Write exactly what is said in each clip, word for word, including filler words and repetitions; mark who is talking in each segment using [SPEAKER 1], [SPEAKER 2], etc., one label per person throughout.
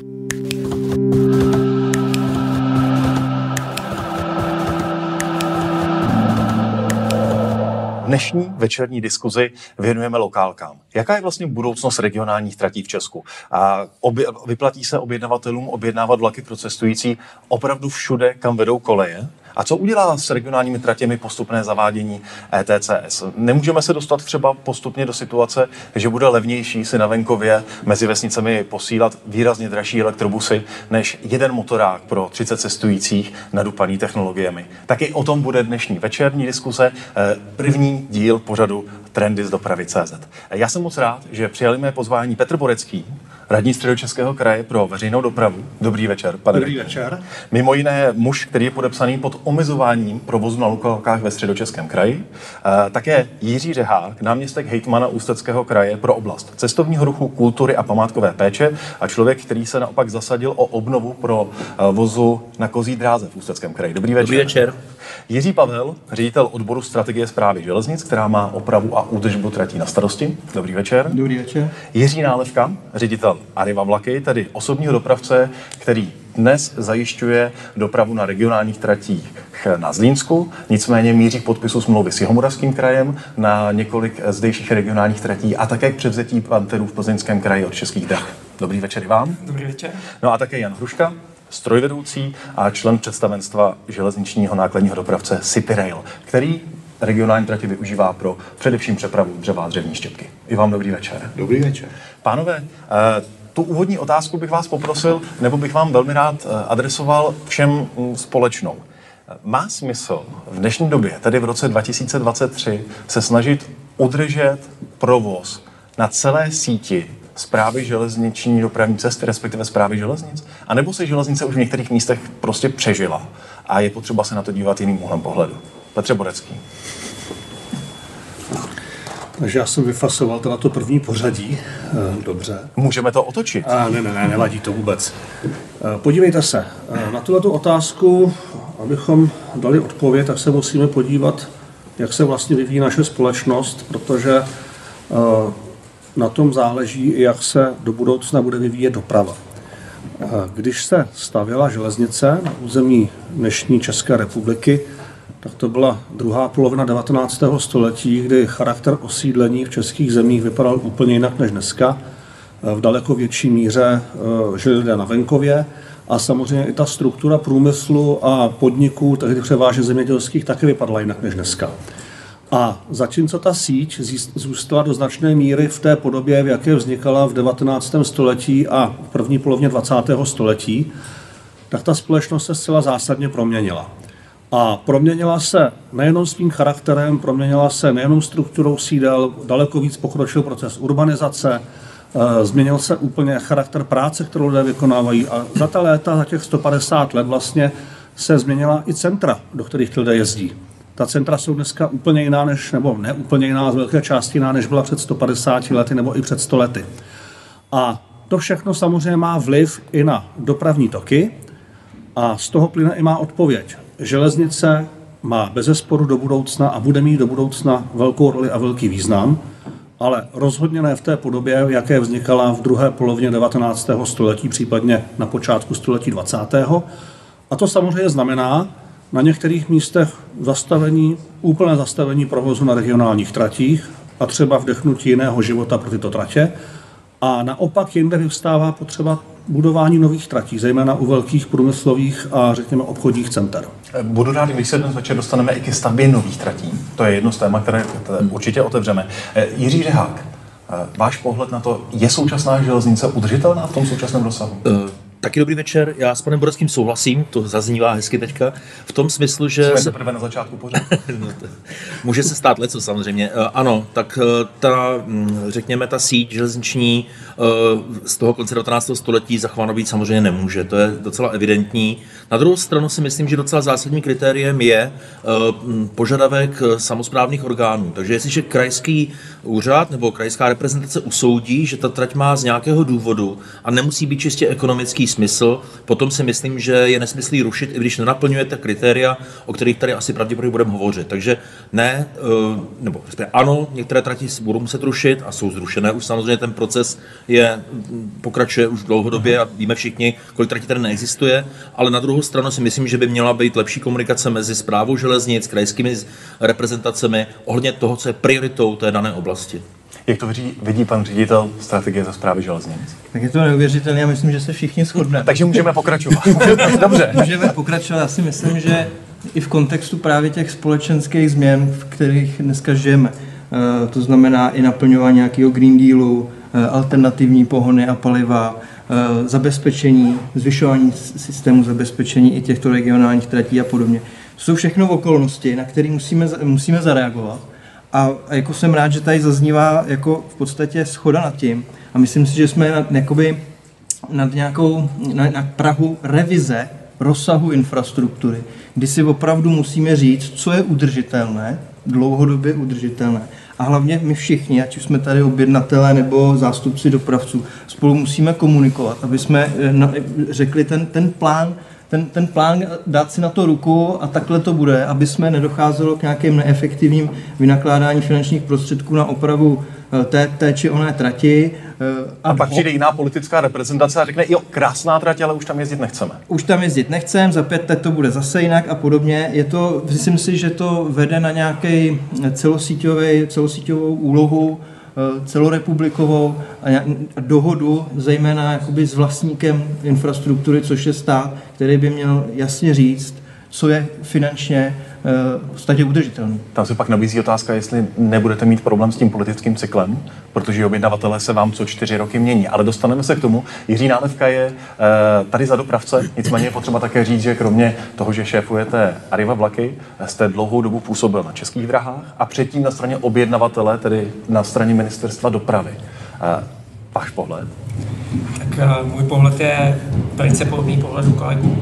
[SPEAKER 1] Dnešní večerní diskuzi věnujeme lokálkám. Jaká je vlastně budoucnost regionálních tratí v Česku? A obě, vyplatí se objednavatelům objednávat vlaky pro cestující opravdu všude, kam vedou koleje? A co udělá s regionálními tratěmi postupné zavádění E T C S? Nemůžeme se dostat třeba postupně do situace, že bude levnější si na venkově mezi vesnicemi posílat výrazně dražší elektrobusy než jeden motorák pro třicet cestujících nadupaný technologiemi. Taky o tom bude dnešní večerní diskuse, první díl pořadu Trendy z dopravy tečka cé zet. Já jsem moc rád, že přijali mé pozvání Petr Borecký, radní Středočeského kraje pro veřejnou dopravu. Dobrý večer, pane.
[SPEAKER 2] Dobrý večer.
[SPEAKER 1] Mimo jiné muž, který je podepsaný pod omezováním provozu na lokálkách ve Středočeském kraji. E, také Jiří Řehák, náměstek hejtmana Ústeckého kraje pro oblast cestovního ruchu, kultury a památkové péče a člověk, který se naopak zasadil o obnovu pro e, vozu na kozí dráze v Ústeckém kraji. Dobrý večer.
[SPEAKER 3] Dobrý večer.
[SPEAKER 1] Jiří Pavel, ředitel odboru strategie správy železnic, která má opravu a údržbu tratí na starosti. Dobrý večer.
[SPEAKER 2] Dobrý večer.
[SPEAKER 1] Jiří Nálevka, ředitel Arriva Vlaky, tedy osobního dopravce, který dnes zajišťuje dopravu na regionálních tratích na Zlínsku, nicméně míří k podpisu smlouvy s Jihomoravským krajem na několik zdejších regionálních tratí a také k převzetí Panterů v Plzeňském kraji od Českých drah. Dobrý večer i vám.
[SPEAKER 2] Dobrý večer.
[SPEAKER 1] No a také Jan Hruška, strojvedoucí a člen představenstva železničního nákladního dopravce City Rail, který regionální tratě využívá pro především přepravu dřeva a dřevní štěpky. I vám dobrý večer.
[SPEAKER 2] Dobrý večer.
[SPEAKER 1] Pánové, tu úvodní otázku bych vás poprosil, nebo bych vám velmi rád adresoval všem společnou. Má smysl v dnešní době, tedy v roce dva tisíce dvacet tři, se snažit udržet provoz na celé síti Správy železniční dopravní cesty, respektive Správy železnic? A nebo se železnice už v některých místech prostě přežila a je potřeba se na to dívat jiným úhlem pohledu? Petře Borecký.
[SPEAKER 2] Takže já jsem vyfasoval teda to první pořadí. Dobře.
[SPEAKER 1] Můžeme to otočit?
[SPEAKER 2] A ne, ne, ne, nevadí to vůbec. Podívejte se, na tuhletu otázku, abychom dali odpověď, tak se musíme podívat, jak se vlastně vyvíjí naše společnost, protože na tom záleží, jak se do budoucna bude vyvíjet doprava. Když se stavěla železnice na území dnešní České republiky, tak to byla druhá polovina devatenáctého století, kdy charakter osídlení v českých zemích vypadal úplně jinak než dneska. V daleko větší míře žili lidé na venkově a samozřejmě i ta struktura průmyslu a podniků, tehdy převážně zemědělských, taky vypadala jinak než dneska. A zatímco ta síť zůstala do značné míry v té podobě, v jaké vznikala v devatenáctém století a v první polovině dvacátého století, tak ta společnost se zcela zásadně proměnila. A proměnila se nejenom svým charakterem, proměnila se nejenom strukturou sídel, daleko víc pokročil proces urbanizace, změnil se úplně charakter práce, kterou lidé vykonávají a za ta léta, za těch sto padesát let vlastně se změnila i centra, do kterých ti lidé jezdí. Ta centra jsou dneska úplně jiná, než, nebo ne úplně jiná, z velké části jiná, než byla před sto padesáti lety nebo i před sto lety. A to všechno samozřejmě má vliv i na dopravní toky a z toho plyne i má odpověď. Železnice má bezesporu do budoucna a bude mít do budoucna velkou roli a velký význam, ale rozhodně ne v té podobě, v jaké vznikala v druhé polovině devatenáctého století, případně na počátku století dvacátého A to samozřejmě znamená na některých místech zastavení, úplné zastavení provozu na regionálních tratích a třeba vdechnutí jiného života pro tyto tratě. A naopak jinde vyvstává potřeba budování nových tratí, zejména u velkých průmyslových a řekněme obchodních center.
[SPEAKER 1] Budu rád, když se dnes večer dostaneme i ke stavbě nových tratí. To je jedno z téma, které určitě otevřeme. Jiří Řehák, váš pohled na to, je současná železnice udržitelná v tom současném rozsahu? Uh.
[SPEAKER 3] Taky dobrý večer, já s panem Boreckým souhlasím, to zaznívá hezky teďka, v tom smyslu, že...
[SPEAKER 1] Jsme se prvé na začátku pořád.
[SPEAKER 3] Může se stát leco samozřejmě. Ano, tak ta, řekněme, ta síť železniční z toho konce devatenáctého století zachováno být samozřejmě nemůže, to je docela evidentní. Na druhou stranu si myslím, že docela zásadním kritériem je požadavek samosprávných orgánů. Takže jestliže krajský úřad nebo krajská reprezentace usoudí, že ta trať má z nějakého důvodu a nemusí být čistě ekonomický smysl. Potom si myslím, že je nesmyslí rušit, i když nenaplňujete kritéria, o kterých tady asi pravděpodobně budeme hovořit. Takže ne, nebo ano, některé trati budou muset rušit a jsou zrušené. Už samozřejmě ten proces je, pokračuje už dlouhodobě a víme všichni, kolik tratí tady neexistuje, ale na druhou stranu si myslím, že by měla být lepší komunikace mezi správou železnic, krajskými reprezentacemi ohledně toho, co je prioritou té dané oblasti.
[SPEAKER 1] Jak to vidí, vidí pan ředitel strategie za správy železnic?
[SPEAKER 4] Tak je to neuvěřitelné, já myslím, že se všichni shodneme.
[SPEAKER 1] Takže můžeme pokračovat. Dobře.
[SPEAKER 4] Můžeme pokračovat, já si myslím, že i v kontextu právě těch společenských změn, v kterých dneska žijeme, to znamená i naplňování nějakého Green Dealu, alternativní pohony a paliva, zabezpečení, zvyšování systému zabezpečení i těchto regionálních tratí a podobně. To jsou všechno okolnosti, na které musíme, musíme zareagovat. A, a jako jsem rád, že tady zaznívá jako v podstatě shoda nad tím. A myslím si, že jsme nad, jakoby, nad nějakou na, na prahu revize rozsahu infrastruktury, kdy si opravdu musíme říct, co je udržitelné, dlouhodobě udržitelné. A hlavně my všichni, ať už jsme tady objednatelé nebo zástupci dopravců, spolu musíme komunikovat, aby jsme řekli ten, ten plán, Ten, ten plán dát si na to ruku a takhle to bude, aby jsme nedocházelo k nějakým neefektivním vynakládání finančních prostředků na opravu té, té či oné trati.
[SPEAKER 1] A, a pak přijde jiná politická reprezentace a řekne, jo, krásná trať, ale už tam jezdit nechceme.
[SPEAKER 4] Už tam jezdit nechceme, za pět let to bude zase jinak a podobně. Je to, myslím si, že to vede na nějaký celosíťový, celosíťovou úlohu, celorepublikovou a dohodu, zejména jakoby s vlastníkem infrastruktury, což je stát, který by měl jasně říct, co je finančně v podstatě udržitelný.
[SPEAKER 1] Tam se pak nabízí otázka, jestli nebudete mít problém s tím politickým cyklem, protože objednavatelé se vám co čtyři roky mění. Ale dostaneme se k tomu. Jiří Nálevka je tady za dopravce, nicméně je potřeba také říct, že kromě toho, že šéfujete Arriva vlaky, jste dlouhou dobu působil na Českých drahách a předtím na straně objednavatele, tedy na straně Ministerstva dopravy. Váš pohled?
[SPEAKER 5] Tak můj pohled je velice podobný pohledu kolegů.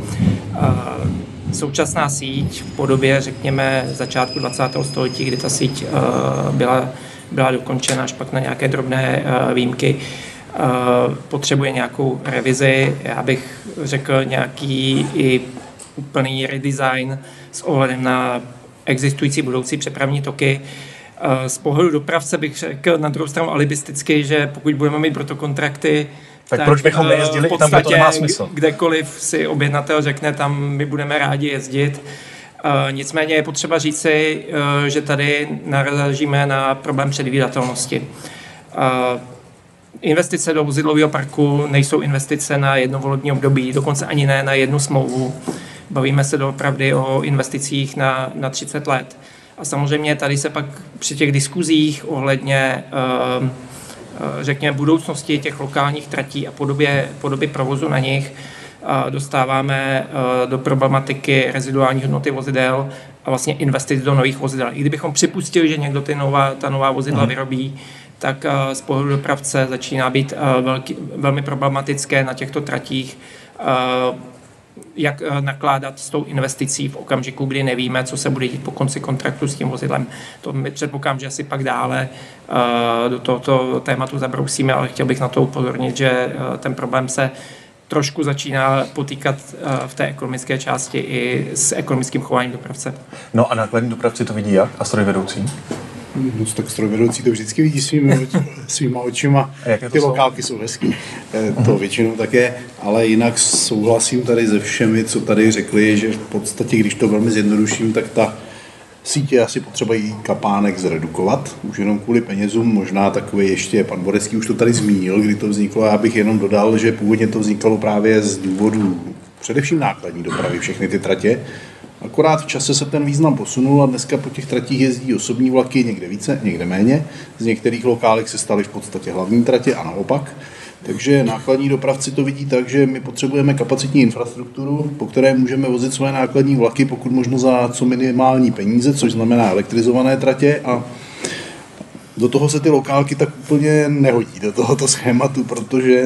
[SPEAKER 5] Současná síť v podobě, řekněme, začátku dvacátého století, kdy ta síť uh, byla, byla dokončena až pak na nějaké drobné uh, výjimky, uh, potřebuje nějakou revizi. Já bych řekl nějaký i úplný redesign s ohledem na existující budoucí přepravní toky. Uh, z pohledu dopravce bych řekl na druhou stranu alibisticky, že pokud budeme mít protokontrakty,
[SPEAKER 1] tak, tak proč bychom nejezdili,
[SPEAKER 5] v podstatě,
[SPEAKER 1] tam, kde to nemá smysl?
[SPEAKER 5] Kdekoliv si objednatel řekne, tam my budeme rádi jezdit. Uh, nicméně je potřeba říci, uh, že tady narazíme na problém předvídatelnosti. Uh, investice do vozidlového parku nejsou investice na jedno volební období, dokonce ani ne na jednu smlouvu. Bavíme se doopravdy o investicích na, na třicet let. A samozřejmě tady se pak při těch diskuzích ohledně uh, řekněme, budoucnosti těch lokálních tratí a podobě, podobě provozu na nich dostáváme do problematiky reziduální hodnoty vozidel a vlastně investic do nových vozidel. I kdybychom připustili, že někdo ty nová, ta nová vozidla vyrobí, tak z pohledu dopravce začíná být velký, velmi problematické na těchto tratích, jak nakládat s tou investicí v okamžiku, kdy nevíme, co se bude dít po konci kontraktu s tím vozidlem. To my předpokládám, že asi pak dále uh, do tohoto tématu zabrousíme, ale chtěl bych na to upozornit, že uh, ten problém se trošku začíná potýkat uh, v té ekonomické části i s ekonomickým chováním dopravce.
[SPEAKER 1] No a nákladní dopravci to vidí jak? A strojvedoucí?
[SPEAKER 6] No, tak strojvedoucí to vždycky vidí svými, svýma očima. Ty lokálky jsou hezký. Uh-huh. To většinou také, ale jinak souhlasím tady se všemi, co tady řekli, že v podstatě, když to velmi zjednoduším, tak ta sítě asi potřeba jí kapánek zredukovat, už jenom kvůli penězům, možná takový ještě, pan Borecký už to tady zmínil, kdy to vzniklo, já bych jenom dodal, že původně to vznikalo právě z důvodu především nákladní dopravy, všechny ty tratě. Akorát v čase se ten význam posunul a dneska po těch tratích jezdí osobní vlaky, někde více, někde méně. Z některých lokálek se staly v podstatě hlavní tratě a naopak. Takže nákladní dopravci to vidí tak, že my potřebujeme kapacitní infrastrukturu, po které můžeme vozit své nákladní vlaky, pokud možno za co minimální peníze, což znamená elektrizované tratě, a do toho se ty lokálky tak úplně nehodí, do tohoto schématu, protože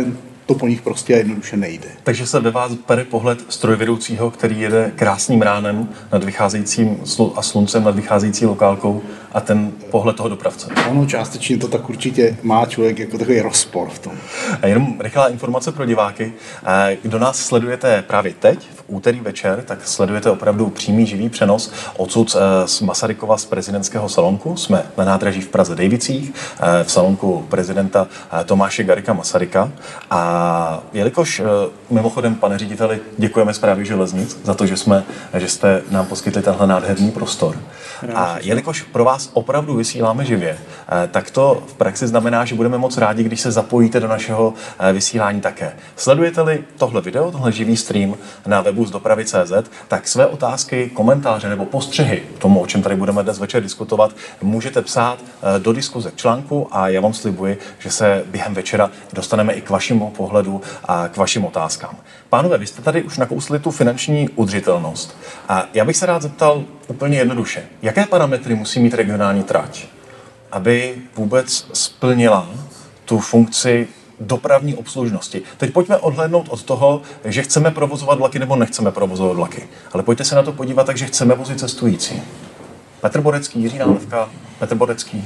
[SPEAKER 6] to po nich prostě jednoduše nejde.
[SPEAKER 1] Takže se ve vás bere pohled strojvedoucího, který jede krásným ránem nad vycházejícím a sluncem nad vycházející lokálkou a ten pohled toho dopravce.
[SPEAKER 6] Ano, částečně to tak určitě má člověk jako takový rozpor v tom.
[SPEAKER 1] A jenom rychlá informace pro diváky. Kdo nás sledujete právě teď, v úterý večer, tak sledujete opravdu přímý živý přenos odsud z Masarykova z prezidentského salonku. Jsme na nádraží v Praze Dejvicích, v salonku prezidenta Tomáše Garrigua Masaryka. A jelikož mimochodem, pane řediteli, děkujeme Správě železnic za to, že, jsme, že jste nám poskytli tenhle nádherný prostor. A jelikož pro vás opravdu vysíláme živě, tak to v praxi znamená, že budeme moc rádi, když se zapojíte do našeho vysílání také. Sledujete-li tohle video, tohle živý stream na webu z dopravy tečka cé zet, tak své otázky, komentáře nebo postřehy k tomu, o čem tady budeme dnes večer diskutovat, můžete psát do diskuze k článku a já vám slibuji, že se během večera dostaneme i k vašemu pohledu a k vašim otázkám. Pánové, vy jste tady už nakousli tu finanční udržitelnost. A já bych se rád zeptal úplně jednoduše. Jaké parametry musí mít regionální trať, aby vůbec splnila tu funkci dopravní obslužnosti? Teď pojďme odhlédnout od toho, že chceme provozovat vlaky nebo nechceme provozovat vlaky. Ale pojďte se na to podívat tak, že chceme vozit cestující. Petr Borecký, Jiří Nálevka, Petr Borecký.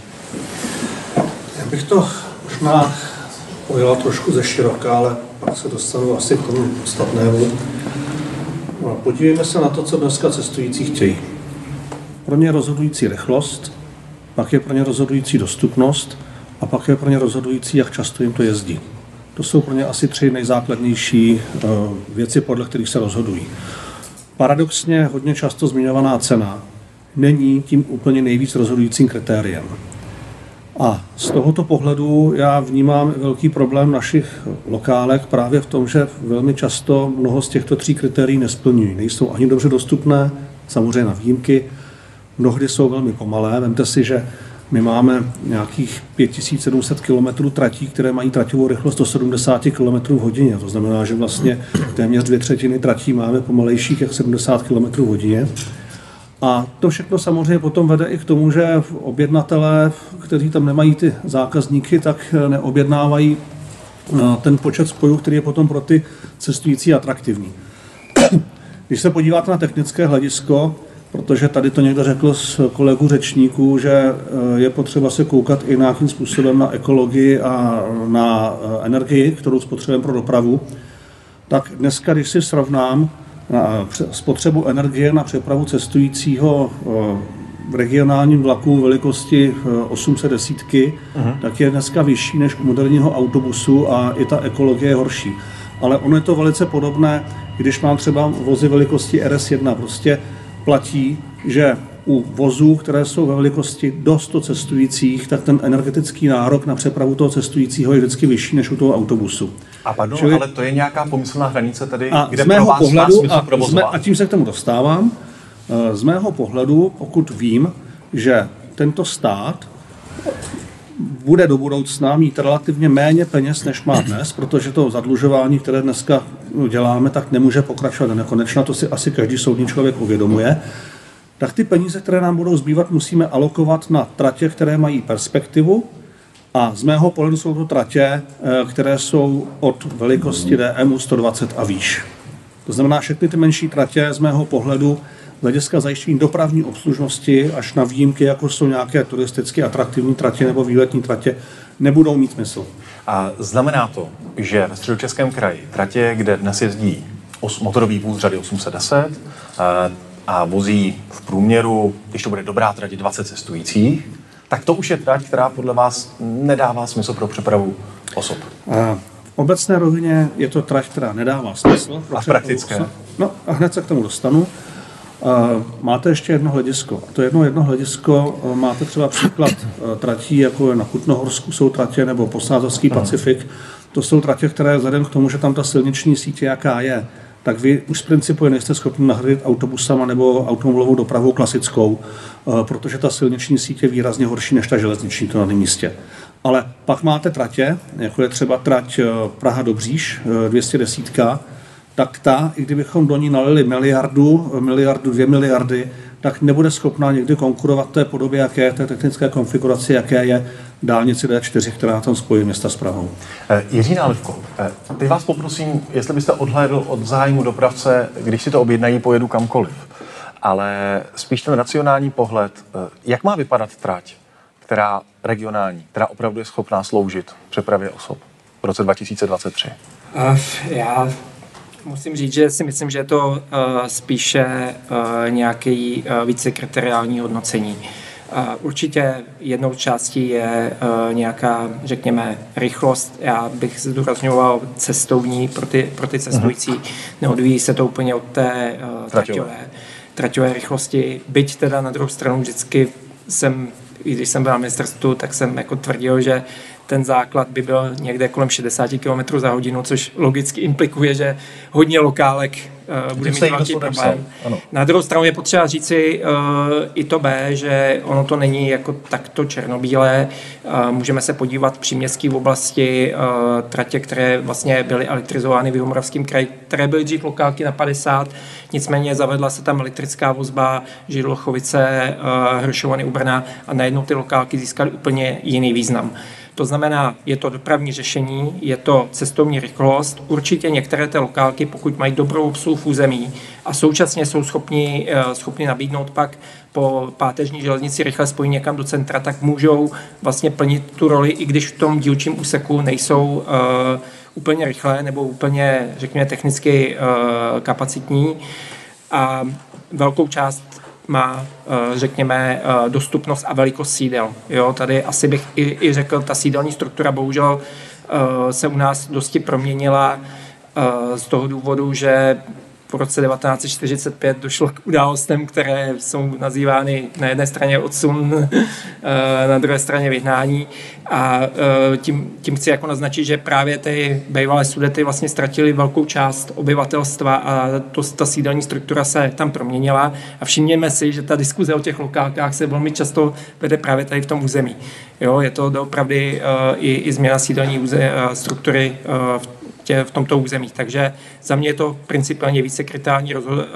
[SPEAKER 2] Já bych to možná pojela trošku ze široka, ale pak se dostanu asi k tomu podstatnému. Podívejme se na to, co dneska cestující chtějí. Pro ně je rozhodující rychlost, pak je pro ně rozhodující dostupnost a pak je pro ně rozhodující, jak často jim to jezdí. To jsou pro ně asi tři nejzákladnější věci, podle kterých se rozhodují. Paradoxně hodně často zmiňovaná cena není tím úplně nejvíc rozhodujícím kritériem. A z tohoto pohledu já vnímám velký problém našich lokálek právě v tom, že velmi často mnoho z těchto tří kritérií nesplňují. Nejsou ani dobře dostupné, samozřejmě na výjimky, mnohdy jsou velmi pomalé. Vemte si, že my máme nějakých pět tisíc sedm set kilometrů tratí, které mají traťovou rychlost do sedmdesát kilometrů v hodině. To znamená, že vlastně téměř dvě třetiny tratí máme pomalejších jak sedmdesát kilometrů v hodině. A to všechno samozřejmě potom vede i k tomu, že objednatelé, kteří tam nemají ty zákazníky, tak neobjednávají ten počet spojů, který je potom pro ty cestující atraktivní. Když se podíváte na technické hledisko, protože tady to někdo řekl z kolegů řečníků, že je potřeba se koukat i nějakým způsobem na ekologii a na energii, kterou spotřebujeme pro dopravu, tak dneska, když si srovnám spotřebu energie na přepravu cestujícího v regionálním vlaku velikosti osm set deset, uh-huh. tak je dneska vyšší než u moderního autobusu a i ta ekologie je horší. Ale ono je to velice podobné, když mám třeba vozy velikosti R S jedna. Prostě platí, že u vozů, které jsou ve velikosti do sto cestujících, tak ten energetický nárok na přepravu toho cestujícího je vždycky vyšší než u toho autobusu.
[SPEAKER 1] A pardon,
[SPEAKER 2] Čili,
[SPEAKER 1] ale to je nějaká pomyslná hranice tady,
[SPEAKER 2] a
[SPEAKER 1] kde
[SPEAKER 2] z mého
[SPEAKER 1] pro vás
[SPEAKER 2] pohledu,
[SPEAKER 1] má smysl provozovat?
[SPEAKER 2] A tím se k tomu dostávám. Z mého pohledu, pokud vím, že tento stát bude do budoucna mít relativně méně peněz, než má dnes, protože to zadlužování, které dneska děláme, tak nemůže pokračovat nekonečno, to si asi každý soudný člověk uvědomuje, tak ty peníze, které nám budou zbývat, musíme alokovat na tratě, které mají perspektivu, a z mého pohledu jsou to tratě, které jsou od velikosti D M U sto dvacet a výš. To znamená, všechny ty menší tratě z mého pohledu z hlediska zajištění dopravní obslužnosti až na výjimky, jako jsou nějaké turisticky atraktivní tratě nebo výletní tratě, nebudou mít smysl.
[SPEAKER 1] A znamená to, že ve Středočeském kraji tratě, kde dnes jezdí os, motorový vůz řady osm set deset a, a vozí v průměru, když to bude dobrá trať, dvacet cestujících, tak to už je trať, která podle vás nedává smysl pro přepravu osob.
[SPEAKER 2] A v obecné rovině je to trať, která nedává smysl.
[SPEAKER 1] A praktické.
[SPEAKER 2] No a hned se k tomu dostanu. Uh, máte ještě jedno hledisko. A to jedno jedno hledisko uh, máte třeba příklad uh, tratí, jako je na Kutnohorsku jsou tratě, nebo Posázovský Pacifik. To jsou tratě, které vzhledem k tomu, že tam ta silniční síť jaká je, tak vy už z principu nejste schopni nahradit autobusama nebo automobilovou dopravou klasickou, uh, protože ta silniční síť je výrazně horší než ta železniční, to na daném místě. Ale pak máte tratě, jako je třeba trať uh, Praha-Dobříš, uh, dvě stě deset, tak ta, i kdybychom do ní nalili miliardu, miliardu, dvě miliardy, tak nebude schopná někdy konkurovat té podobě, jaké je, té technické konfiguraci, jaké je dálnici D čtyři, která tam spojí města s Prahou.
[SPEAKER 1] Jiří Nálivko, teď vás poprosím, jestli byste odhlédl od zájmu dopravce, když si to objednají, pojedu kamkoliv. Ale spíš ten racionální pohled, jak má vypadat trať, která regionální, která opravdu je schopná sloužit přepravě osob v roce dva tisíce dvacet tři?
[SPEAKER 5] Uh, já musím říct, že si myslím, že je to uh, spíše uh, nějaký uh, více kriteriální hodnocení. Uh, určitě jednou částí je uh, nějaká, řekněme, rychlost. Já bych zdůrazňoval cestovní pro ty, pro ty cestující. Uh-huh. Neodvíjí se to úplně od té uh, traťové, traťové rychlosti. Byť teda na druhou stranu vždycky jsem, i když jsem byl na ministerstvu, tak jsem jako tvrdil, že ten základ by byl někde kolem šedesát kilometrů za hodinu, což logicky implikuje, že hodně lokálek uh, bude mít velký problém. Na druhou stranu je potřeba říci uh, i to B, že ono to není jako takto černobílé. Uh, můžeme se podívat v příměstské oblasti uh, tratě, které vlastně byly elektrizovány v Jihomoravském kraji, které byly dřív lokálky na padesát, nicméně zavedla se tam elektrická vozba Židlochovice, uh, Hršovany u Brna a najednou ty lokálky získaly úplně jiný význam. To znamená, je to dopravní řešení, je to cestovní rychlost. Určitě některé ty lokálky, pokud mají dobrou obsluhu v území a současně jsou schopni, schopni nabídnout pak po páteřní železnici rychle spojení někam do centra, tak můžou vlastně plnit tu roli, i když v tom dílčím úseku nejsou uh, úplně rychlé nebo úplně, řekněme, technicky uh, kapacitní. A velkou část má, řekněme, dostupnost a velikost sídel. Jo, tady asi bych i, i řekl, ta sídelní struktura bohužel se u nás dosti proměnila z toho důvodu, že v roce devatenáct set čtyřicet pět došlo k událostem, které jsou nazývány na jedné straně odsun, na druhé straně vyhnání. A tím, tím chci jako naznačit, že právě ty bývalé Sudety vlastně ztratily velkou část obyvatelstva a to, ta sídelní struktura se tam proměnila. A všimněme si, že ta diskuze o těch lokálkách se velmi často vede právě tady v tom území. Jo, je to doopravdy i, i změna sídelní úze, struktury v v tomto území. Takže za mě je to principiálně více kritériální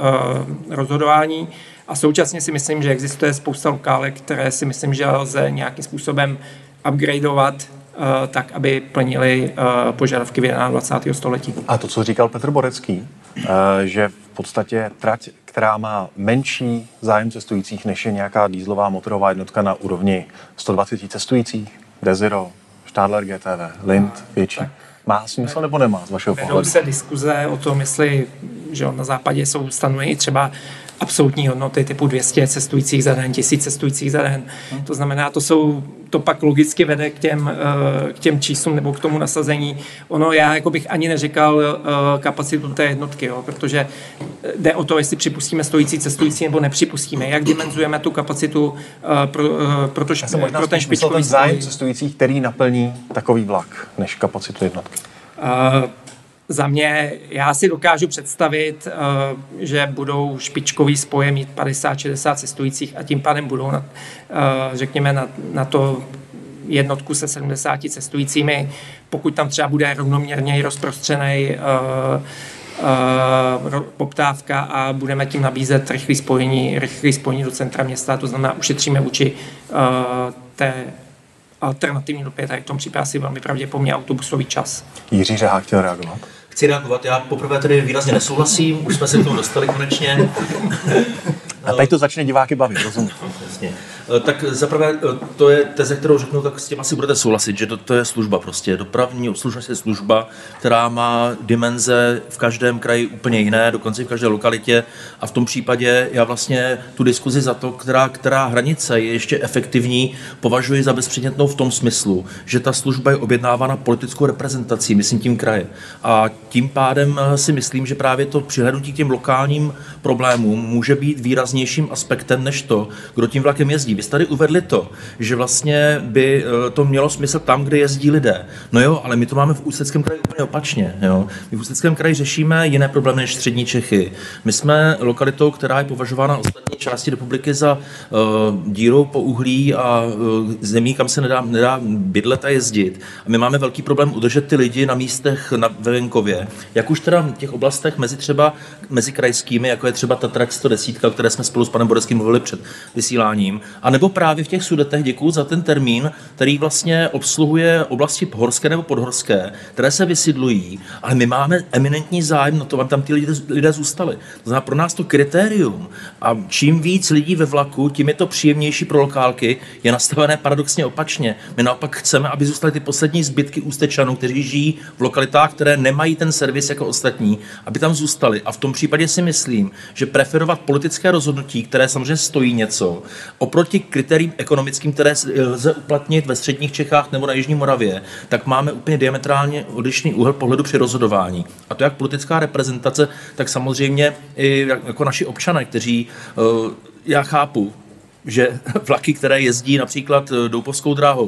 [SPEAKER 5] rozhodování a současně si myslím, že existuje spousta lokálek, které si myslím, že lze nějakým způsobem upgradeovat tak, aby plnili požadavky dvacátého prvního století.
[SPEAKER 1] A to, co říkal Petr Borecký, že v podstatě trať, která má menší zájem cestujících, než je nějaká dieselová motorová jednotka na úrovni sto dvacet cestujících, Desiro, Stadler G T V, Lind, větší. Tak. Má smysl nebo nemá z vašeho pohledu?
[SPEAKER 5] Vedou se diskuze o tom, jestli že na západě jsou stanoveny třeba absolutní hodnoty typu dvě stě cestujících za den, tisíc cestujících za den. Hmm. To znamená, to jsou, to pak logicky vede k těm, k těm číslům nebo k tomu nasazení. Ono, já jako bych ani neříkal kapacitu té jednotky, jo, protože jde o to, jestli připustíme stojící cestující nebo nepřipustíme. Jak dimenzujeme tu kapacitu pro, pro, to, pro ten špičkový
[SPEAKER 1] zájem cestujících, který naplní takový vlak, než kapacitu jednotky?
[SPEAKER 5] Uh, Za mě, já si dokážu představit, že budou špičkový spoje mít padesát šedesát cestujících a tím pádem budou, na, řekněme, na, na to jednotku se sedmdesáti cestujícími, pokud tam třeba bude rovnoměrně rozprostřený poptávka a budeme tím nabízet rychlé spojení, rychlé spojení do centra města, to znamená, ušetříme vůči té alternativní dopravě, tak v tom případě asi velmi pravděpodobně autobusový čas.
[SPEAKER 1] Jiří Řehák chtěl reagovat.
[SPEAKER 3] Chci reagovat, já poprvé tady výrazně nesouhlasím, už jsme se k tomu dostali konečně.
[SPEAKER 1] A teď to začne diváky bavit, rozumím.
[SPEAKER 3] Jasně. Tak zaprvé to je teze, kterou řeknu, tak s tím asi budete souhlasit, že to, to je služba prostě. Dopravní obslužnost je služba, která má dimenze v každém kraji úplně jiné, dokonce v každé lokalitě a v tom případě já vlastně tu diskuzi za to, která, která hranice je ještě efektivní, považuji za bezpředmětnou v tom smyslu, že ta služba je objednávána politickou reprezentací, myslím tím kraje. A tím pádem si myslím, že právě to přihlédnutí k těm lokálním problémům může být výraznějším aspektem než to, kdo tím vlakem jezdí. Vy jste tady uvedli to, že vlastně by to mělo smysl tam, kde jezdí lidé. No jo, ale my to máme v Ústeckém kraji úplně opačně. Jo. My v Ústeckém kraji řešíme jiné problémy než střední Čechy. My jsme lokalitou, která je považována ostatní části republiky za uh, dírou po uhlí a uh, zemí, kam se nedá, nedá bydlet a jezdit. A my máme velký problém udržet ty lidi na místech na venkově. Jak už teda v těch oblastech mezi třeba mezi krajskými, jako je třeba ta trať sto deset, o které jsme spolu s panem Boreckým mluvili před vysíláním, a nebo právě v těch Sudetech, děkuju za ten termín, který vlastně obsluhuje oblasti horské nebo podhorské, které se vysidlují, ale my máme eminentní zájem na to, aby tam ty lidé, lidé zůstali. To znamená pro nás to kritérium a čím víc lidí ve vlaku, tím je to příjemnější pro lokálky, je nastavené paradoxně opačně. My naopak chceme, aby zůstaly ty poslední zbytky Ústečanů, kteří žijí v lokalitách, které nemají ten servis jako ostatní, aby tam zůstali. A v tom případě si myslím, že preferovat politické rozhodnutí, které samozřejmě stojí něco, oproti kritériím ekonomickým, které lze uplatnit ve středních Čechách nebo na Jižní Moravě, tak máme úplně diametrálně odlišný úhel pohledu při rozhodování. A to jak politická reprezentace, tak samozřejmě i jako naši občané, kteří já chápu, že vlaky, které jezdí například Doupovskou dráhou,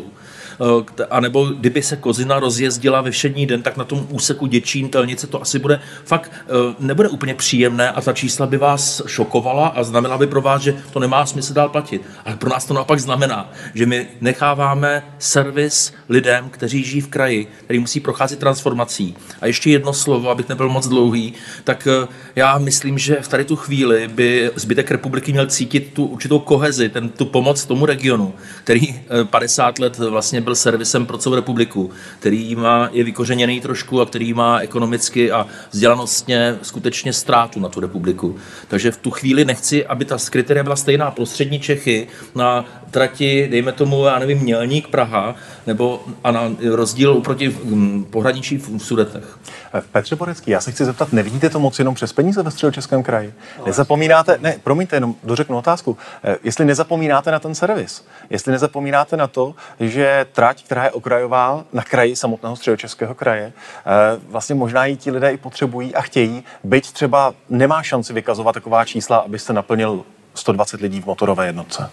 [SPEAKER 3] a nebo kdyby se Kozina rozjezdila ve všední den, tak na tom úseku Děčín, Telnice to asi bude fakt nebude úplně příjemné a ta čísla by vás šokovala a znamenala by pro vás, že to nemá smysl dál platit. Ale pro nás to naopak znamená, že my necháváme servis lidem, kteří žijí v kraji, který musí procházet transformací. A ještě jedno slovo, abych nebyl moc dlouhý, tak já myslím, že v tady tu chvíli by zbytek republiky měl cítit tu určitou kohezi, ten, tu pomoc tomu regionu, který padesát let vlastně byl servisem pro celou republiku, který má, je vykořeněný trošku a který má ekonomicky a vzdělanostně skutečně ztrátu na tu republiku. Takže v tu chvíli nechci, aby ta kritéria byla stejná pro střední Čechy na trati, dejme tomu, já nevím, Mělník, Praha, nebo a na rozdíl oproti pohraničí v Sudetech.
[SPEAKER 1] Petře Borecký, já se chci zeptat, nevidíte to moc jenom přes peníze ve Středočeském kraji? Nezapomínáte, ne, promiňte, jenom dořeknu otázku, jestli nezapomínáte na ten servis, jestli nezapomínáte na to, že trať, která je okrajová na kraji samotného Středočeského kraje, vlastně možná ji ti lidé i potřebují a chtějí, byť třeba nemá šanci vykazovat taková čísla, abyste naplnil sto dvacet lidí v motorové jednotce.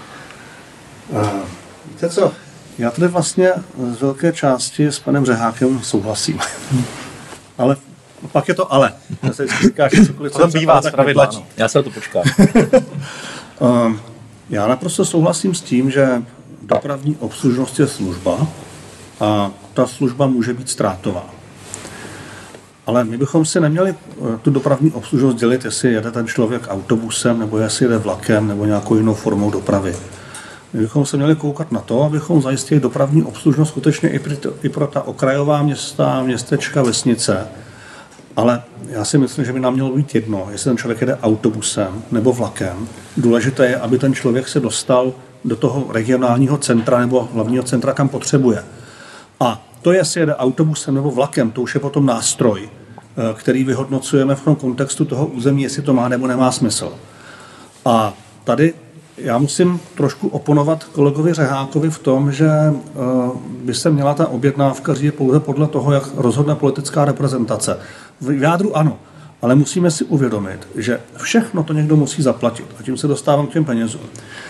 [SPEAKER 2] Uh, víte co, já tady vlastně z velké části s panem Řehákem souhlasím. Ale pak je to ale. Já se říkáš, cokoliv, co
[SPEAKER 1] tam bývá zpravidla.
[SPEAKER 3] Já se na to počkám.
[SPEAKER 2] uh, já naprosto souhlasím s tím, že dopravní obslužnost je služba a ta služba může být ztrátová. Ale my bychom si neměli tu dopravní obslužnost dělit, jestli jede ten člověk autobusem, nebo jestli jede vlakem, nebo nějakou jinou formou dopravy. My bychom se měli koukat na to, abychom zajistili dopravní obslužnost skutečně i pro, i pro ta okrajová města, městečka, vesnice. Ale já si myslím, že by nám mělo být jedno, jestli ten člověk jede autobusem nebo vlakem. Důležité je, aby ten člověk se dostal do toho regionálního centra nebo hlavního centra, kam potřebuje. A to, jestli jede autobusem nebo vlakem, to už je potom nástroj, který vyhodnocujeme v tom kontextu toho území, jestli to má nebo nemá smysl. A tady já musím trošku oponovat kolegovi Řehákovi v tom, že by se měla ta objednávka řídit pouze podle toho, jak rozhodne politická reprezentace. V jádru ano, ale musíme si uvědomit, že všechno to někdo musí zaplatit. A tím se dostávám k těm penězům.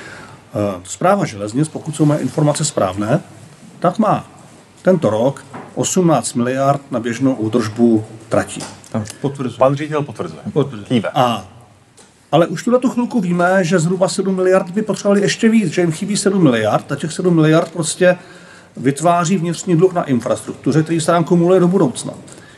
[SPEAKER 2] Správa železnic, pokud jsou moje informace správné, tak má tento rok osmnáct miliard na běžnou údržbu tratí.
[SPEAKER 1] Potvrzuje. Pan ředitel potvrzuje.
[SPEAKER 2] potvrzuje. A, ale už tuhle tu chvilku víme, že zhruba sedm miliard by potřebovali ještě víc, že jim chybí sedm miliard a těch sedm miliard prostě vytváří vnitřní dluh na infrastruktuře, který se nám kumuluje do budoucna.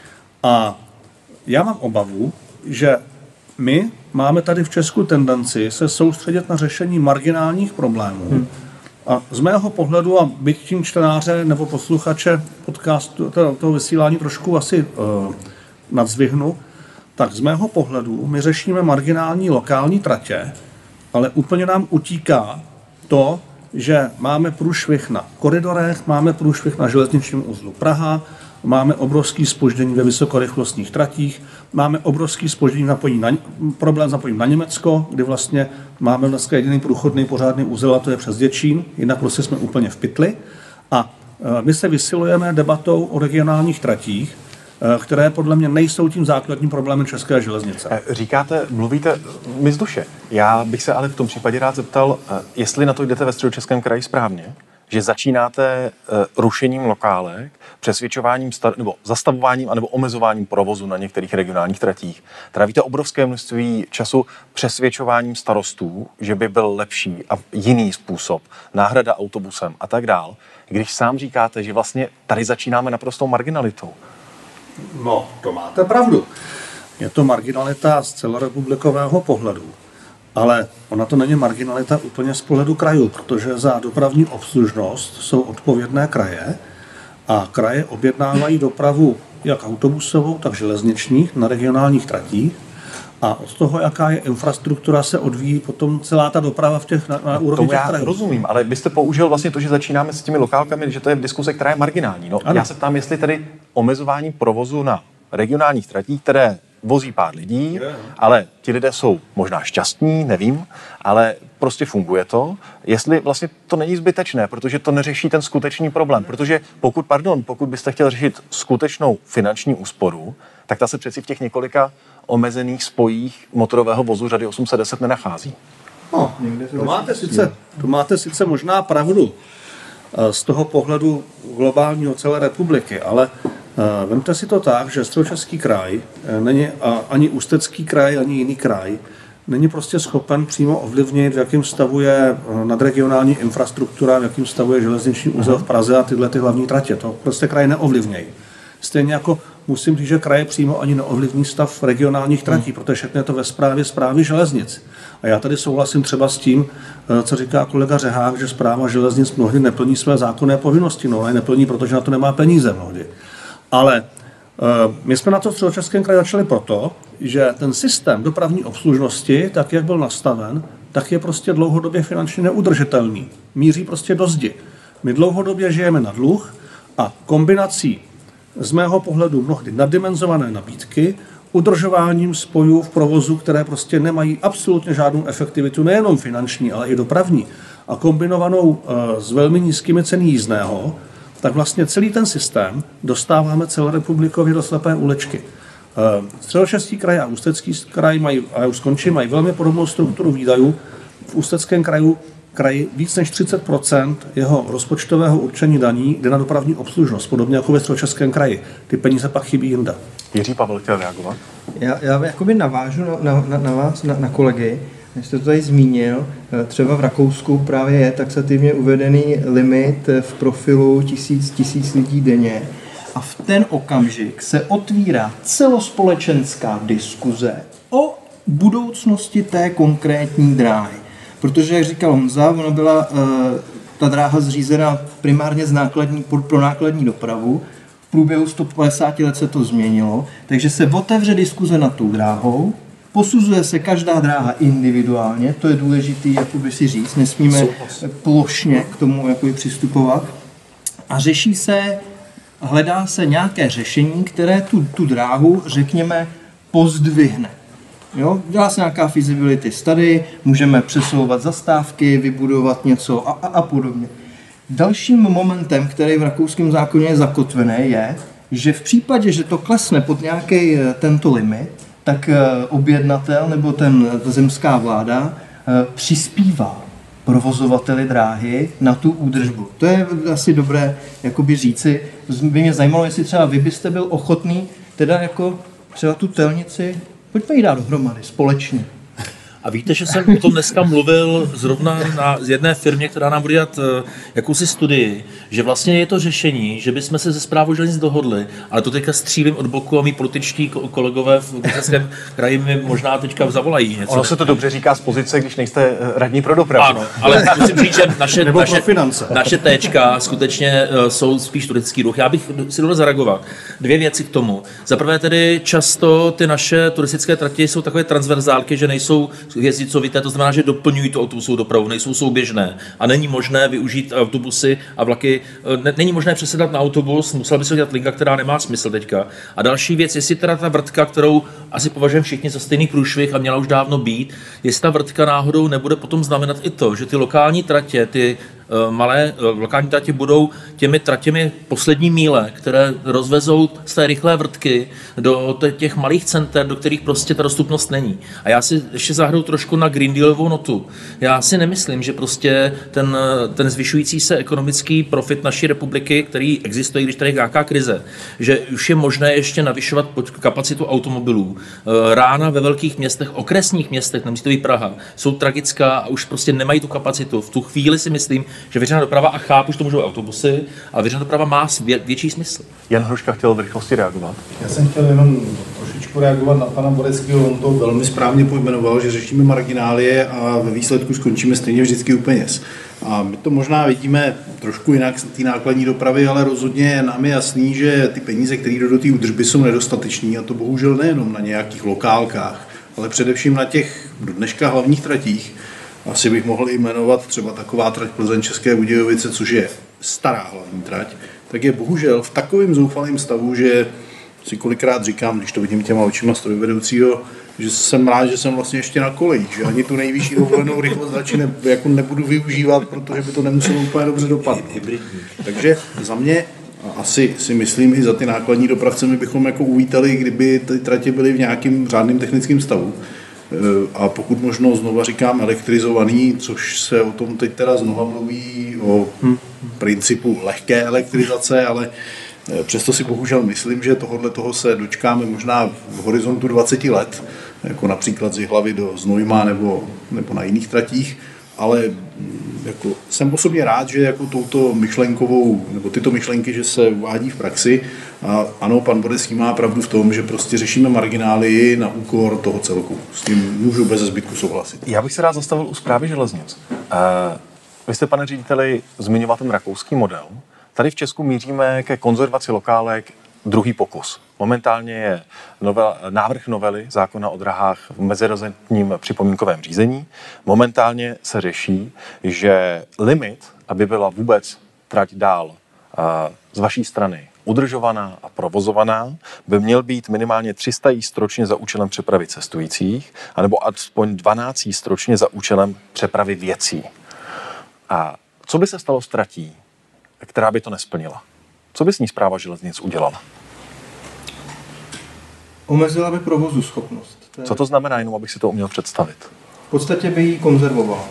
[SPEAKER 2] A já mám obavu, že my máme tady v Česku tendenci se soustředit na řešení marginálních problémů. Hmm. A z mého pohledu, a byť tím čtenáře nebo posluchače podcastu, toho, toho vysílání trošku asi uh, nadzvihnu, tak z mého pohledu my řešíme marginální lokální tratě, ale úplně nám utíká to, že máme průšvih na koridorech, máme průšvih na železničním uzlu Praha, máme obrovský zpoždění ve vysokorychlostních tratích, máme obrovský zpoždění napojení na, problém s napojením na Německo, kdy vlastně máme dneska jediný průchodný pořádný úzel, a to je přes Děčín, jinak prostě jsme úplně v pytli. A my se vysilujeme debatou o regionálních tratích, které podle mě nejsou tím základním problémem české železnice.
[SPEAKER 1] Říkáte, mluvíte mi z duše. Já bych se ale v tom případě rád zeptal, jestli na to jdete ve Středočeském kraji správně, že začínáte uh, rušením lokálek, přesvědčováním star- nebo zastavováním anebo omezováním provozu na některých regionálních tratích. Trávíte obrovské množství času přesvědčováním starostů, že by byl lepší a jiný způsob, náhrada autobusem a tak dál, když sám říkáte, že vlastně tady začínáme naprostou marginalitou.
[SPEAKER 2] No, to máte pravdu. Je to marginalita z celorepublikového pohledu. Ale ona to není marginalita úplně z pohledu krajů, protože za dopravní obslužnost jsou odpovědné kraje a kraje objednávají dopravu jak autobusovou, tak železniční na regionálních tratích a od toho, jaká je infrastruktura, se odvíjí potom celá ta doprava v těch, na, na úrovni těch krajů.
[SPEAKER 1] Rozumím, ale byste použil vlastně to, že začínáme s těmi lokálkami, že to je v diskuse, která je marginální. No, já se ptám, jestli tedy omezování provozu na regionálních tratích, které vozí pár lidí, ale ti lidé jsou možná šťastní, nevím, ale prostě funguje to. Jestli vlastně to není zbytečné, protože to neřeší ten skutečný problém. Protože pokud, pardon, pokud byste chtěl řešit skutečnou finanční úsporu, tak ta se přeci v těch několika omezených spojích motorového vozu řady osm set deset nenachází.
[SPEAKER 2] No, to máte, sice, to máte sice možná pravdu z toho pohledu globálního celé republiky, ale vemte si to tak, že Středočeský kraj není ani Ústecký kraj, ani jiný kraj není prostě schopen přímo ovlivnit, v jakém stavu je nadregionální infrastruktura, v jakém stavu je železniční úzel v Praze a tyhle ty hlavní tratě. To prostě kraj neovlivnějí. Stejně jako musím říct, že kraje přímo ani neovlivní stav regionálních tratí, protože všechno je to ve správě správy železnic. A já tady souhlasím třeba s tím, co říká kolega Řehák, že správa železnic mnohdy neplní své zákonné povinnosti. No, ale neplní, protože na to nemá peníze mnohdy. Ale uh, my jsme na to v Středočeském kraji začali proto, že ten systém dopravní obslužnosti, tak jak byl nastaven, tak je prostě dlouhodobě finančně neudržitelný. Míří prostě do zdi. My dlouhodobě žijeme na dluh a kombinací z mého pohledu mnohdy naddimenzované nabídky, udržováním spojů v provozu, které prostě nemají absolutně žádnou efektivitu, nejenom finanční, ale i dopravní, a kombinovanou uh, s velmi nízkými ceny jízdného, tak vlastně celý ten systém dostáváme celorepublikově do slepé uličky. Středočeský kraj a Ústecký kraj mají, a já už skončím, mají velmi podobnou strukturu výdajů. V Ústeckém kraju, kraji víc než třicet procent jeho rozpočtového určení daní jde na dopravní obslužnost, podobně jako ve Středočeském kraji. Ty peníze pak chybí jinde.
[SPEAKER 1] Jiří Pavel chtěl reagovat?
[SPEAKER 4] Já, já jakoby navážu na, na, na vás, na, na kolegy. Když jste to tady zmínil, třeba v Rakousku právě je taxativně uvedený limit v profilu tisíc, tisíc lidí denně a v ten okamžik se otvírá celospolečenská diskuze o budoucnosti té konkrétní dráhy. Protože, jak říkal Honza, ona byla ta dráha zřízena primárně z nákladní, pro nákladní dopravu. V průběhu sto padesát let se to změnilo, takže se otevře diskuze nad tou dráhou. Posuzuje se každá dráha individuálně, to je důležité jakoby si říct, nesmíme plošně k tomu jakoby přistupovat. A řeší se, hledá se nějaké řešení, které tu, tu dráhu, řekněme, pozdvihne. Jo? Dělá se nějaká feasibility study, můžeme přesouvat zastávky, vybudovat něco a, a, a podobně. Dalším momentem, který v rakouském zákoně je zakotvený, je, že v případě, že to klesne pod nějaký tento limit, tak objednatel nebo ten, ta zemská vláda přispívá provozovateli dráhy na tu údržbu. To je asi dobré jakoby říci. By mě zajímalo, jestli třeba vy byste byl ochotný teda jako třeba tu telnici, pojďme ji dát dohromady společně.
[SPEAKER 3] A víte, že jsem o tom dneska mluvil zrovna na jedné firmě, která nám bude dělat uh, jakousi studii, že vlastně je to řešení, že bychom se ze Správou železnic dohodli, ale to teďka střílím od boku a mý političtí kolegové v Ústeckém kraji mi možná teďka zavolají něco.
[SPEAKER 1] Ono se to dobře říká z pozice, když nejste radní pro dopravu.
[SPEAKER 3] Ano, ale musím říct, že naše,
[SPEAKER 2] Nebo
[SPEAKER 3] naše,
[SPEAKER 2] finance.
[SPEAKER 3] naše téčka skutečně uh, jsou spíš turistický ruch. Já bych si dovolil zareagovat. Dvě věci k tomu. Za prvé tedy často ty naše turistické trati jsou takové transverzálky, že nejsou jezdicovité, to znamená, že doplňují tu autobusovou dopravu, nejsou souběžné a není možné využít autobusy a vlaky, ne, není možné přesedat na autobus, musela by se dělat linka, která nemá smysl teďka. A další věc, jestli teda ta vrtka, kterou asi považujeme všichni za stejný průšvih a měla už dávno být, jestli ta vrtka náhodou nebude potom znamenat i to, že ty lokální tratě, ty malé lokální tratě budou těmi tratěmi poslední míle, které rozvezou z té rychlé vrtky do těch malých center, do kterých prostě ta dostupnost není. A já si ještě zahraju trošku na Green Dealovou notu. Já si nemyslím, že prostě ten, ten zvyšující se ekonomický profit naší republiky, který existuje, když tady je nějaká krize, že už je možné ještě navyšovat kapacitu automobilů. Rána ve velkých městech, okresních městech, nemusí to být Praha, jsou tragická a už prostě nemají tu kapacitu. V tu chvíli si myslím, že veřejná doprava, a chápu, že to můžou autobusy, ale veřejná doprava má vě, větší smysl.
[SPEAKER 1] Jan Hruška chtěl v rychlosti reagovat.
[SPEAKER 6] Já jsem chtěl jenom trošičku reagovat na pana Boreckého, on to velmi správně pojmenoval, že řešíme marginálie a ve výsledku skončíme stejně vždycky u peněz. A my to možná vidíme trošku jinak z té nákladní dopravy, ale rozhodně nám je jasný, že ty peníze, které jdou do té údržby, jsou nedostateční, a to bohužel nejenom na nějakých lokálkách, ale především na těch do dneška hlavních tratích. Asi bych mohl jmenovat třeba taková trať Plzeň České Budějovice, což je stará hlavní trať, tak je bohužel v takovém zoufalém stavu, že si kolikrát říkám, když to vidím těma očima strojvedoucího, že jsem rád, že jsem vlastně ještě na kolejích, že ani tu nejvyšší dovolenou rychlost radši ne, jako nebudu využívat, protože by to nemuselo úplně dobře dopadnout. Takže za mě asi si myslím, i za ty nákladní dopravce my bychom jako uvítali, kdyby ty tratě byly v nějakém řádném technickém stavu. A pokud možno, znova říkám, elektrizovaný, což se o tom teď teda znova mluví, o principu lehké elektrizace, ale přesto si bohužel myslím, že tohohle toho se dočkáme možná v horizontu dvacet let, jako například z Jihlavy do Znojma nebo, nebo na jiných tratích, ale jako jsem osobně rád, že jako touto myšlenkovou, nebo tyto myšlenky, že se uvádí v praxi. A ano, pan Bodecký má pravdu v tom, že prostě řešíme marginálii na úkor toho celku. S tím můžu bez zbytku souhlasit.
[SPEAKER 1] Já bych se rád zastavil u Správy železnic. Uh, vy jste, pane řediteli, zmiňoval ten rakouský model. Tady v Česku míříme ke konzervaci lokálek druhý pokus. Momentálně je novel, návrh novely zákona o drahách v mezirezortním připomínkovém řízení. Momentálně se řeší, že limit, aby byla vůbec trať dál uh, z vaší strany udržovaná a provozovaná, by měl být minimálně tři sta jízd ročně za účelem přepravy cestujících, anebo aspoň dvanáct jízd ročně za účelem přepravy věcí. A co by se stalo s tratí, která by to nesplnila? Co by s ní Správa železnic udělala?
[SPEAKER 4] Omezila by provozu schopnost.
[SPEAKER 1] To je... Co to znamená, jenom abych si to uměl představit?
[SPEAKER 4] V podstatě by ji konzervovala.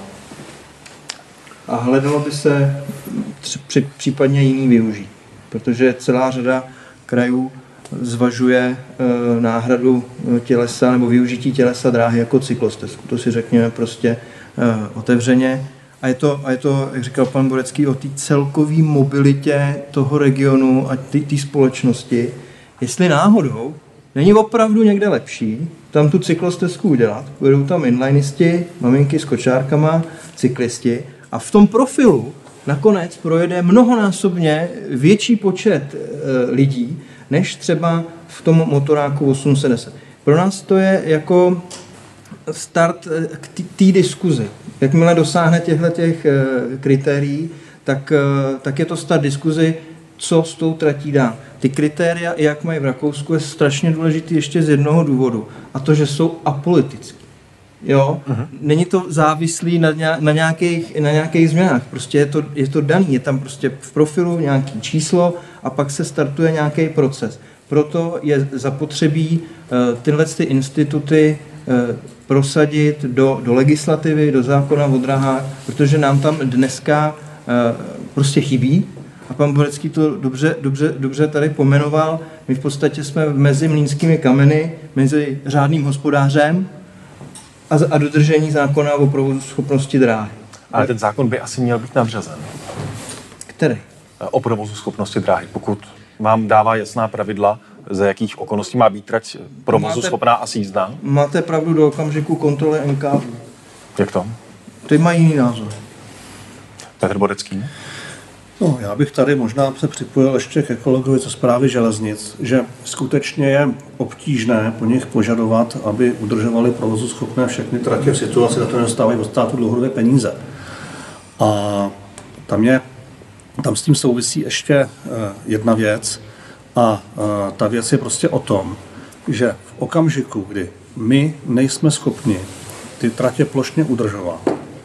[SPEAKER 4] A hledalo by se tři, případně jiný využít. Protože celá řada krajů zvažuje e, náhradu tělesa nebo využití tělesa dráhy jako cyklostezku. To si řekněme prostě e, otevřeně. A je to, a je to, jak říkal pan Borecký, o té celkové mobilitě toho regionu a té společnosti. Jestli náhodou není opravdu někde lepší tam tu cyklostezku udělat, budou tam inlinisti, maminky s kočárkama, cyklisti a v tom profilu nakonec projede mnohonásobně větší počet e, lidí, než třeba v tom motoráku osm set deset. Pro nás to je jako start k té diskuzi. Jakmile dosáhne těchto těch e, kritérií, tak, e, tak je to start diskuzi, co s tou tratí dá. Ty kritéria, jak mají v Rakousku, je strašně důležitý ještě z jednoho důvodu. A to, že jsou apolitický. Jo? Uh-huh. Není to závislý na, na, nějakých, na nějakých změnách. Prostě je to, je to daný. Je tam prostě v profilu nějaký číslo a pak se startuje nějaký proces. Proto je zapotřebí uh, tyhle ty instituty uh, prosadit do, do legislativy, do zákona o drahách, protože nám tam dneska uh, prostě chybí. A pan Borecký to dobře, dobře, dobře tady pomenoval. My v podstatě jsme mezi mlýnskými kameny, mezi řádným hospodářem a, a dodržení zákona o provozu schopnosti dráhy.
[SPEAKER 1] Ale ten zákon by asi měl být nadřazen.
[SPEAKER 4] Který?
[SPEAKER 1] O provozu schopnosti dráhy. Pokud vám dává jasná pravidla, ze jakých okolností má být trať provozu máte, schopná a sjízdná.
[SPEAKER 4] Máte pravdu do okamžiku kontroly N K U.
[SPEAKER 1] Jak to?
[SPEAKER 4] Ty mají jiný názor.
[SPEAKER 1] Petr Borecký?
[SPEAKER 2] No, já bych tady možná se připojil ještě k ekologovi ze Správy železnic, že skutečně je obtížné po nich požadovat, aby udržovali provozuschopné všechny tratě v situaci, na to nedostávají od státu dlouhodobé peníze. A tam, je, tam s tím souvisí ještě jedna věc a ta věc je prostě o tom, že v okamžiku, kdy my nejsme schopni ty tratě plošně udržovat,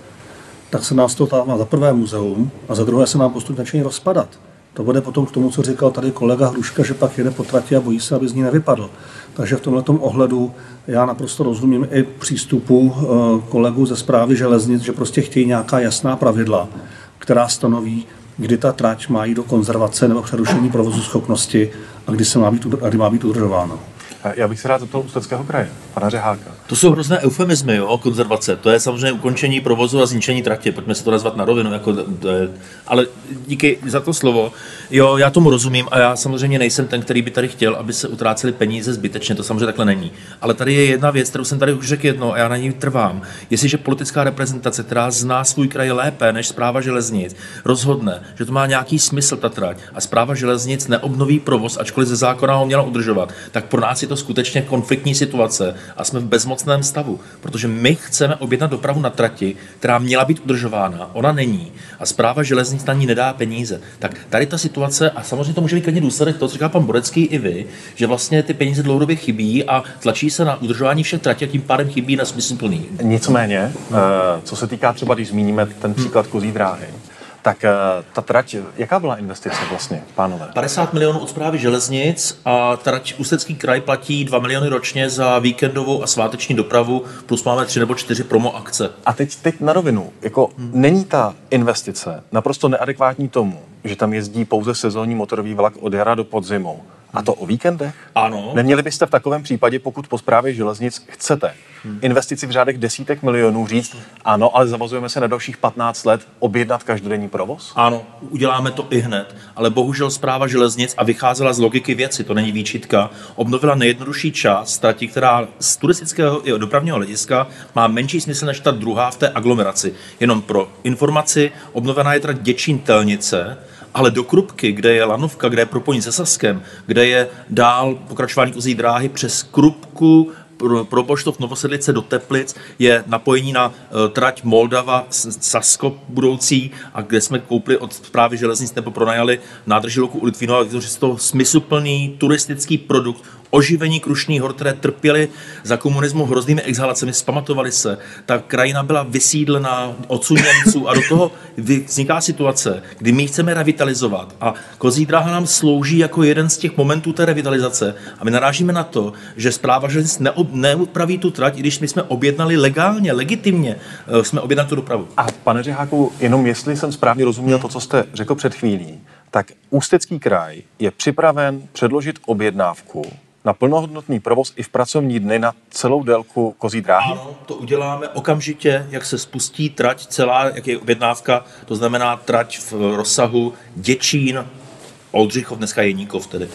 [SPEAKER 2] tak se nás to stává za prvé muzeum a za druhé se nám postupně začíná rozpadat. To bude potom k tomu, co říkal tady kolega Hruška, že pak jede po trati a bojí se, aby z ní nevypadl. Takže v tomhletom ohledu já naprosto rozumím i přístupu kolegů ze Správy železnic, že prostě chtějí nějaká jasná pravidla, která stanoví, kdy ta trať má jít do konzervace nebo přerušení provozu schopnosti a kdy se má být, a kdy má být udržována.
[SPEAKER 1] Já bych se rád zeptal Ústeckého kraje, pana Řeháka.
[SPEAKER 3] To jsou hrozné eufemizmy, jo, konzervace. To je samozřejmě ukončení provozu a zničení tratě. Pojďme se to nazvat na rovinu. Jako, to je, ale díky za to slovo. Jo, já tomu rozumím a já samozřejmě nejsem ten, který by tady chtěl, aby se utrácely peníze zbytečně. To samozřejmě takhle není. Ale tady je jedna věc, kterou jsem tady už řekl jednou a já na ní trvám. Jestliže politická reprezentace, která zná svůj kraj lépe než Správa železnic, rozhodne, že to má nějaký smysl ta trať a Správa železnic neobnoví provoz, ačkoliv ze zákona ho měla udržovat, tak pro nás je to skutečně konfliktní situace a jsme v bezmocném stavu, protože my chceme objednat dopravu na trati, která měla být udržována, ona není a Správa železnic na ní nedá peníze. Tak tady ta situace, a samozřejmě to může být klidně důsledek toho, co říká pan Borecký i vy, že vlastně ty peníze dlouhodobě chybí a tlačí se na udržování všech tratí a tím pádem chybí na smysluplný.
[SPEAKER 1] Nicméně, co se týká třeba, když zmíníme ten příklad Kozí dráhy, tak ta trať, jaká byla investice vlastně, pánové?
[SPEAKER 3] padesát milionů od Správy železnic a trať Ústecký kraj platí dva miliony ročně za víkendovou a sváteční dopravu, plus máme tři nebo čtyři promo akce.
[SPEAKER 1] A teď, teď na rovinu, jako hmm. není ta investice naprosto neadekvátní tomu, že tam jezdí pouze sezónní motorový vlak od jara do podzimu? A to o víkendech?
[SPEAKER 3] Ano.
[SPEAKER 1] Neměli byste v takovém případě, pokud po Správě železnic chcete hmm. investici v řádech desítek milionů říct, ano, ale zavazujeme se na dalších patnáct let objednat každodenní provoz?
[SPEAKER 3] Ano, uděláme to i hned, ale bohužel Správa železnic a vycházela z logiky věci, to není výčitka, obnovila nejjednodušší část trati, která z turistického i dopravního hlediska má menší smysl než ta druhá v té aglomeraci. Jenom pro informaci, obnovená je trať Děčín-Telnice, ale do Krupky, kde je lanovka, kde je propojení se Saskem, kde je dál pokračování Kozí dráhy přes Krupku, pro Boštov Novosedlice do Teplic, je napojení na uh, trať Moldava, Sasko budoucí, a kde jsme koupili od Správy železnic nebo pronajali nádrži Loku u Litvínova, protože je to smysluplný turistický produkt, oživení Krušných hor, které trpěly za komunismu hroznými exhalacemi, vzpamatovali se. Ta krajina byla vysídlená odsud Němců a do toho vzniká situace, kdy my chceme revitalizovat a Kozí dráha nám slouží jako jeden z těch momentů té revitalizace a my narážíme na to, že Správa železnic neupraví tu trať, i když my jsme objednali legálně, legitimně, jsme objednali tu dopravu.
[SPEAKER 1] A pane Řeháku, jenom jestli jsem správně rozuměl to, co jste řekl před chvílí, tak Ústecký kraj je připraven předložit objednávku na plnohodnotný provoz i v pracovní dny na celou délku Kozí dráhy?
[SPEAKER 3] Ano, to uděláme okamžitě, jak se spustí trať celá, jak je objednávka, to znamená trať v rozsahu Děčín, Oldřichov, dneska Jeníkov tedy.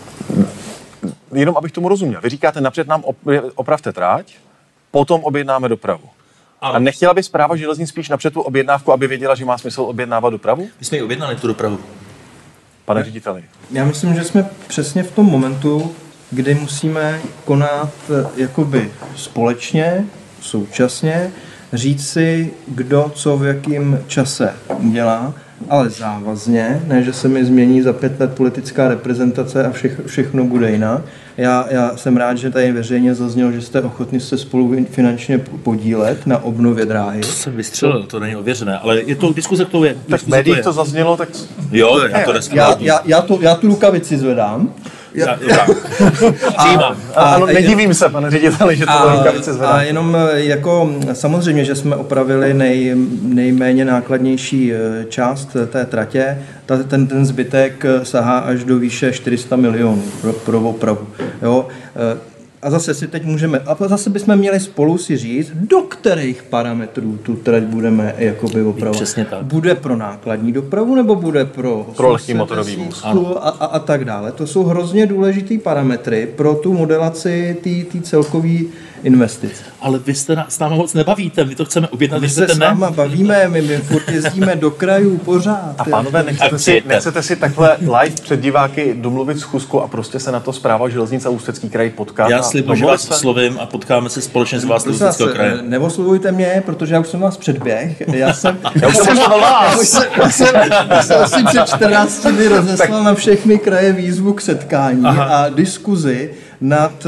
[SPEAKER 1] Jenom abych tomu rozuměl. Vy říkáte, napřed nám opravte trať, potom objednáme dopravu. Ano. A nechtěla by Správa železnic spíš napřed tu objednávku, aby věděla, že má smysl objednávat dopravu?
[SPEAKER 3] My jsme ji objednali, tu dopravu.
[SPEAKER 1] Pane řediteli.
[SPEAKER 4] Já myslím, že jsme přesně v tom momentu, kdy musíme konat jakoby společně, současně, říct si, kdo co v jakém čase udělá, ale závazně, ne, že se mi změní za pět let politická reprezentace a všech, všechno bude jinak. Já, já jsem rád, že tady veřejně zaznělo, že jste ochotni se spolu finančně podílet na obnově dráhy.
[SPEAKER 3] To jsem vystřelil, to není ověřené, ale je to diskuze, kterou je.
[SPEAKER 1] Tak v médiích to, to zaznělo, tak...
[SPEAKER 3] Jo, já to dneska
[SPEAKER 4] já, já, já, to, já tu rukavici zvedám.
[SPEAKER 3] Já, já.
[SPEAKER 1] a, a, ano, nedivím se, pane řediteli, že to rukavice zvedá.
[SPEAKER 4] A jenom jako samozřejmě, že jsme opravili nej, nejméně nákladnější část té tratě, ta, ten, ten zbytek sahá až do výše čtyři sta milionů pro, pro opravu. Jo? A zase si teď můžeme, a zase bychom měli spolu si říct, do kterých parametrů tu trať budeme jakoby opravovat.
[SPEAKER 3] Přesně tak.
[SPEAKER 4] Bude pro nákladní dopravu, nebo bude pro,
[SPEAKER 1] pro lehký motorový vůz.
[SPEAKER 4] A, a, a tak dále. To jsou hrozně důležitý parametry pro tu modelaci té celkové investice.
[SPEAKER 3] Ale vy jste s náma moc nebavíte, my to chceme objednat.
[SPEAKER 4] My se s náma bavíme, my, my furt jezdíme do krajů pořád.
[SPEAKER 1] A pánové, nechcete si, nechcete si takhle live před diváky domluvit schůzku a prostě se na to Správa železnic a Ústecký kraj potká?
[SPEAKER 3] Já slibuji, že vás oslovím a potkáme se společně s vás do Ústeckého kraje.
[SPEAKER 4] Neoslovujte mě, protože já už jsem vás předběh. Já jsem, já už jsem, já už jsem, já jsem, já jsem asi před čtrnácti dny rozeslal na všechny kraje výzvu k setkání Aha. a diskuzi, nad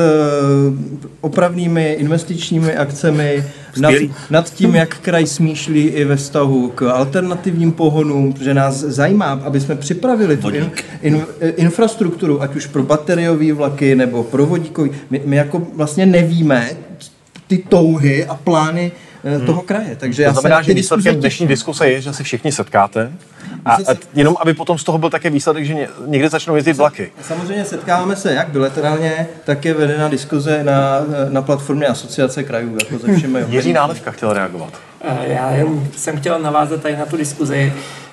[SPEAKER 4] opravnými investičními akcemi, nad, nad tím, jak kraj smýšlí i ve vztahu k alternativním pohonům, protože nás zajímá, aby jsme připravili tu in, in, infrastrukturu, ať už pro bateriové vlaky nebo pro vodíkový. My, my jako vlastně nevíme ty touhy a plány hmm. toho kraje. Takže
[SPEAKER 1] to
[SPEAKER 4] já
[SPEAKER 1] znamená,
[SPEAKER 4] se
[SPEAKER 1] že výsledkem dnešní diskuse je, že se všichni setkáte a, a jenom, aby potom z toho byl také výsledek, že někde začnou jezdit vlaky.
[SPEAKER 4] Samozřejmě setkáváme se jak bilaterálně, tak je vedena diskuze na, na platformě Asociace krajů. Jako ze všemi
[SPEAKER 1] Jiří Nálevka chtěl reagovat.
[SPEAKER 5] Já jen jsem chtěl navázat tady na tu diskuzi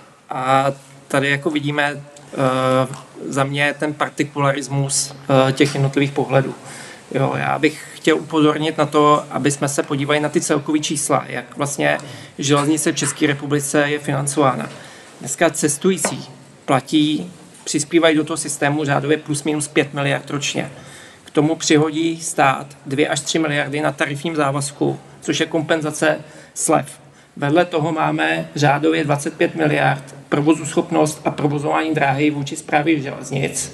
[SPEAKER 5] a tady jako vidíme uh, za mě ten partikularismus uh, těch jednotlivých pohledů. Jo, já bych chtěl upozornit na to, aby jsme se podívali na ty celkové čísla, jak vlastně železnice v České republice je financována. Dneska cestující platí, přispívají do toho systému řádově plus minus pět miliard ročně. K tomu přihodí stát dvě až tři miliardy na tarifním závazku, což je kompenzace slev. Vedle toho máme řádově dvacet pět miliard provozuschopnost a provozování dráhy vůči správě železnic,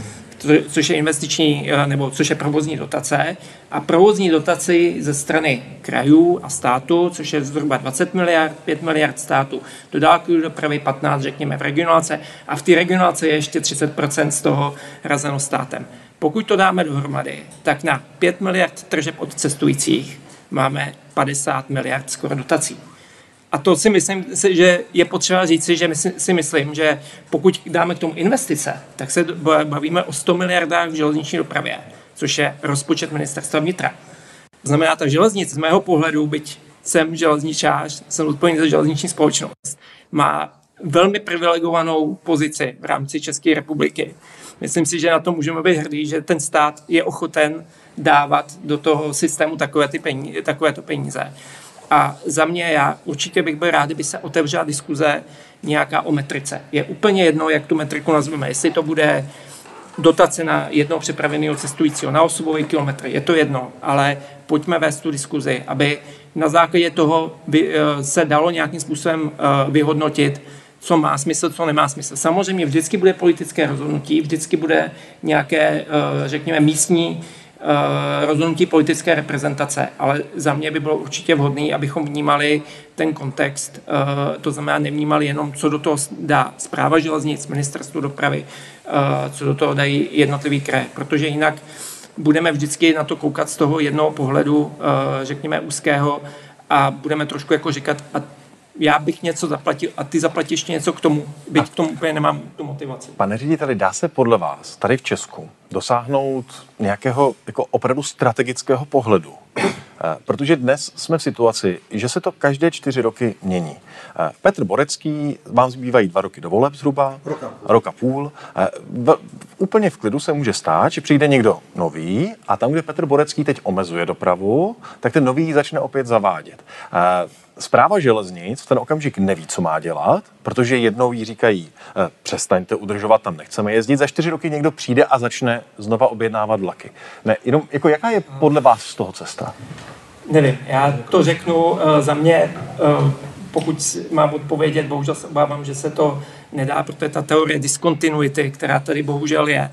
[SPEAKER 5] což je investiční, nebo což je provozní dotace, a provozní dotaci ze strany krajů a státu, což je zhruba dvacet miliard, pět miliard státu, do dálkové dopravy patnáct, řekněme, v regionálce, a v té regionálce je ještě třicet procent z toho hrazeno státem. Pokud to dáme dohromady, tak na pět miliard tržeb od cestujících máme padesát miliard skoro dotací. A to si myslím, že je potřeba říci, že my si myslím, že pokud dáme k tomu investice, tak se bavíme o sto miliardách v železniční dopravě, což je rozpočet ministerstva vnitra. To znamená, ta železnice z mého pohledu, byť jsem železničář, jsem odpovědný za železniční společnost, má velmi privilegovanou pozici v rámci České republiky. Myslím si, že na to můžeme být hrdí, že ten stát je ochoten dávat do toho systému takové ty peníze, takovéto peníze. A za mě, já určitě bych byl rád, kdyby se otevřela diskuze nějaká o metrice. Je úplně jedno, jak tu metriku nazveme. Jestli to bude dotace na jednoho přepraveného cestujícího, na osobový kilometr, je to jedno, ale pojďme vést tu diskuzi, aby na základě toho se dalo nějakým způsobem vyhodnotit, co má smysl, co nemá smysl. Samozřejmě vždycky bude politické rozhodnutí, vždycky bude nějaké, řekněme, místní rozhodnutí politické reprezentace, ale za mě by bylo určitě vhodné, abychom vnímali ten kontext, to znamená nevnímali jenom, co do toho dá Správa železnic, Ministerstvo dopravy, co do toho dají jednotlivý kraje, protože jinak budeme vždycky na to koukat z toho jednoho pohledu, řekněme úzkého, a budeme trošku jako říkat, a já bych něco zaplatil a ty zaplatíš ještě něco k tomu, byť k tomu úplně nemám tu motivaci.
[SPEAKER 1] Pane řediteli, dá se podle vás tady v Česku dosáhnout nějakého jako opravdu strategického pohledu? Protože dnes jsme v situaci, že se to každé čtyři roky mění. Petr Borecký, vám zbývají dva roky do voleb zhruba, roka, roka půl. V, úplně v klidu se může stát, že přijde někdo nový a tam, kde Petr Borecký teď omezuje dopravu, tak ten nový začne opět zavádět. Správa železnic v ten okamžik neví, co má dělat, protože jednou jí říkají, přestaňte udržovat, tam nechceme jezdit, za čtyři roky někdo přijde a začne znova objednávat vlaky. Ne, jenom, jako jaká je podle vás z toho cesta?
[SPEAKER 5] Nevím, já to řeknu za mě, pokud mám odpovědět, bohužel se obávám, že se to nedá, protože ta teorie diskontinuity, která tady bohužel je,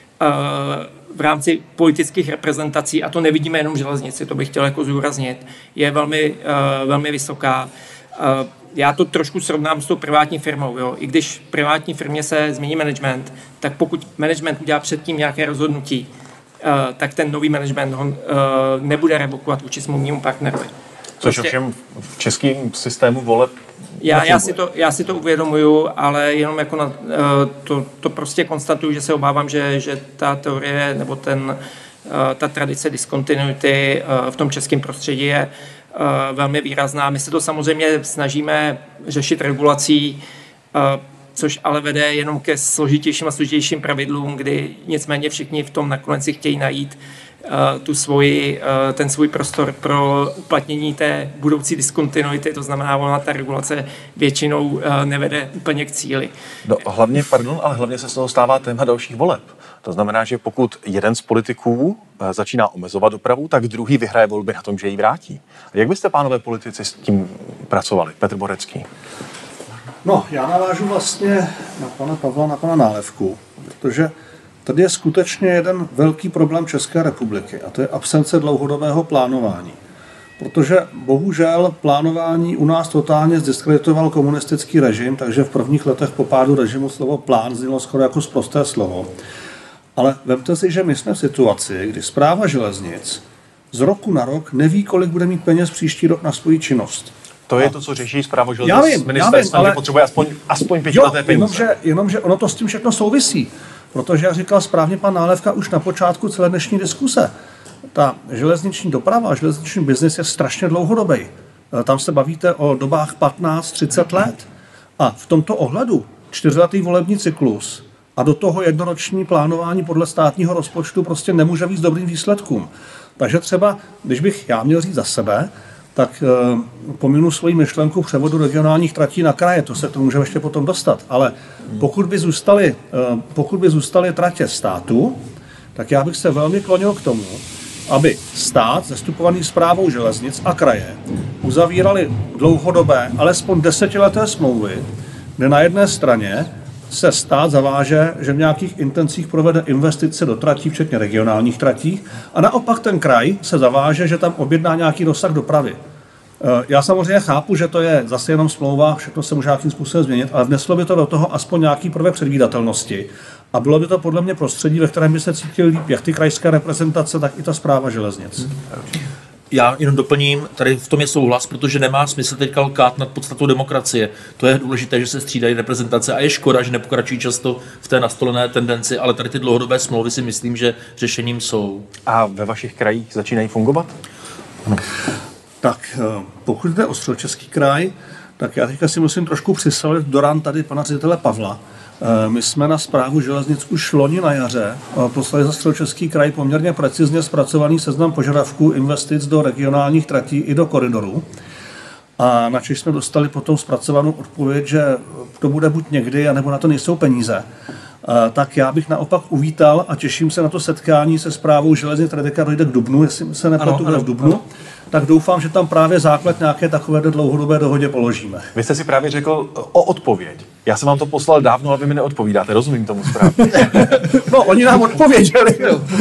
[SPEAKER 5] v rámci politických reprezentací, a to nevidíme jenom v železnici, to bych chtěl jako zúraznit, je velmi, velmi vysoká. Já to trošku srovnám s tou privátní firmou. Jo. I když v privátní firmě se změní management, tak pokud management udělá předtím nějaké rozhodnutí, tak ten nový management ho nebude revokovat vůči smluvnímu partnerovi.
[SPEAKER 1] Což prostě, ovšem v českém systému voleb
[SPEAKER 5] já, já, si to, já si to uvědomuju, ale jenom jako na, to, to prostě konstatuju, že se obávám, že, že ta teorie nebo ten, ta tradice diskontinuity v tom českém prostředí je velmi výrazná. My se to samozřejmě snažíme řešit regulací, což ale vede jenom ke složitějším a složitějším pravidlům, kdy nicméně všichni v tom nakonec si chtějí najít tu svoji, ten svůj prostor pro uplatnění té budoucí diskontinuity, to znamená, ona ta regulace většinou nevede úplně k cíli.
[SPEAKER 1] No, hlavně, pardon, ale hlavně se z toho stává téma dalších voleb. To znamená, že pokud jeden z politiků začíná omezovat dopravu, tak druhý vyhraje volby na tom, že ji vrátí. Jak byste, pánové politici, s tím pracovali? Petr Borecký.
[SPEAKER 2] No, já navážu vlastně na pana Pavla, na pana Nálevku, protože tady je skutečně jeden velký problém České republiky a to je absence dlouhodobého plánování. Protože bohužel plánování u nás totálně zdiskreditoval komunistický režim, takže v prvních letech po pádu režimu slovo plán znělo skoro jako sprosté slovo. Ale vemte si, že my jsme v situaci, kdy Správa železnic z roku na rok neví, kolik bude mít peněz příští rok na svou činnost.
[SPEAKER 1] To je
[SPEAKER 2] a
[SPEAKER 1] to, co řeší Správa železnic s ministerstvem,
[SPEAKER 2] ale...
[SPEAKER 1] že potřebuje aspoň, aspoň pětileté peníze.
[SPEAKER 2] Jenomže, jenomže ono to s tím všechno souvisí. Protože, jak říkal správně pan Nálevka už na počátku celé dnešní diskuse, ta železniční doprava a železniční biznis je strašně dlouhodobý. Tam se bavíte o dobách patnáct třicet let. A v tomto ohledu čtyřletý volební cyklus a do toho jednoroční plánování podle státního rozpočtu prostě nemůže víc dobrým výsledkům. Takže třeba, když bych já měl říct za sebe, tak e, pominu svoji myšlenku převodu regionálních tratí na kraje, to se to můžeme ještě potom dostat, ale pokud by zůstaly, e, pokud by zůstaly tratě státu, tak já bych se velmi klonil k tomu, aby stát, zastupovaný Správou železnic a kraje, uzavírali dlouhodobé, alespoň desetileté smlouvy, kde na jedné straně se stát zaváže, že v nějakých intencích provede investice do tratí, včetně regionálních tratí, a naopak ten kraj se zaváže, že tam objedná nějaký rozsah dopravy. Já samozřejmě chápu, že to je zase jenom smlouva, všechno se může nějakým způsobem změnit, ale vneslo by to do toho aspoň nějaký prvek předvídatelnosti. A bylo by to podle mě prostředí, ve kterém by se cítili líp jak ty krajské reprezentace, tak i ta Správa železnic.
[SPEAKER 3] Já jenom doplním, tady v tom je souhlas, protože nemá smysl teďka lkát nad podstatou demokracie. To je důležité, že se střídají reprezentace a je škoda, že nepokračují často v té nastolené tendenci, ale tady ty dlouhodobé smlouvy si myslím, že řešením jsou.
[SPEAKER 1] A ve vašich krajích začínají fungovat?
[SPEAKER 2] Ano. Tak pokud jde o Středočeský kraj, tak já teďka si musím trošku přisolit do ran tady pana ředitele Pavla. My jsme na Správu železnic už loni na jaře poslali za Středočeský kraj poměrně precizně zpracovaný seznam požadavků investic do regionálních tratí i do koridorů. A načež jsme dostali potom zpracovanou odpověď, že to bude buď někdy, anebo na to nejsou peníze. Tak já bych naopak uvítal a těším se na to setkání se Správou železnic, které teďka dojde k dubnu, jestli se nepletu, bude v dubnu. Ano. Tak doufám, že tam právě základ nějaké takové dlouhodobé dohodě položíme.
[SPEAKER 1] Vy jste si právě řekl o odpověď. Já jsem vám to poslal dávno a vy mi neodpovídáte, rozumím tomu správně.
[SPEAKER 2] No, oni nám odpověděli.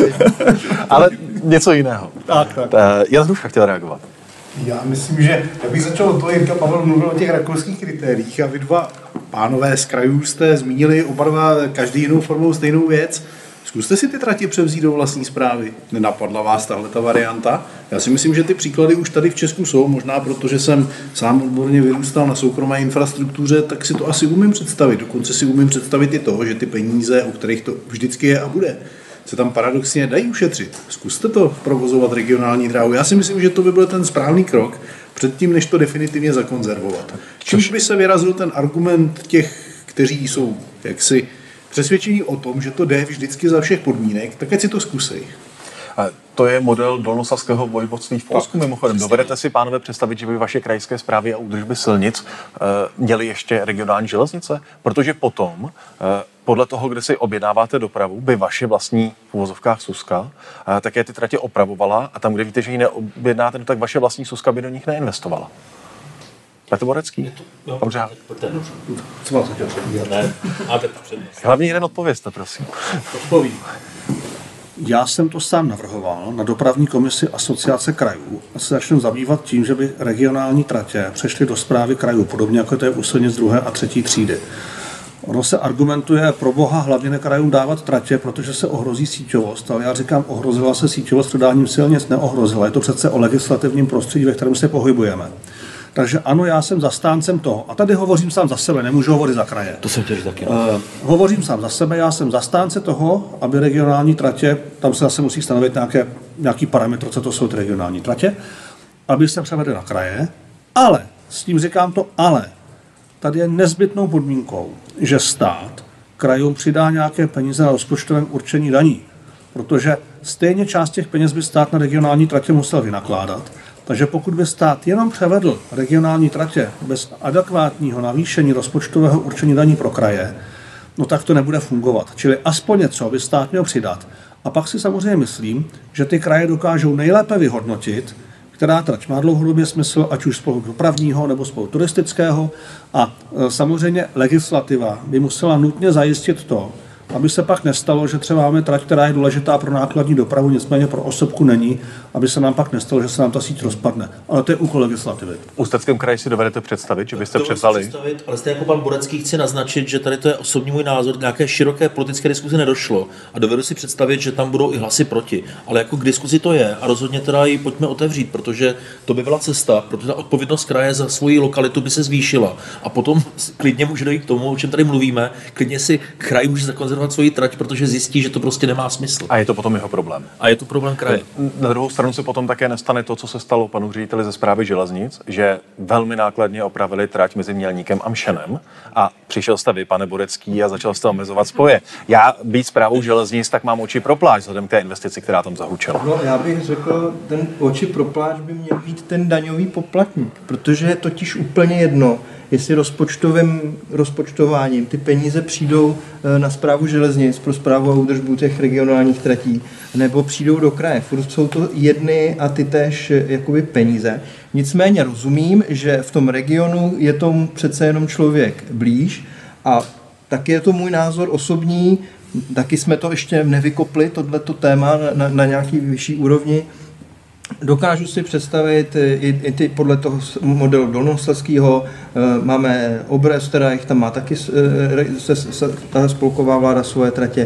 [SPEAKER 1] Ale něco jiného.
[SPEAKER 2] Tak, tak.
[SPEAKER 1] Jan Hruška chtěl reagovat.
[SPEAKER 6] Já myslím, že já bych začal od toho, Jirka Pavel mluvil o těch rakouských kritériích a vy dva pánové z krajů jste zmínili oba dva každý jinou formou stejnou věc. Zkuste si ty tratě převzít do vlastní správy. Nenapadla vás tahle ta varianta? Já si myslím, že ty příklady už tady v Česku jsou, možná protože jsem sám odborně vyrůstal na soukromé infrastruktuře, tak si to asi umím představit. Dokonce si umím představit i to, že ty peníze, o kterých to vždycky je a bude, se tam paradoxně dají ušetřit. Zkuste to provozovat regionální dráhu. Já si myslím, že to by byl ten správný krok předtím, než to definitivně zakonzervovat. Čímž by se vyrazil ten argument těch, kteří jsou jaksi přesvědčení o tom, že to jde vždycky za všech podmínek, tak ať si to zkusej.
[SPEAKER 1] A to je model dolnosaského vojvodství v Polsku. Mimochodem, dovedete si, pánové, představit, že by vaše krajské správy a údržby silnic uh, měly ještě regionální železnice? Protože potom, uh, podle toho, kde si objednáváte dopravu, by vaše vlastní v uvozovkách Suska uh, také ty tratě opravovala a tam, kde víte, že ji neobjednáte, no, tak vaše vlastní Suska by do nich neinvestovala. Petr Borecký. Dobře.
[SPEAKER 2] Co máte chtěl?
[SPEAKER 3] Ne, máte přednost.
[SPEAKER 1] Hlavně jeden odpovězte, prosím.
[SPEAKER 2] Odpovím. Já jsem to sám navrhoval na dopravní komisi Asociace krajů a se začnu zabývat tím, že by regionální tratě přešly do správy krajů, podobně jako to je u silnic druhé a třetí třídy. Ono se argumentuje pro boha hlavně krajům dávat tratě, protože se ohrozí síťovost, ale já říkám, ohrozila se síťovost dodáním silnic, neohrozila. Je to přece o legislativním prostředí, ve kterém se pohybujeme. Takže ano, já jsem zastáncem toho. A tady hovořím sám za sebe, nemůžu hovořit za kraje.
[SPEAKER 3] To jsem chtěl taky.
[SPEAKER 2] Uh, hovořím sám za sebe, já jsem zastánce toho, aby regionální tratě, tam se zase musí stanovit nějaké, nějaký parametr, co to jsou ty regionální tratě, aby se převedly na kraje, ale, s tím říkám to ale, tady je nezbytnou podmínkou, že stát krajům přidá nějaké peníze na rozpočtovém určení daní, protože stejně část těch peněz by stát na regionální tratě musel vynakládat. Takže pokud by stát jenom převedl regionální tratě bez adekvátního navýšení rozpočtového určení daní pro kraje, no tak to nebude fungovat. Čili aspoň něco by stát měl přidat. A pak si samozřejmě myslím, že ty kraje dokážou nejlépe vyhodnotit, která trať má dlouhodobě smysl, ať už z pohledu dopravního nebo z pohledu turistického. A samozřejmě legislativa by musela nutně zajistit to, aby se pak nestalo, že třeba máme trať, která je důležitá pro nákladní dopravu, nicméně pro osobku není, aby se nám pak nestalo, že se nám ta síť rozpadne. Ale to je úkol legislativy.
[SPEAKER 1] V Ústeckém kraji si dovedete představit, že byste převzali?
[SPEAKER 3] Představit, ale jste jako pan Borecký chci naznačit, že tady to je osobní můj názor, nějaké široké politické diskuzi nedošlo a dovedu si představit, že tam budou i hlasy proti. Ale jako k diskuzi to je a rozhodně teda ji pojďme otevřít, protože to by byla cesta, protože ta odpovědnost kraje za svoji lokalitu by se zvýšila a potom klidně může dojít k tomu, o čem tady mluvíme, klidně si kraj může zakonzervovat svoji trať, protože zjistí, že to prostě nemá smysl.
[SPEAKER 1] A je to potom jeho problém.
[SPEAKER 3] A je to problém kraje.
[SPEAKER 1] Na druhou stranu se potom také nestane to, co se stalo panu řediteli ze Správy železnic, že velmi nákladně opravili trať mezi Mělníkem a Mšenem a přišel jste vy, pane Borecký, a začal jste omezovat spoje. Já být Správou železnic, tak mám oči pro pláž vzhledem k té investici, která tam zahučela.
[SPEAKER 4] No, já bych řekl, ten oči pro pláž by měl být ten daňový poplatník, protože je totiž úplně jedno, jestli rozpočtovým rozpočtováním ty peníze přijdou na Správu železnic pro správu a údržbu těch regionálních tratí, nebo přijdou do kraje. Furt jsou to jedny a ty též jakoby peníze. Nicméně rozumím, že v tom regionu je tomu přece jenom člověk blíž a taky je to můj názor osobní, taky jsme to ještě nevykopli, tohleto téma na, na nějaký vyšší úrovni. Dokážu si představit i, i ty podle toho modelu Dolnoslezského, máme Obrez, která jich tam má taky se, se, ta spolková vláda svoje tratě.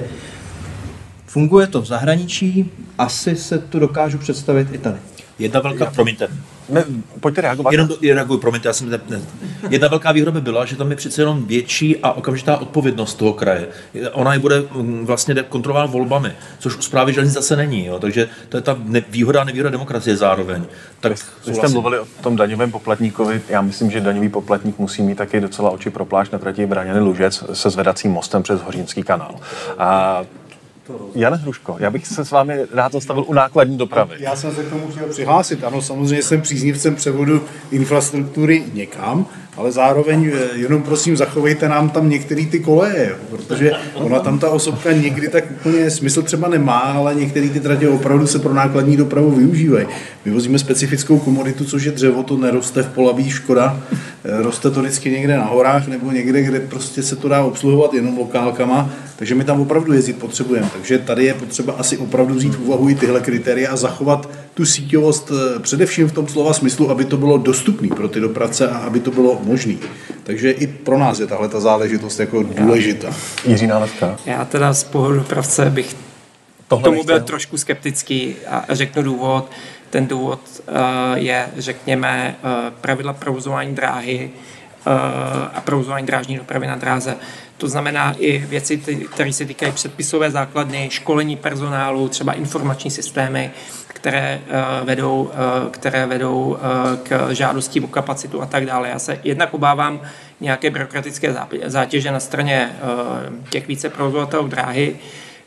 [SPEAKER 4] Funguje to v zahraničí, asi se to dokážu představit i tady.
[SPEAKER 3] Jedna velká, promiňte.
[SPEAKER 1] Ne, pojďte reagovat.
[SPEAKER 3] Jenom do, reaguji, promiňte, já jsem ne, ne. Jedna velká výhoda by byla, že tam je přece jenom větší a okamžitá odpovědnost toho kraje. Ona ji bude vlastně kontrolovat volbami, což u Správy železnic zase není. Jo. Takže to je ta ne, výhoda a nevýhoda demokracie zároveň. Tak
[SPEAKER 1] Vy jste mluvili o tom daňovém poplatníkovi. Já myslím, že daňový poplatník musí mít taky docela oči pro pláž na trati Braněny-Lužec se zvedacím mostem přes Hořínský kanál. A Jan Hruško, já bych se s vámi rád zastavil u nákladní dopravy.
[SPEAKER 6] Já jsem se k tomu chtěl přihlásit. Ano, samozřejmě jsem příznivcem převodu infrastruktury někam, ale zároveň jenom prosím zachovejte nám tam některé ty koleje, protože ona tam ta osobka někdy tak úplně smysl třeba nemá, ale některé ty tratě opravdu se pro nákladní dopravu využívají. My vozíme specifickou komoditu, což je dřevo, to neroste v Polabí, škoda, roste to vždycky někde na horách nebo někde, kde prostě se to dá obsluhovat jenom lokálkama, takže my tam opravdu jezdit potřebujeme. Takže tady je potřeba asi opravdu vzít v úvahu i tyhle kritéria a zachovat tu síťovost především v tom slova smyslu, aby to bylo dostupné pro ty dopravce a aby to bylo možný. Takže i pro nás je tahle ta záležitost jako důležitá.
[SPEAKER 1] Jiří Nálevka.
[SPEAKER 5] Já teda z pohledu dopravce bych
[SPEAKER 1] Tohle
[SPEAKER 5] tomu
[SPEAKER 1] nechtěl.
[SPEAKER 5] byl trošku skeptický a řeknu důvod. Ten důvod uh, je, řekněme, uh, pravidla provozování dráhy uh, a provozování drážní dopravy na dráze. To znamená i věci, které se týkají předpisové základny, školení personálu, třeba informační systémy, které uh, vedou, uh, které vedou uh, k žádosti o kapacitu a tak dále. Já se jednak obávám nějaké byrokratické zátěže na straně uh, těch více provozovatelů dráhy,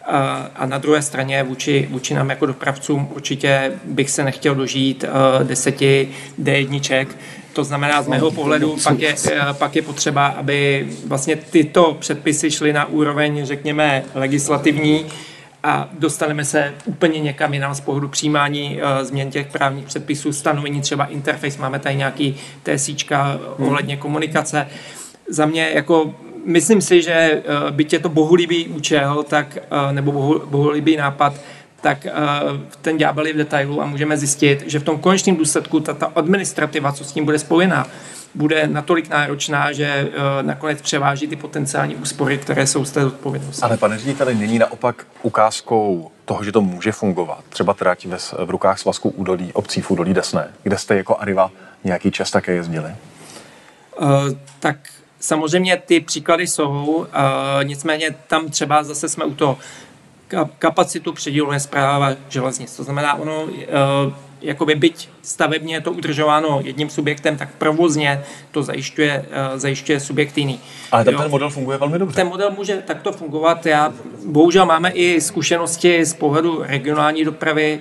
[SPEAKER 5] a na druhé straně vůči, vůči nám jako dopravcům určitě bych se nechtěl dožít uh, deseti D jedniček. To znamená, z mého pohledu pak je, pak je potřeba, aby vlastně tyto předpisy šly na úroveň, řekněme, legislativní a dostaneme se úplně někam jinam z pohledu přijímání uh, změn těch právních předpisů, stanovení třeba interface, máme tady nějaký TSíčka ohledně komunikace. Za mě jako myslím si, že byť je to bohulibý účel, tak, nebo bohulibý nápad, tak ten ďábel je v detailu a můžeme zjistit, že v tom konečném důsledku ta, ta administrativa, co s tím bude spojená, bude natolik náročná, že nakonec převáží ty potenciální úspory, které jsou z té odpovědnosti.
[SPEAKER 1] Ale pane řediteli, není naopak ukázkou toho, že to může fungovat. Třeba trať ve, v rukách svazku údolí, obcí v údolí Desné, kde jste jako Arriva nějaký čas také jezdili?
[SPEAKER 5] Uh, tak samozřejmě ty příklady jsou, uh, nicméně tam třeba zase jsme u toho kapacitu předěluje správa železnic. To znamená, ono, uh, jakoby byť stavebně je to udržováno jedním subjektem, tak provozně to zajišťuje, uh, zajišťuje subjekt jiný.
[SPEAKER 1] Ale tam ten model funguje velmi dobře.
[SPEAKER 5] Ten model může takto fungovat. Já, bohužel máme i zkušenosti z pohledu regionální dopravy,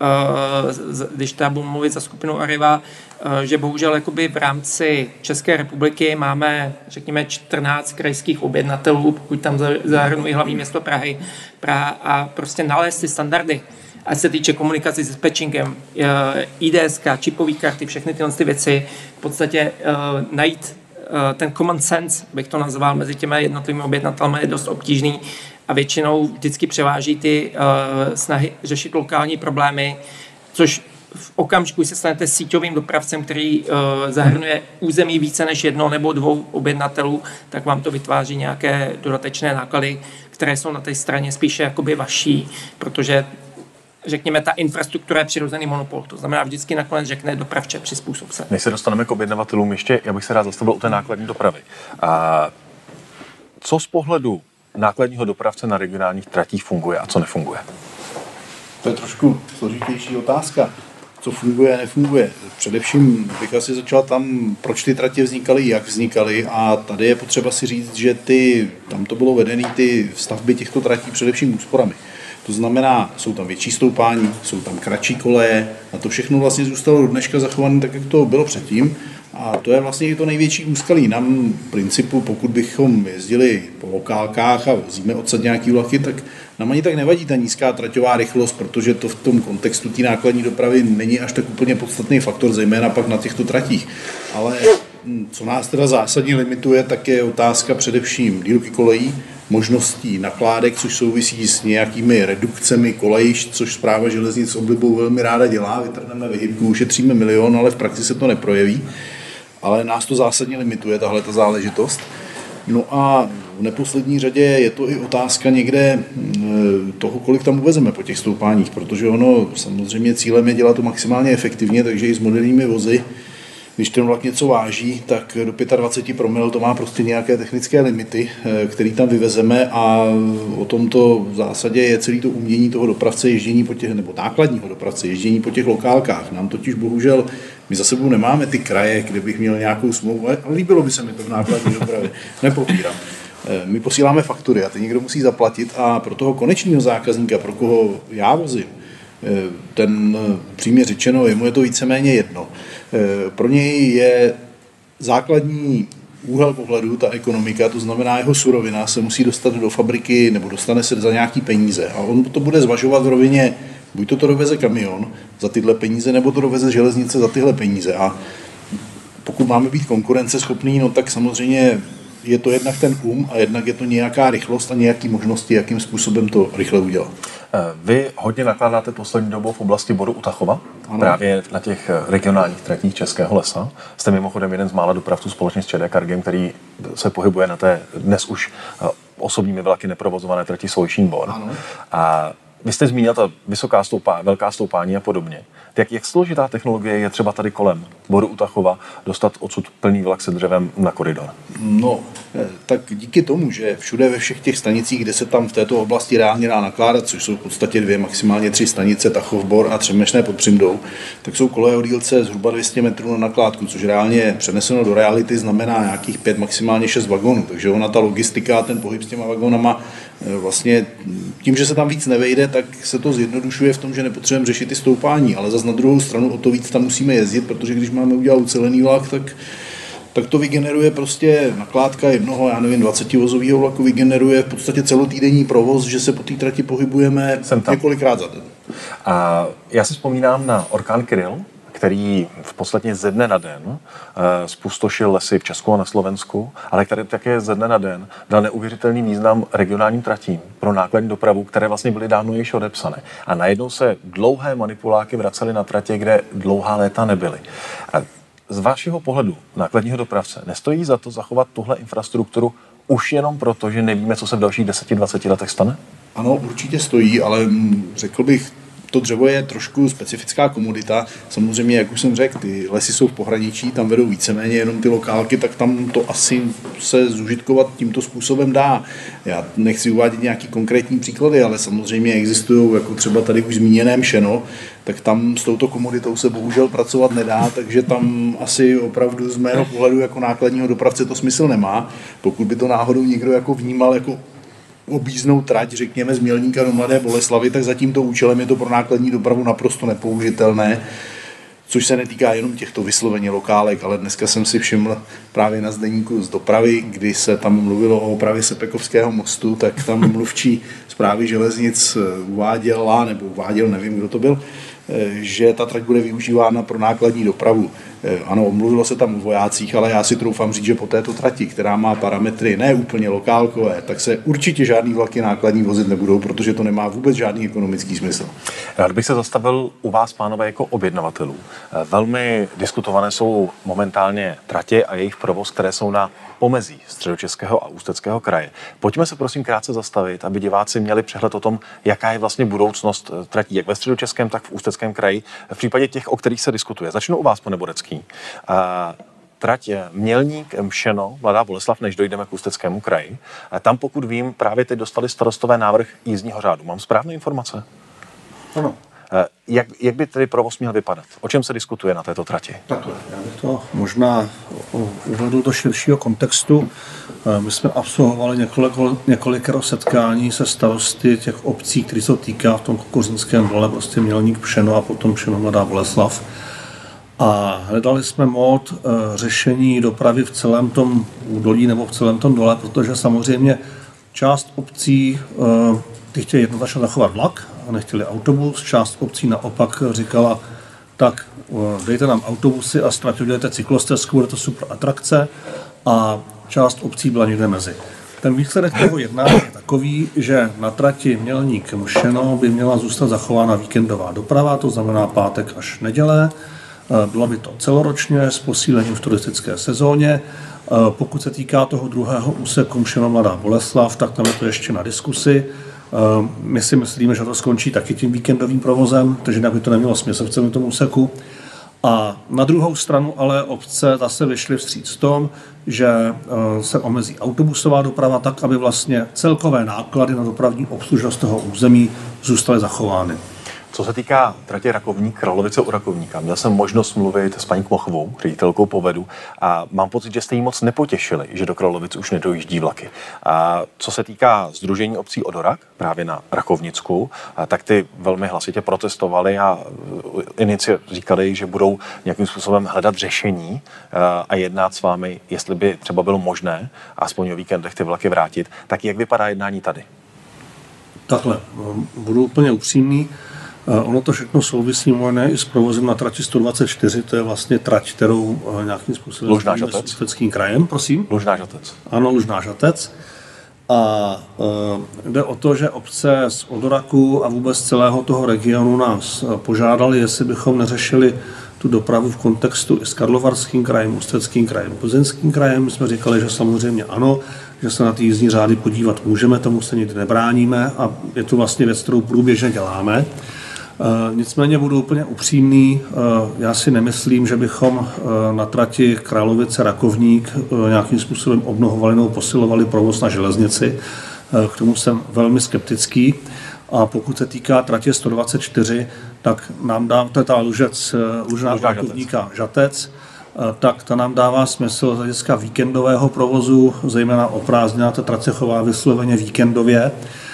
[SPEAKER 5] uh, když teda budu mluvit za skupinu Arriva, že bohužel jakoby v rámci České republiky máme, řekněme, čtrnáct krajských objednatelů, pokud tam zahrnují hlavní město Prahy, Praha a prostě nalézt ty standardy. Ať se týče komunikace s dispečingem, í dé es, čipový karty, všechny tyhle ty věci, v podstatě uh, najít uh, ten common sense, bych to nazval, mezi těmi jednotlivými objednatelmi je dost obtížný a většinou vždycky převáží ty uh, snahy řešit lokální problémy, což v okamžiku, když se stanete síťovým dopravcem, který uh, zahrnuje území více než jedno nebo dvou objednatelů, tak vám to vytváří nějaké dodatečné náklady, které jsou na té straně spíše jakoby vaší, protože řekněme, ta infrastruktura je přirozený monopol. To znamená, vždycky nakonec řekne dopravče, přizpůsob se.
[SPEAKER 1] Než se dostaneme k objednavatelům, ještě já bych se rád zastavil u té nákladní dopravy. A co z pohledu nákladního dopravce na regionálních tratích funguje a co nefunguje?
[SPEAKER 6] To je trošku složitější otázka. Co funguje a nefunguje. Především bych asi začal tam, proč ty tratě vznikaly, jak vznikaly, a tady je potřeba si říct, že ty, tam to bylo vedené ty stavby těchto tratí především úsporami. To znamená, jsou tam větší stoupání, jsou tam kratší koleje a to všechno vlastně zůstalo do dneška zachované tak, jak to bylo předtím. A to je vlastně i to největší úskalí. Nám v principu, pokud bychom jezdili po lokálkách a vozíme odsad nějaký vlaky, tak nám ani tak nevadí ta nízká traťová rychlost, protože to v tom kontextu té nákladní dopravy není až tak úplně podstatný faktor, zejména pak na těchto tratích. Ale co nás teda zásadně limituje, tak je otázka především dílky kolejí, možností nakládek, což souvisí s nějakými redukcemi kolejišť, což Správa železnic s oblibou velmi ráda dělá. Vytrhneme vyhybku, ušetříme milion, ale v praxi se to neprojeví. Ale nás to zásadně limituje, tahle ta záležitost. No a v neposlední řadě je to i otázka někde toho, kolik tam uvezeme po těch stoupáních, protože ono samozřejmě cílem je dělat to maximálně efektivně, takže i s moderními vozy, když ten vlak něco váží, tak do dvacet pět promil to má prostě nějaké technické limity, které tam vyvezeme, a o tomto v zásadě je celé to umění toho dopravce ježdění po těch, nebo nákladního dopravce ježdění po těch lokálkách. Nám totiž bohužel, my za sebou nemáme ty kraje, kde bych měl nějakou smlouvu, ale líbilo by se mi to v nákladní dopravě, nepopírám. My posíláme faktury a ty někdo musí zaplatit, a pro toho konečného zákazníka, pro koho já vozím, ten přímě řečeno, jemu je to víceméně jedno. Pro něj je základní úhel pohledu ta ekonomika, to znamená jeho surovina se musí dostat do fabriky nebo dostane se za nějaký peníze, a on to bude zvažovat v rovině, buď to to doveze kamion za tyhle peníze, nebo to doveze železnice za tyhle peníze. A pokud máme být konkurenceschopný, no tak samozřejmě je to jednak ten um a jednak je to nějaká rychlost a nějaké možnosti, jakým způsobem to rychle udělat.
[SPEAKER 1] Vy hodně nakládáte poslední dobou v oblasti Boru u Tachova, ano. Právě na těch regionálních tratích Českého lesa. Jste mimochodem jeden z mála dopravců společně s ČD Cargem, který se pohybuje na té dnes už osobními vlaky neprovozované trati Svojšín-Bor. A vy jste zmínil ta vysoká stoupá, velká stoupání a podobně. Jak, jak složitá technologie je třeba tady kolem Boru u Tachova dostat odsud plný vlak se dřevem na koridor?
[SPEAKER 6] No, tak díky tomu, že všude ve všech těch stanicích, kde se tam v této oblasti reálně dá nakládat, což jsou v podstatě dvě, maximálně tři stanice, Tachov, Bor a Třemešné pod Přimdou, tak jsou koleje o dílce zhruba dvě stě metrů na nakládku, což reálně přeneseno do reality znamená nějakých pět, maximálně šest vagonů. Takže ona ta logistika a ten pohyb s těma vagonama vlastně tím, že se tam víc nevejde, tak se to zjednodušuje v tom, že nepotřebujeme řešit ty stoupání, ale zase na druhou stranu o to víc tam musíme jezdit, protože když máme udělat ucelený vlak, tak, tak to vygeneruje prostě nakládka jednoho, já nevím, dvacetivozového vlaku vygeneruje v podstatě celotýdenní provoz, že se po té trati pohybujeme několikrát za den.
[SPEAKER 1] A já si vzpomínám na orkán Kyrill, který v podstatě ze dne na den uh, spustošil lesy v Česku a na Slovensku, ale který také ze dne na den dal neuvěřitelný význam regionálním tratím pro nákladní dopravu, které vlastně byly dávno již odepsané. A najednou se dlouhé manipuláky vracely na tratě, kde dlouhá léta nebyly. A z vašeho pohledu nákladního dopravce nestojí za to zachovat tuhle infrastrukturu už jenom proto, že nevíme, co se v dalších deseti dvaceti letech stane?
[SPEAKER 6] Ano, určitě stojí, ale řekl bych, to dřevo je trošku specifická komodita. Samozřejmě, jak už jsem řekl, ty lesy jsou v pohraničí, tam vedou víceméně jenom ty lokálky, tak tam to asi se zužitkovat tímto způsobem dá. Já nechci uvádět nějaký konkrétní příklady, ale samozřejmě existují, jako třeba tady už zmíněné Mšeno, tak tam s touto komoditou se bohužel pracovat nedá, takže tam asi opravdu z mého pohledu jako nákladního dopravce to smysl nemá. Pokud by to náhodou někdo jako vnímal jako objízdnou trať, řekněme, z Mělníka do Mladé Boleslavi, tak za tímto účelem je to pro nákladní dopravu naprosto nepoužitelné, což se netýká jenom těchto vysloveně lokálek, ale dneska jsem si všiml právě na zdeníku z dopravy, kdy se tam mluvilo o opravě Sepekovského mostu, tak tam mluvčí Správy železnic uváděla, nebo uváděl, nevím, kdo to byl, že ta trať bude využívána pro nákladní dopravu. Ano, mluvilo se tam o vojácích, ale já si troufám říct, že po této trati, která má parametry ne úplně lokálkové, tak se určitě žádný vlaky nákladní vozit nebudou, protože to nemá vůbec žádný ekonomický smysl.
[SPEAKER 1] Rád bych se zastavil u vás, pánové, jako objednavatelů. Velmi diskutované jsou momentálně tratě a jejich provoz, které jsou na pomezí Středočeského a Ústeckého kraje. Pojďme se prosím krátce zastavit, aby diváci měli přehled o tom, jaká je vlastně budoucnost tratí, jak ve Středočeském, tak v Ústeckém kraji, v případě těch, o kterých se diskutuje. Začnu u vás, pane Borecký. Trať Mělník, Mšeno, Mladá Boleslav, než dojdeme k Ústeckému kraji. Tam, pokud vím, právě teď dostali starostové návrh jízdního řádu. Mám správné informace?
[SPEAKER 2] Ano.
[SPEAKER 1] Jak, jak by tedy provoz měl vypadat? O čem se diskutuje na této trati?
[SPEAKER 2] Takhle, já bych to možná uvedl do širšího kontextu. My jsme absolvovali několik, několikero setkání se starosty těch obcí, které se týká v tom Kokořínském dole, prostě Mělník, Pšeno a potom Pšeno, Mladá Boleslav. A hledali jsme mód řešení dopravy v celém tom údolí nebo v celém tom dole, protože samozřejmě část obcí ty chtěli jednoznačně zachovat vlak a nechtěli autobus. Část obcí naopak říkala, tak dejte nám autobusy a ztratě udělejte cyklostezku, bude to super atrakce. A část obcí byla někde mezi. Ten výsledek toho jednání je takový, že na trati Mělník Mšeno by měla zůstat zachována víkendová doprava, to znamená pátek až neděle. Bylo by to celoročně s posílením v turistické sezóně. Pokud se týká toho druhého úseku Mšeno Mladá Boleslav, tak tam je to ještě na diskusi. My si myslíme, že to skončí taky tím víkendovým provozem, takže by to nemělo smysl v celém tomu úseku. A na druhou stranu ale obce zase vyšly vstříc v tom, že se omezí autobusová doprava tak, aby vlastně celkové náklady na dopravní obslužnost toho území zůstaly zachovány.
[SPEAKER 1] Co se týká tratě Rakovník, Kralovice u Rakovníka, měl jsem možnost mluvit s paní Kmochovou, ředitelkou Povedu, a mám pocit, že jste jí moc nepotěšili, že do Kralovic už nedojíždí vlaky. A co se týká Sdružení obcí Odorak, právě na Rakovnicku, tak ty velmi hlasitě protestovali a inici říkali, že budou nějakým způsobem hledat řešení a jednat s vámi, jestli by třeba bylo možné aspoň o víkendech ty vlaky vrátit. Tak jak vypadá jednání tady?
[SPEAKER 2] Takhle, budu úplně upřímný. Ono to všechno souvisí možná i s provozem na trati sto dvacet čtyři, to je vlastně trať, kterou nějakým způsobem
[SPEAKER 1] Lužná Žatec.
[SPEAKER 2] S Ústeckým krajem, prosím.
[SPEAKER 1] Lužná Žatec.
[SPEAKER 2] Ano, Lužná Žatec. A e, jde o to, že obce z Odoraku a vůbec celého toho regionu nás požádali, jestli bychom neřešili tu dopravu v kontextu i s Karlovarským krajem, Ústeckým krajem, Plzeňským krajem. My jsme říkali, že samozřejmě ano, že se na ty jízdní řády podívat můžeme, tomu se nikdy nebráníme a je to vlastně věc, kterou průběžně děláme. E, nicméně budu úplně upřímný, e, já si nemyslím, že bychom e, na trati Kralovice-Rakovník e, nějakým způsobem obnovovali nebo posilovali provoz na železnici. E, k tomu jsem velmi skeptický. A pokud se týká tratě sto dvacet čtyři, tak nám dá, to je ta Lužec, Lužná Rakovníka Žatec, tak to nám dává smysl z hlediska víkendového provozu, zejména o prázdninách, ta trať se chová vysloveně víkendově.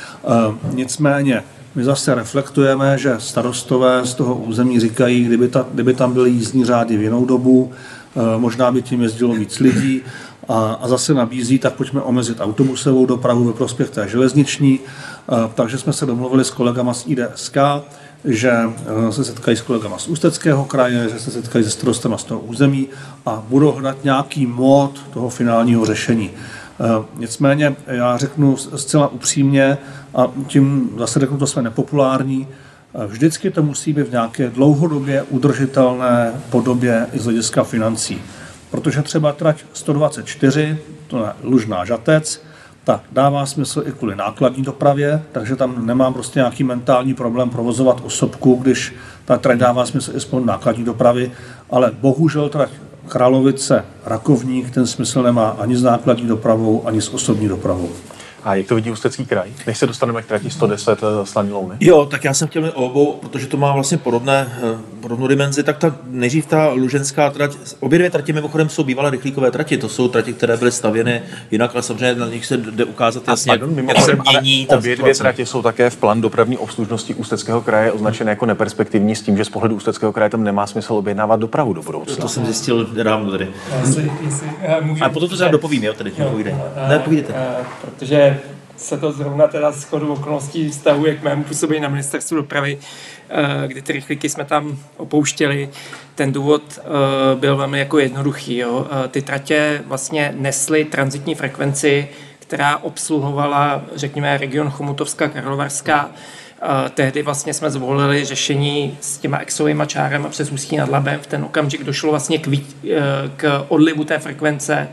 [SPEAKER 2] Nicméně my zase reflektujeme, že starostové z toho území říkají, kdyby, ta, kdyby tam byly jízdní řády v jinou dobu, možná by tím jezdilo víc lidí a, a zase nabízí, tak pojďme omezit autobusovou dopravu ve prospěch té železniční. Takže jsme se domluvili s kolegama z I D S K, že se setkají s kolegama z Ústeckého kraje, že se setkají se starostama z toho území a budou hledat nějaký mód toho finálního řešení. Nicméně já řeknu zcela upřímně a tím zase řeknu, to jsme nepopulární, vždycky to musí být v nějaké dlouhodobě udržitelné podobě i z hlediska financí. Protože třeba trať sto dvacet čtyři, to je Lužná Žatec, tak dává smysl i kvůli nákladní dopravě, takže tam nemám prostě nějaký mentální problém provozovat osobku, když ta trať dává smysl i spolu nákladní dopravy, ale bohužel trať Kralovice Rakovník ten smysl nemá ani s nákladní dopravou, ani s osobní dopravou.
[SPEAKER 1] A jak to vidí Ústecký kraj? Než se dostaneme k trati sto deset Slaný Louny?
[SPEAKER 3] Jo, tak já jsem chtěl o obou, protože to má vlastně podobné, podobnou dimenzi, tak ta, nejdřív ta luženská trať, obě dvě trati mimochodem jsou bývalé rychlíkové trati, to jsou trati, které byly stavěny jinak, ale samozřejmě na nich se jde ukázat jasně,
[SPEAKER 1] jak, jak se mění ta obě dvě trati jsou také v plán dopravní obslužnosti Ústeckého kraje označené jako neperspektivní s tím, že z pohledu Ústeckého kraje tam nemá smysl objednávat dopravu do budoucna.
[SPEAKER 3] To jsem zjistil dávno tady.
[SPEAKER 5] Jestli, jestli, uh, můžu,
[SPEAKER 3] a potom to třeba dopovím, jo, tady.
[SPEAKER 5] Jo,
[SPEAKER 3] povídej.
[SPEAKER 5] Uh,
[SPEAKER 3] ne, povídejte.
[SPEAKER 5] Uh, protože se to zrovna teda shodou okolností vztahuje k mému působení na ministerstvu dopravy, kdy ty rychlíky jsme tam opouštěli. Ten důvod byl velmi jako jednoduchý. Jo. Ty tratě vlastně nesly tranzitní frekvenci, která obsluhovala, řekněme, region Chomutovská, Karlovarská. Tehdy vlastně jsme zvolili řešení s těma exovýma čárama přes Ústí nad Labem. V ten okamžik došlo vlastně k, k odlivu té frekvence.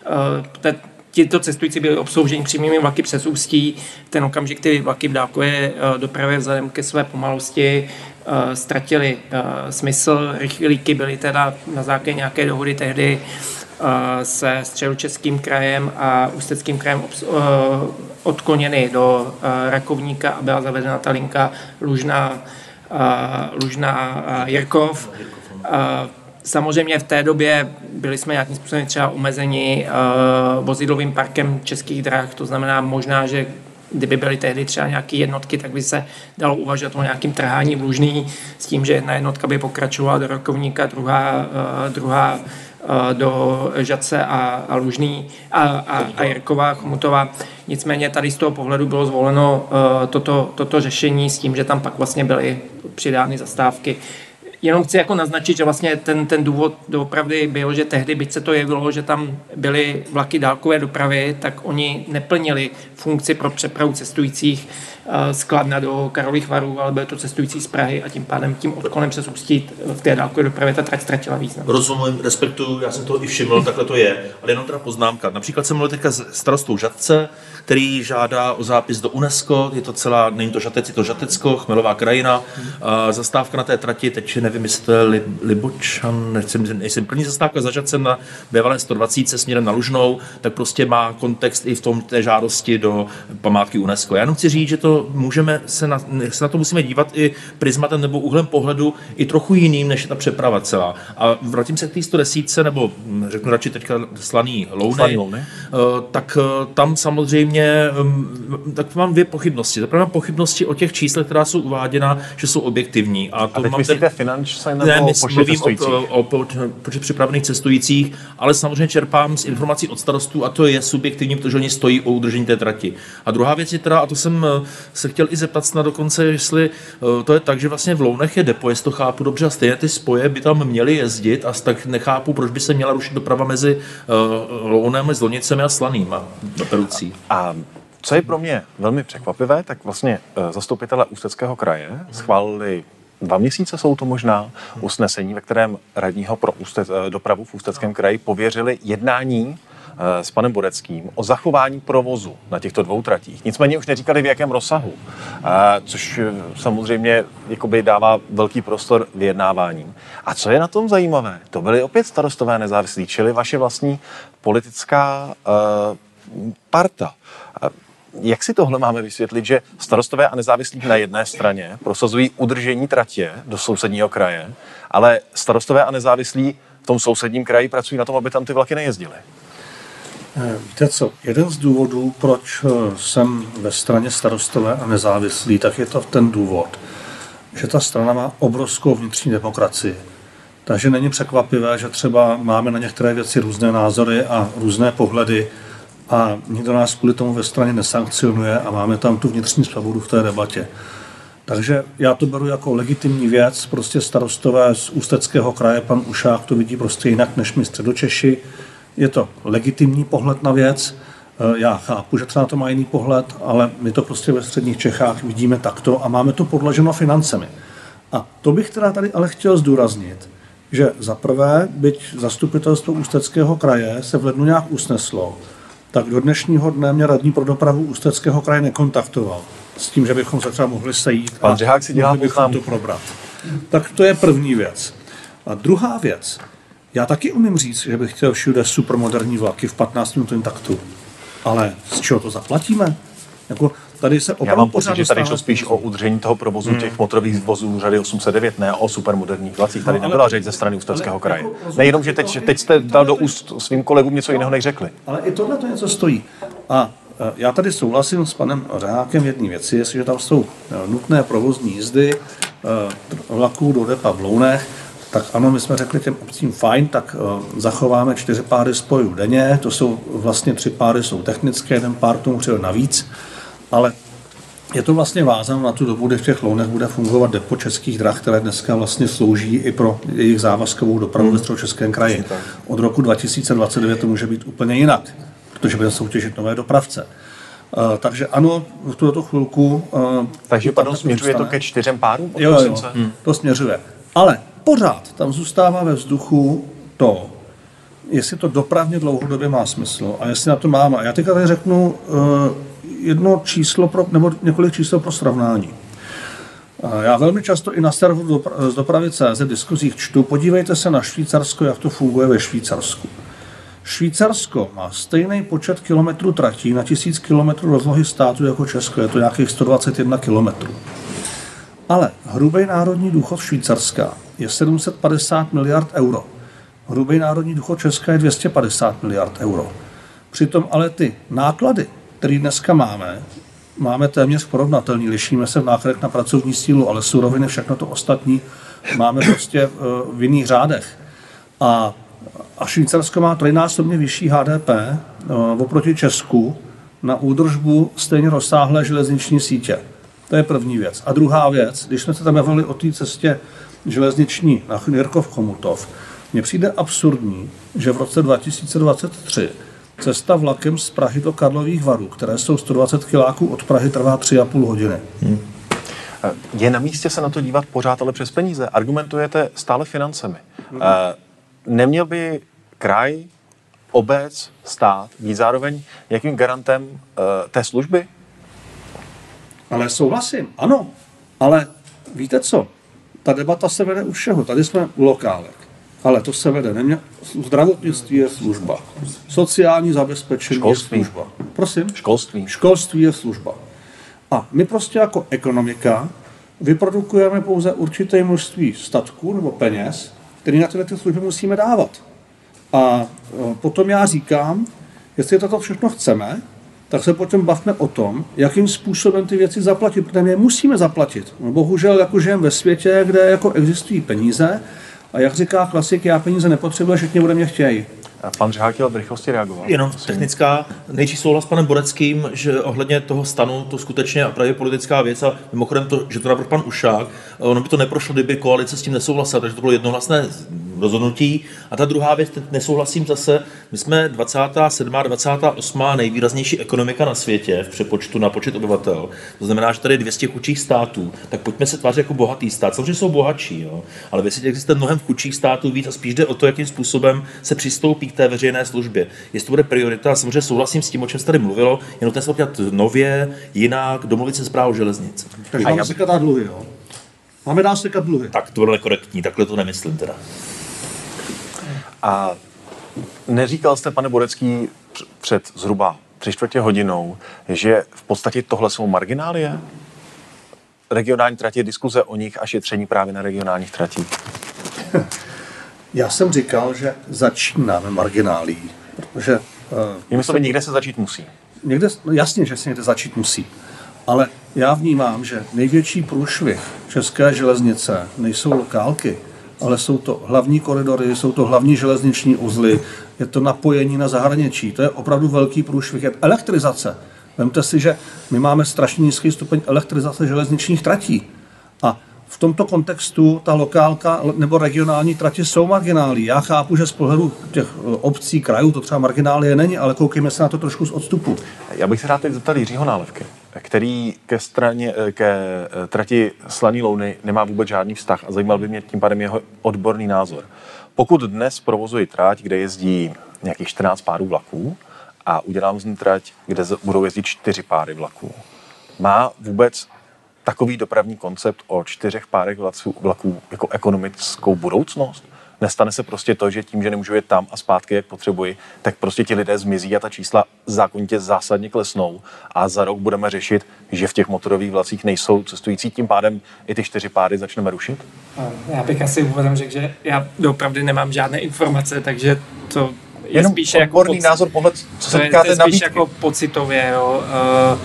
[SPEAKER 5] Tito cestující byli obslouženi přímými vlaky přes Ústí. V ten okamžik ty vlaky v dálkové dopravě vzhledem ke své pomalosti ztratili smysl. Rychlíky byly teda na základě nějaké dohody tehdy se Středočeským krajem a Ústeckým krajem odkloněny do Rakovníka a byla zavedena ta linka Lužná, Lužná Jirkov. Samozřejmě v té době byli jsme nějakým způsobem třeba omezeni vozidlovým parkem Českých drah, to znamená možná, že kdyby byly tehdy třeba nějaké jednotky, tak by se dalo uvažovat o nějakým trhání v Lužný s tím, že jedna jednotka by pokračovala do Rakovníka, druhá, druhá do Žadce a, a Lužný a, a, a Jirkova, Chomutova. Nicméně tady z toho pohledu bylo zvoleno uh, toto, toto řešení s tím, že tam pak vlastně byly přidány zastávky. Jenom chci jako naznačit, že vlastně ten, ten důvod doopravdy byl, že tehdy, byť se to jevilo, že tam byly vlaky dálkové dopravy, tak oni neplnili funkci pro přepravu cestujících z Kladna do Karlových Varů, ale byly to cestující z Prahy a tím pádem tím odklonem přes Ústí v té dálkové dopravě ta trať ztratila význam.
[SPEAKER 3] Rozumím, respektuju, já jsem to i všiml, takhle to je, ale jenom teda poznámka. Například jsem mluvil teďka s starostou Žadce, který žádá o zápis do UNESCO, je to celá, není to Žatec, je to Žatecko, Chmelová krajina, a zastávka na té trati, teď nevím, jestli to je Li, Libočan, nejsem, nejsem plný zastávka za Žadcem na bývalé sto dvacet směrem na Lužnou, tak prostě má kontext i v tom té žádosti do památky UNESCO. Já jenom chci říct, že to můžeme se na, se na to musíme dívat i prismatem nebo úhlem pohledu i trochu jiným, než je ta přeprava celá. A vrátím se k té sto deset, nebo řeknu radši teďka Slaný Louny, Slaný Louny. Tak tam samozřejmě tak mám dvě pochybnosti. Zaprvé mám pochybnosti o těch číslech, která jsou uváděna, že jsou objektivní. A, to
[SPEAKER 1] a teď
[SPEAKER 3] mám
[SPEAKER 1] myslíte
[SPEAKER 3] ten...
[SPEAKER 1] finančně nebo
[SPEAKER 3] ne,
[SPEAKER 1] počet cestujících?
[SPEAKER 3] o, o počet připravených cestujících, ale samozřejmě čerpám z informací od starostů a to je subjektivní, protože oni stojí o udržení té trati. A druhá věc je teda, a to jsem se chtěl i zeptat snad dokonce, jestli to je tak, že vlastně v Lounech je depo, jestli to chápu dobře, a stejně ty spoje by tam měly jezdit a tak nechápu, proč by se měla rušit doprava mezi uh, Lounem, s Lonicemi a Slaným a Perucí.
[SPEAKER 1] A co je pro mě velmi překvapivé, tak vlastně zastupitelé Ústeckého kraje schválili dva měsíce, jsou to možná, usnesení, ve kterém radního pro úste, dopravu v Ústeckém kraji pověřili jednání s panem Bodeckým o zachování provozu na těchto dvou tratích. Nicméně už neříkali, v jakém rozsahu, což samozřejmě jakoby dává velký prostor vyjednáváním. A co je na tom zajímavé? To byly opět starostové nezávislí, čili vaše vlastní politická uh, parta. Jak si tohle máme vysvětlit, že starostové a nezávislí na jedné straně prosazují udržení tratě do sousedního kraje, ale starostové a nezávislí v tom sousedním kraji pracují na tom, aby tam ty vlaky nejezdily?
[SPEAKER 2] Víte co, jeden z důvodů, proč jsem ve straně starostové a nezávislí, tak je to ten důvod, že ta strana má obrovskou vnitřní demokracii. Takže není překvapivé, že třeba máme na některé věci různé názory a různé pohledy a nikdo nás kvůli tomu ve straně nesankcionuje a máme tam tu vnitřní svobodu v té debatě. Takže já to beru jako legitimní věc, prostě starostové z Ústeckého kraje, pan Ušák to vidí prostě jinak než my Středočeši. Je to legitimní pohled na věc, já chápu, že třeba na to má jiný pohled, ale my to prostě ve středních Čechách vidíme takto a máme to podloženo financemi. A to bych teda tady ale chtěl zdůraznit, že za prvé, byť zastupitelstvo Ústeckého kraje se v lednu nějak usneslo, tak do dnešního dne mě radní pro dopravu Ústeckého kraje nekontaktoval. S tím, že bychom se třeba mohli sejít
[SPEAKER 1] Pan Řehák si dělá
[SPEAKER 2] mohli bychom to probrat. Tak to je první věc. A druhá věc. Já taky umím říct, že bych chtěl všude supermoderní vlaky v patnáctiminutovém taktu. Ale z čeho to zaplatíme? Jako tady se
[SPEAKER 1] Já mám pocit, že tady šlo spíš o udržení toho provozu hmm. těch motorových vozů řady osm set devět, ne o supermoderních vlacích. Tady no, nebyla řeč ze strany Ústeckého kraje. Jako, Nejenom, že teď, teď jste dal do úst svým kolegům něco jiného, než řekli.
[SPEAKER 2] Ale i tohle to něco stojí. A já tady souhlasím s panem Řehákem v jedné věci, jestliže tam jsou nutné provozní jízdy vlaků do depa v Lounech, tak ano, my jsme řekli těm obcím fajn, tak uh, zachováme čtyři páry spojů denně, to jsou vlastně tři páry jsou technické, jeden pár tomu přijde navíc. Ale je to vlastně vázáno na tu dobu, kdy v těch Lounech bude fungovat depo Českých drah, které dneska vlastně slouží i pro jejich závazkovou dopravu ve Středočeském kraji. Od roku dva tisíce dvacet devět to může být úplně jinak, protože bude soutěžit nové dopravce. Uh, takže ano, v tuto chvilku... Uh,
[SPEAKER 1] takže pardon, směřuje to ke čtyřem párům?
[SPEAKER 2] Jo, jo, hmm. to směřuje. Ale pořád tam zůstává ve vzduchu to, jestli to dopravně dlouhodobě má smysl a jestli na to máme. A já teďka tady řeknu uh, jedno číslo, pro, nebo několik čísel pro srovnání. Uh, já velmi často i na serveru dopra- z dopravy tečka cé zet diskuzích čtu, podívejte se na Švýcarsko, jak to funguje ve Švýcarsku. Švýcarsko má stejný počet kilometrů tratí na tisíc kilometrů rozlohy státu jako Česko, je to nějakých sto dvacet jedna kilometrů. Ale hrubý národní důchod Švýcarska je sedm set padesát miliard euro. Hrubý národní důchod Česka je dvě stě padesát miliard euro. Přitom ale ty náklady, které dneska máme, máme téměř porovnatelný, lišíme se v nákladech na pracovní sílu, ale suroviny, všechno to ostatní máme prostě v jiných řádech. A A Švýcarsko má trojnásobně vyšší H D P no, oproti Česku na údržbu stejně rozsáhlé železniční sítě. To je první věc. A druhá věc, když jsme se tam bavili o té cestě železniční na Chmírkov-Chomutov, mně přijde absurdní, že v roce dva tisíce dvacet tři cesta vlakem z Prahy do Karlových Varů, které jsou sto dvacet kiláků od Prahy, trvá tři a půl hodiny. Hmm.
[SPEAKER 1] Je na místě se na to dívat pořád, ale přes peníze. Argumentujete stále financemi. Hmm. Neměl by kraj, obec, stát být zároveň nějakým garantem uh, té služby?
[SPEAKER 2] Ale souhlasím, ano. Ale víte co? Ta debata se vede u všeho. Tady jsme u lokálek. Ale to se vede. Nemě... Zdravotnictví je služba. Sociální zabezpečení
[SPEAKER 1] Školství.
[SPEAKER 2] je služba. Prosím?
[SPEAKER 1] Školství.
[SPEAKER 2] Školství je služba. A my prostě jako ekonomika vyprodukujeme pouze určité množství statků nebo peněz, který na tyhle ty služby musíme dávat. A potom já říkám, jestli toto všechno chceme, tak se potom bavme o tom, jakým způsobem ty věci zaplatit, protože my je musíme zaplatit. No, bohužel jako žijeme ve světě, kde jako existují peníze a jak říká klasik, já peníze nepotřebuji, všichni bude mě chtějí.
[SPEAKER 1] Pan Řehák chtěl v rychlosti reagovat.
[SPEAKER 3] Jenom technická, nejdřív souhlas s panem Boreckým, že ohledně toho stanu to skutečně a právě politická věc a mimochodem to, že to navrhl pan Ušák, ono by to neprošlo, kdyby koalice s tím nesouhlasila, takže to bylo jednohlasné rozhodnutí. A ta druhá věc, nesouhlasím zase, my jsme dvacátá sedmá, dvacátá osmá nejvýraznější ekonomika na světě v přepočtu na počet obyvatel. To znamená, že tady je dvě stě chudších států, tak pojďme se tvářit jako bohatý stát. Samozřejmě jsou bohatší, jo? Ale ve světě existuje mnohem chudších států víc a spíš jde o to, jakým způsobem se přistoupí k té veřejné službě. Jestli to bude priorita, a samozřejmě souhlasím s tím, o čem se tady mluvilo, jenom to se udělat nově, jinak, domluvit se s správou železnic.
[SPEAKER 2] Takže máme si dát dluhy, jo? Máme dát si dluhy.
[SPEAKER 3] Tak to bylo nekorektní, takhle to nemyslím teda.
[SPEAKER 1] A neříkal jste, pane Borecký, před zhruba tři čtvrtě hodinou, že v podstatě tohle jsou marginálie? Regionální tratě, diskuze o nich a šetření právě na regionálních tratích.
[SPEAKER 2] Já jsem říkal, že začínáme marginálií, protože...
[SPEAKER 1] Uh, myslím, že někde se začít musí.
[SPEAKER 2] Někde, no jasně, že se někde začít musí. Ale já vnímám, že největší průšvih české železnice nejsou lokálky, ale jsou to hlavní koridory, jsou to hlavní železniční uzly, je to napojení na zahraničí. To je opravdu velký průšvih. Je elektrizace. Vemte si, že my máme strašně nízký stupeň elektrizace železničních tratí. A v tomto kontextu ta lokálka nebo regionální tratě jsou marginální. Já chápu, že z pohledu těch obcí, krajů to třeba marginálie není, ale koukejme se na to trošku z odstupu.
[SPEAKER 1] Já bych se rád teď zeptal Jiřího Nálevky, který ke straně, ke trati Slaný Louny nemá vůbec žádný vztah a zajímal by mě tím pádem jeho odborný názor. Pokud dnes provozuji trať, kde jezdí nějakých čtrnáct párů vlaků a udělám z ní trať, kde budou jezdit čtyři páry vlaků, má vůbec takový dopravní koncept o čtyřech párech vlaků jako ekonomickou budoucnost? Nestane se prostě to, že tím, že nemůžu jet tam a zpátky, jak potřebuji, tak prostě ti lidé zmizí a ta čísla zákonitě zásadně klesnou a za rok budeme řešit, že v těch motorových vlacích nejsou cestující, tím pádem i ty čtyři páry začneme rušit?
[SPEAKER 5] Já bych asi úvodem řekl, že já opravdu nemám žádné informace, takže to je
[SPEAKER 1] jenom
[SPEAKER 5] spíše jako
[SPEAKER 1] odborný
[SPEAKER 5] pocit,
[SPEAKER 1] názor, pohled, co se
[SPEAKER 5] to
[SPEAKER 1] týká
[SPEAKER 5] je,
[SPEAKER 1] té
[SPEAKER 5] to je spíš
[SPEAKER 1] nabídky.
[SPEAKER 5] jako pocitově, jo. Uh,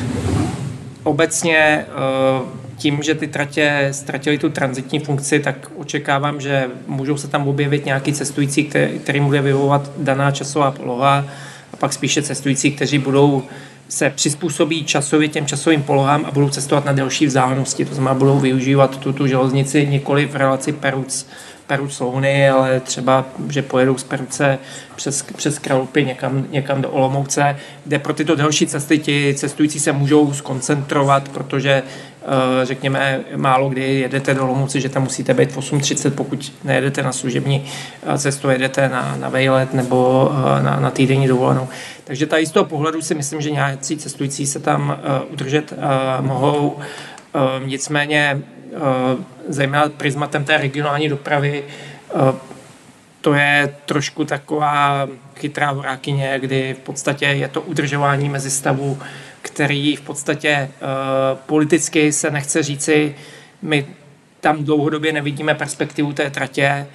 [SPEAKER 5] obecně uh, tím, že ty tratě ztratily tu tranzitní funkci, tak očekávám, že můžou se tam objevit nějaký cestující, který, kterým bude vyhovovat daná časová poloha a pak spíše cestující, kteří budou se přizpůsobí časově těm časovým polohám a budou cestovat na delší vzdálenosti. To znamená, budou využívat tu, tu železnici nikoli v relaci Peruc, Peruc Louny, ale třeba, že pojedou z Peruce přes, přes Kralupy někam, někam do Olomouce, kde pro tyto delší cesty ti cestující se můžou skoncentrovat, protože řekněme, málo kdy jedete do Olomouce, že tam musíte být v osm třicet, pokud nejedete na služební cestu, jedete na, na vejlet nebo na, na týdenní dovolenou. Takže tady z toho pohledu si myslím, že nějací cestující se tam uh, udržet uh, mohou. Uh, nicméně, uh, zejména prismatem té regionální dopravy, uh, to je trošku taková chytrá horákyně, kdy v podstatě je to udržování mezistavu, který v podstatě uh, politicky se nechce říci, my tam dlouhodobě nevidíme perspektivu té tratě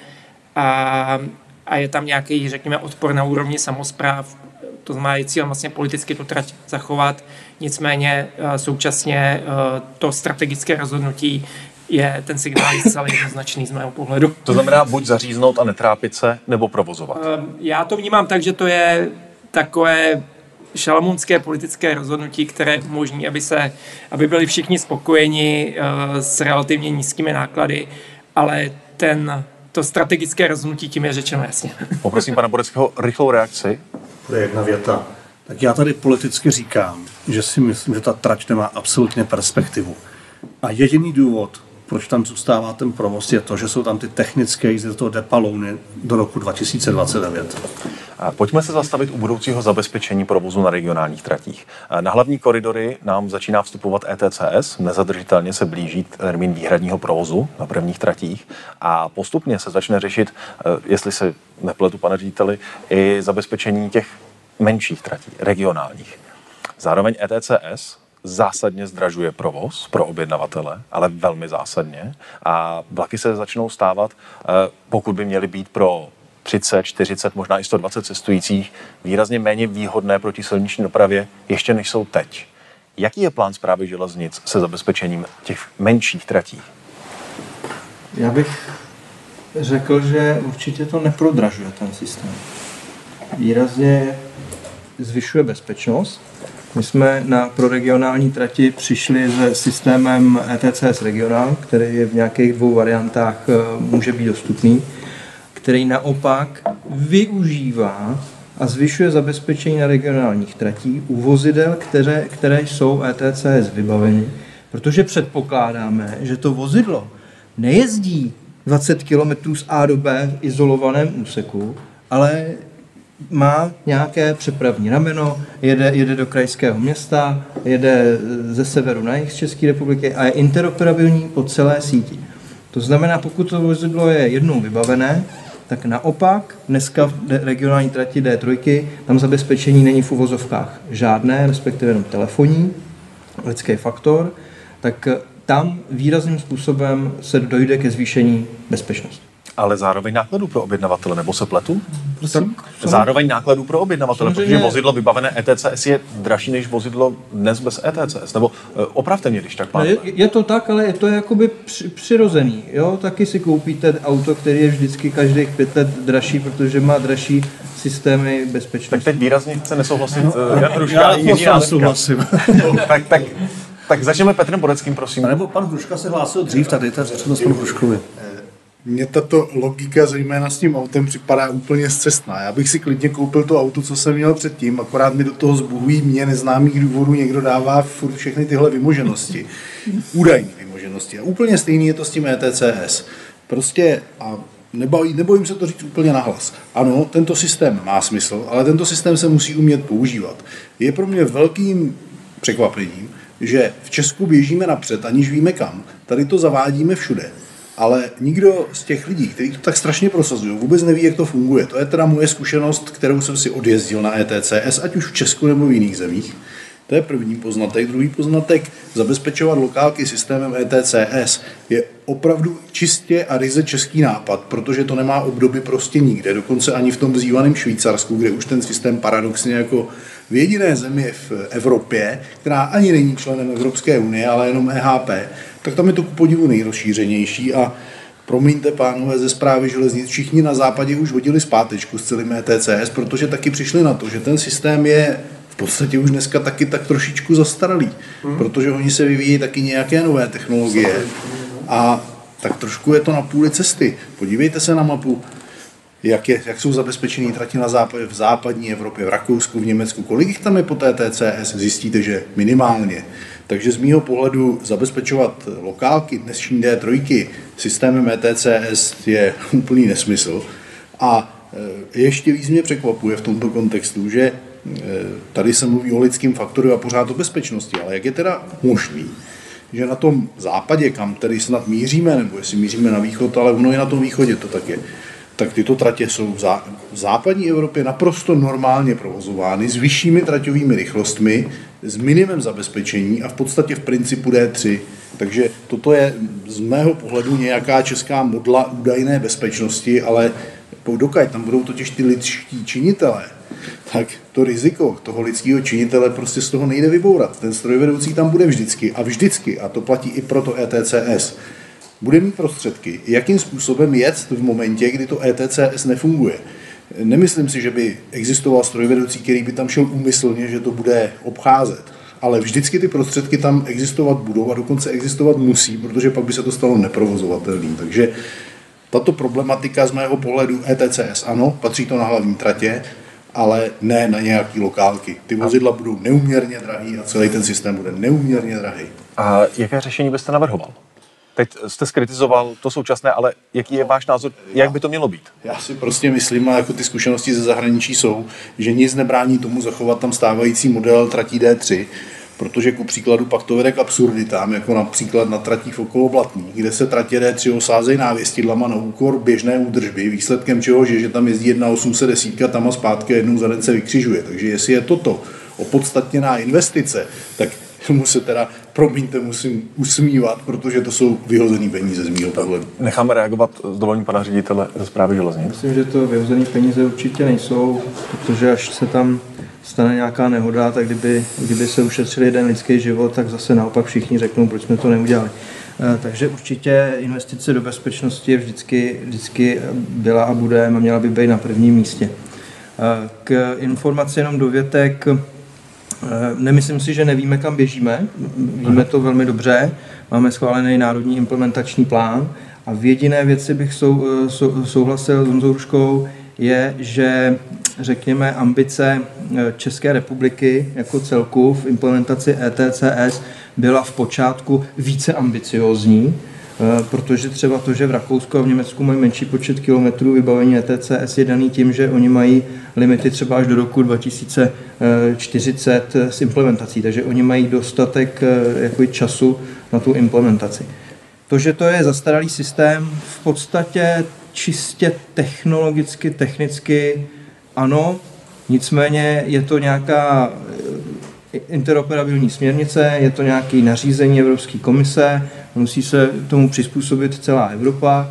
[SPEAKER 5] a, a je tam nějaký, řekněme, odpor na úrovni samospráv. To znamená, je cílem vlastně politicky tu trať zachovat, nicméně uh, současně uh, to strategické rozhodnutí je ten signál zcela jednoznačný z mého pohledu.
[SPEAKER 1] To znamená buď zaříznout a netrápit se, nebo provozovat.
[SPEAKER 5] Uh, já to vnímám tak, že to je takové šalamounské politické rozhodnutí, které umožní, aby, se, aby byli všichni spokojeni uh, s relativně nízkými náklady, ale ten, to strategické rozhodnutí tím je řečeno jasně.
[SPEAKER 1] Poprosím pana Boreckého rychlou reakci.
[SPEAKER 2] Bude jedna věta. Tak já tady politicky říkám, že si myslím, že ta trať nemá absolutně perspektivu. A jediný důvod, proč tam zůstává ten provoz, je to, že jsou tam ty technické jízdy do toho depa Louny do roku dva tisíce dvacet devět.
[SPEAKER 1] Pojďme se zastavit u budoucího zabezpečení provozu na regionálních tratích. Na hlavní koridory nám začíná vstupovat E T C S, nezadržitelně se blíží termín výhradního provozu na prvních tratích a postupně se začne řešit, jestli se nepletu, pane řediteli, i zabezpečení těch menších tratí, regionálních. Zároveň E T C S zásadně zdražuje provoz pro objednavatele, ale velmi zásadně. A vlaky se začnou stávat, pokud by měly být pro třicet, čtyřicet, možná i sto dvacet cestujících, výrazně méně výhodné proti silniční dopravě, ještě než jsou teď. Jaký je plán Správy železnic se zabezpečením těch menších tratí?
[SPEAKER 4] Já bych řekl, že určitě to neprodražuje ten systém. Výrazně zvyšuje bezpečnost. My jsme na proregionální trati přišli se systémem E T C S Regional, který je v nějakých dvou variantách může být dostupný, který naopak využívá a zvyšuje zabezpečení na regionálních tratích u vozidel, které, které jsou E T C S vybaveny, protože předpokládáme, že to vozidlo nejezdí dvacet kilometrů z A do B v izolovaném úseku, ale má nějaké přepravní rameno, jede, jede do krajského města, jede ze severu na jih z České republiky a je interoperabilní po celé síti. To znamená, pokud to vozidlo je jednou vybavené, tak naopak dneska v regionální trati D tři tam zabezpečení není v uvozovkách žádné, respektive jenom telefonní, lidský faktor, tak tam výrazným způsobem se dojde ke zvýšení bezpečnosti.
[SPEAKER 1] Ale zároveň nákladů pro objednavatele, nebo se pletu?
[SPEAKER 2] Prosím?
[SPEAKER 1] Zároveň nákladů pro objednavatele,
[SPEAKER 4] Samozřejmě.
[SPEAKER 1] protože vozidlo vybavené E T C S je dražší než vozidlo dnes bez E T C S. Nebo uh, opravte mě, když tak
[SPEAKER 4] No, je, je to tak, ale je to jakoby při, přirozený. Jo? Taky si koupíte auto, který je vždycky každých pět let dražší, protože má dražší systémy bezpečnosti.
[SPEAKER 1] Tak teď výrazně chce nesouhlasit
[SPEAKER 2] No,
[SPEAKER 1] uh, Jan Hruška
[SPEAKER 2] já
[SPEAKER 1] a Jiří Nálepka.
[SPEAKER 2] souhlasím.
[SPEAKER 1] tak, tak, tak začneme Petrem Boreckým, prosím.
[SPEAKER 2] A nebo pan Hruška se hlásil dřív tady, tak přednost panu Hruškovi.
[SPEAKER 6] Mně tato logika zejména s tím autem připadá úplně zcestná. Já bych si klidně koupil to auto, co jsem měl předtím, akorát mi do toho zbohují mě neznámých důvodů někdo dává furt všechny tyhle vymoženosti. Údajní vymoženosti. A úplně stejný je to s tím E T C S. Prostě a nebojí, nebojím se to říct úplně nahlas. Ano, tento systém má smysl, ale tento systém se musí umět používat. Je pro mě velkým překvapením, že v Česku běžíme napřed, aniž víme kam. Tady to zavádíme všude. Ale nikdo z těch lidí, kteří to tak strašně prosazují, vůbec neví, jak to funguje. To je teda moje zkušenost, kterou jsem si odjezdil na E T C S, ať už v Česku nebo v jiných zemích. To je první poznatek. Druhý poznatek, zabezpečovat lokálky systémem E T C S je opravdu čistě a ryze český nápad, protože to nemá obdoby prostě nikde, dokonce ani v tom vzývaném Švýcarsku, kde už ten systém paradoxně jako v jediné zemi v Evropě, která ani není členem Evropské unie, ale jenom E H P, tak tam je to ku podivu nejrozšířenější a promiňte, pánové ze Správy železnic, všichni na západě už hodili zpátečku s celým E T C S, protože taky přišli na to, že ten systém je v podstatě už dneska taky tak trošičku zastaralý, hmm. protože oni se vyvíjí taky nějaké nové technologie a tak trošku je to na půli cesty. Podívejte se na mapu, jak, je, jak jsou zabezpečený trati na západ, v západní Evropě, v Rakousku, v Německu, kolik jich tam je po té T C S, zjistíte, že minimálně. Takže z mýho pohledu zabezpečovat lokálky dnešní D tři systémem E T C S je úplný nesmysl. A ještě víc mě překvapuje v tomto kontextu, že tady se mluví o lidském faktoru a pořád o bezpečnosti, ale jak je teda možný, že na tom západě, kam tedy snad míříme, nebo jestli míříme na východ, ale ono je na tom východě to tak je, tak tyto tratě jsou v, zá, v západní Evropě naprosto normálně provozovány s vyššími traťovými rychlostmi, s minimem zabezpečení a v podstatě v principu D tři. Takže toto je z mého pohledu nějaká česká modla údajné bezpečnosti, ale dokud tam budou totiž ty lidští činitelé, tak to riziko toho lidského činitele prostě z toho nejde vybourat. Ten strojvedoucí tam bude vždycky a vždycky, a to platí i pro to E T C S, bude mít prostředky, jakým způsobem jet v momentě, kdy to E T C S nefunguje. Nemyslím si, že by existoval strojvedoucí, který by tam šel úmyslně, že to bude obcházet. Ale vždycky ty prostředky tam existovat budou a dokonce existovat musí, protože pak by se to stalo neprovozovatelným. Takže tato problematika z mého pohledu E T C S ano, patří to na hlavní tratě, ale ne na nějaký lokálky. Ty vozidla budou neúměrně drahý a celý ten systém bude neúměrně drahý.
[SPEAKER 1] A jaké řešení byste navrhoval? Teď jste skritizoval to současné, ale jaký je váš názor, jak by to mělo být?
[SPEAKER 6] Já si prostě myslím, a jako ty zkušenosti ze zahraničí jsou, že nic nebrání tomu zachovat tam stávající model tratí D tři, protože ku příkladu pak to vede k absurditám, jako například na tratích okolo Blatný, kde se tratě D tři osázejí návěstidlama na úkor běžné údržby, výsledkem čeho je, že tam jezdí jedna osm set deset tam a zpátky jednou za den se vykřižuje. Takže jestli je toto opodstatněná investice, tak mu se teda, promiňte, musím usmívat, protože to jsou vyhozený peníze z mýho pohledu.
[SPEAKER 1] Necháme reagovat s dovolením pana ředitele ze Správy železnic.
[SPEAKER 4] Myslím, že to vyhozený peníze určitě nejsou, protože až se tam stane nějaká nehoda, tak kdyby, kdyby se ušetřil jeden lidský život, tak zase naopak všichni řeknou, proč jsme to neudělali. Takže určitě investice do bezpečnosti vždycky, vždycky byla a bude a měla by být na prvním místě. K informaci jenom dovětek. Nemyslím si, že nevíme, kam běžíme. Víme to velmi dobře. Máme schválený národní implementační plán a v jediné věci bych sou, sou, souhlasil s Honzou Hruškou, je, že řekněme ambice České republiky jako celku v implementaci E T C S byla v počátku více ambiciózní, protože třeba to, že v Rakousku a v Německu mají menší počet kilometrů vybavení E T C S je daný tím, že oni mají limity třeba až do roku dva tisíce čtyřicet s implementací, takže oni mají dostatek jako času na tu implementaci. To, že to je zastaralý systém, v podstatě čistě technologicky, technicky ano, nicméně je to nějaká interoperabilní směrnice, je to nějaké nařízení Evropské komise, musí se tomu přizpůsobit celá Evropa.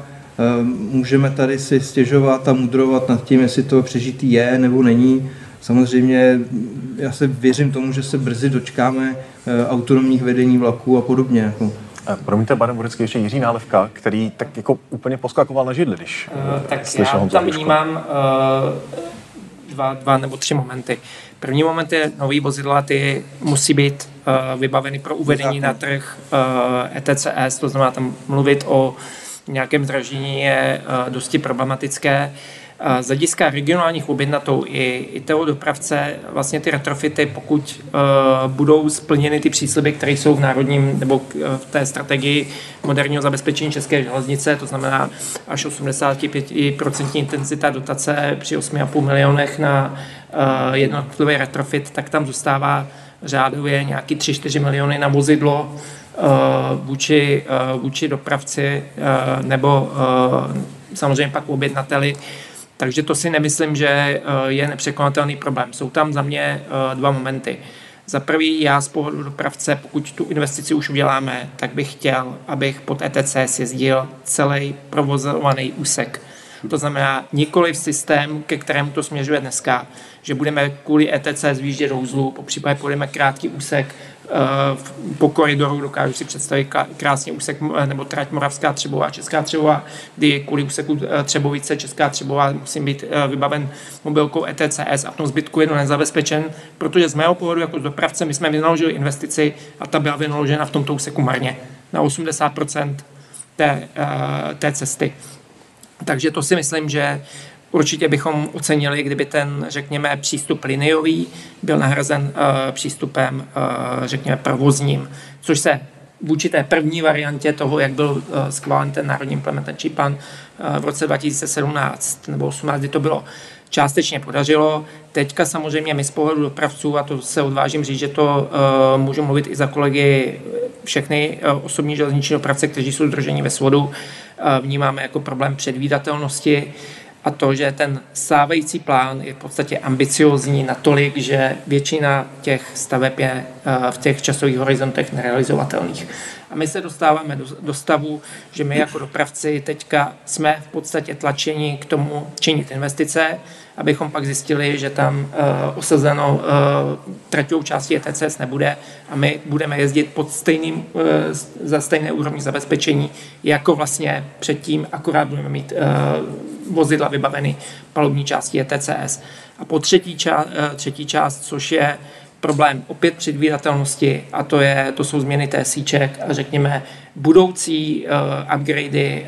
[SPEAKER 4] Můžeme tady si stěžovat a mudrovat nad tím, jestli to přežitý je nebo není. Samozřejmě já se věřím tomu, že se brzy dočkáme autonomních vedení vlaků a podobně. Jako.
[SPEAKER 1] Promiňte, pane Borecký, ještě Jiří Nálevka, který tak jako úplně poskakoval na židli, když
[SPEAKER 5] uh, Tak já tam vnímám uh, dva, dva nebo tři momenty. První moment je nový vozidla, ty musí být uh, vybaveny pro uvedení na trh uh, E T C S, to znamená tam mluvit o nějakém zdražení je uh, dosti problematické. Z hlediska regionálních objednatou i, i toho dopravce vlastně ty retrofity, pokud uh, budou splněny ty přísliby, které jsou v národním nebo v té strategii moderního zabezpečení České železnice, to znamená až osmdesát pět procent intenzita dotace při osmi a půl milionech na uh, jednotlivý retrofit, tak tam zůstává řádově nějaký tři čtyři miliony na vozidlo uh, vůči, uh, vůči dopravci uh, nebo uh, samozřejmě pak objednateli. Takže to si nemyslím, že je nepřekonatelný problém. Jsou tam za mě dva momenty. Za prvý, já z pohledu dopravce, pokud tu investici už uděláme, tak bych chtěl, abych pod E T C S jezdil celý provozovaný úsek To znamená nikoli v systém, ke kterému to směřuje dneska, že budeme kvůli E T C S výjíždět do uzlu, popřípadě půjdeme krátký úsek po koridoru, dokážu si představit krásně úsek nebo trať Moravská Třebová, Česká Třebová, kdy kvůli úseku Třebovice, Česká Třebová musím být vybaven mobilkou E T C S a v tom zbytku je nezabezpečen, protože z mého pohledu jako dopravce my jsme vynaložili investici a ta byla vynaložena v tomto úseku marně na osmdesát procent té, té cesty. Takže to si myslím, že určitě bychom ocenili, kdyby ten, řekněme, přístup liniový byl nahrazen uh, přístupem, uh, řekněme, provozním, což se vůči té první variantě toho, jak byl uh, schválen ten národní implementační plán uh, v roce dva tisíce sedmnáct nebo osmnáct, kdy to bylo částečně podařilo. Teďka samozřejmě my z pohledu dopravců, a to se odvážím říct, že to uh, můžu mluvit i za kolegy, všechny uh, osobní železniční dopravce, kteří jsou združeni ve svodu, uh, vnímáme jako problém předvídatelnosti a to, že ten stávající plán je v podstatě ambiciózní natolik, že většina těch staveb je uh, v těch časových horizontech nerealizovatelných. A my se dostáváme do, do stavu, že my jako dopravci teďka jsme v podstatě tlačeni k tomu činit investice, abychom pak zjistili, že tam uh, osazeno uh, traťovou částí E T C S nebude a my budeme jezdit pod stejným, uh, za stejné úrovni zabezpečení, jako vlastně předtím, akorát budeme mít uh, vozidla vybaveny palubní částí E T C S. A po třetí, ča, uh, třetí část, což je problém opět předvídatelnosti, a to, je, to jsou změny té síček a řekněme budoucí uh, upgradey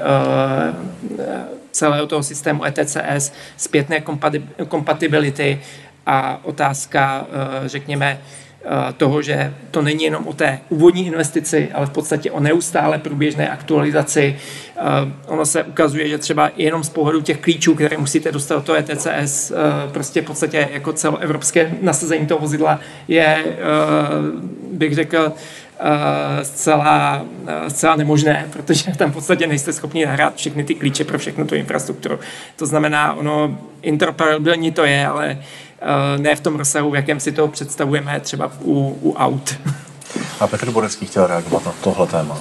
[SPEAKER 5] uh, celého toho systému E T C S, zpětné kompatibility a otázka, uh, řekněme, uh, toho, že to není jenom o té úvodní investici, ale v podstatě o neustále průběžné aktualizaci. Uh, ono se ukazuje, že třeba jenom z pohledu těch klíčů, které musíte dostat do toho E T C S, uh, prostě v podstatě jako celoevropské nasazení toho vozidla je, uh, bych řekl, Uh, zcela, uh, zcela nemožné, protože tam v podstatě nejste schopni nahrát všechny ty klíče pro všechnu tu infrastrukturu. To znamená, ono interoperabilní to je, ale uh, ne v tom rozsahu, v jakém si to představujeme třeba u, u aut.
[SPEAKER 1] A Petr Borecký chtěl reagovat na tohle téma.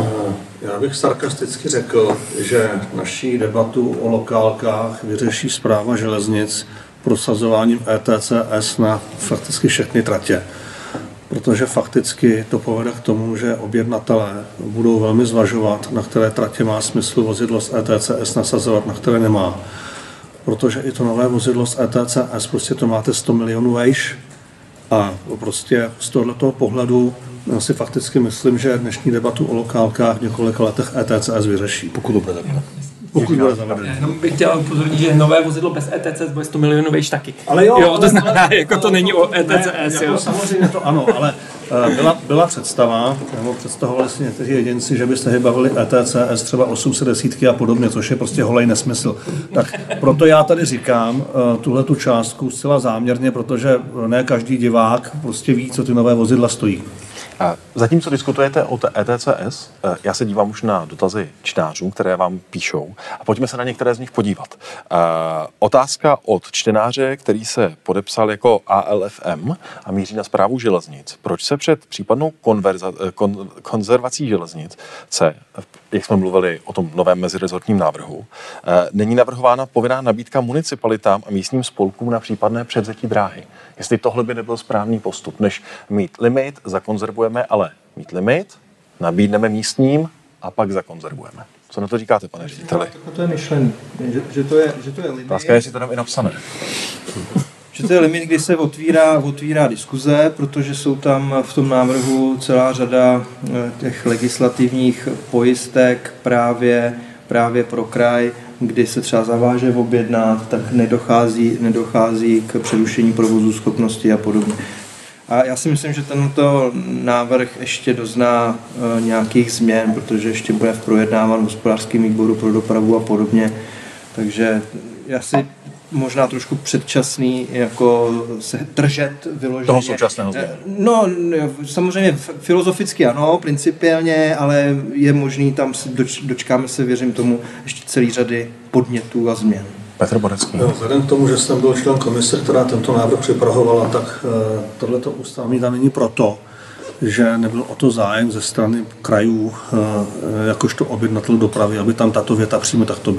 [SPEAKER 2] Já bych sarkasticky řekl, že naší debatu o lokálkách vyřeší Správa železnic prosazováním E T C S na fakticky všechny tratě. Protože fakticky to povede k tomu, že objednatelé budou velmi zvažovat, na které tratě má smysl vozidlo z E T C S nasazovat, na které nemá. Protože i to nové vozidlo z E T C S, prostě to máte sto milionů vejš a prostě z tohoto pohledu já si fakticky myslím, že dnešní debatu o lokálkách v několika letech E T C S vyřeší.
[SPEAKER 3] Pokud to bude takhle.
[SPEAKER 2] Pokud bude zavedené.
[SPEAKER 5] Jenom bych chtěl upozornit, že nové vozidlo bez E T C S bude sto milionů vejš taky.
[SPEAKER 2] Ale jo,
[SPEAKER 5] jo to znamená,
[SPEAKER 2] ale,
[SPEAKER 5] jako to není o E T C S.
[SPEAKER 2] Ne, jako samozřejmě to ano, ale uh, byla, byla představa, nebo představovali si někteří jedinci, že by se bavili E T C S třeba osm set desítky a podobně, což je prostě holej nesmysl. Tak proto já tady říkám uh, tuhle tu částku zcela záměrně, protože ne každý divák prostě ví, co ty nové vozidla stojí.
[SPEAKER 1] Zatímco diskutujete o E T C S, já se dívám už na dotazy čtenářů, které vám píšou a pojďme se na některé z nich podívat. Otázka od čtenáře, který se podepsal jako A L F M a míří na Správu železnic. Proč se před případnou konverza, kon, konzervací železnic, se, jak jsme mluvili o tom novém mezirezortním návrhu, není navrhována povinná nabídka municipalitám a místním spolkům na případné převzetí dráhy? Jestli tohle by nebyl správný postup, než mít limit, zakonzervujeme, ale mít limit, nabídneme místním a pak zakonzervujeme. Co na to říkáte, pane řediteli?
[SPEAKER 4] To je myšlený, že, že, to je, že to je limit.
[SPEAKER 1] Otázka je, jestli to tam i napsané.
[SPEAKER 4] Že to je limit, kdy se otvírá, otvírá diskuze, protože jsou tam v tom návrhu celá řada těch legislativních pojistek právě, právě pro kraj, kdy se třeba zaváže objednat, tak nedochází, nedochází k přerušení provozu schopnosti a podobně. A já si myslím, že tento návrh ještě dozná e, nějakých změn, protože ještě bude projednáván v hospodářském výboru pro dopravu a podobně. Takže já si možná trošku předčasný jako se držet vyloženě.
[SPEAKER 1] Toho současného změnu.
[SPEAKER 4] No, samozřejmě filozoficky ano, principiálně, ale je možný, tam se doč, dočkáme se, věřím tomu, ještě celý řady podnětů a změn.
[SPEAKER 1] Petr Borecký.
[SPEAKER 2] Vzhledem k tomu, že jsem byl člen komise, která tento návrh připravovala, tak uh, tohleto ústavní tam není proto, že nebyl o to zájem ze strany krajů, uh, jakožto objednatel dopravy, aby tam tato věta přímo takto byla.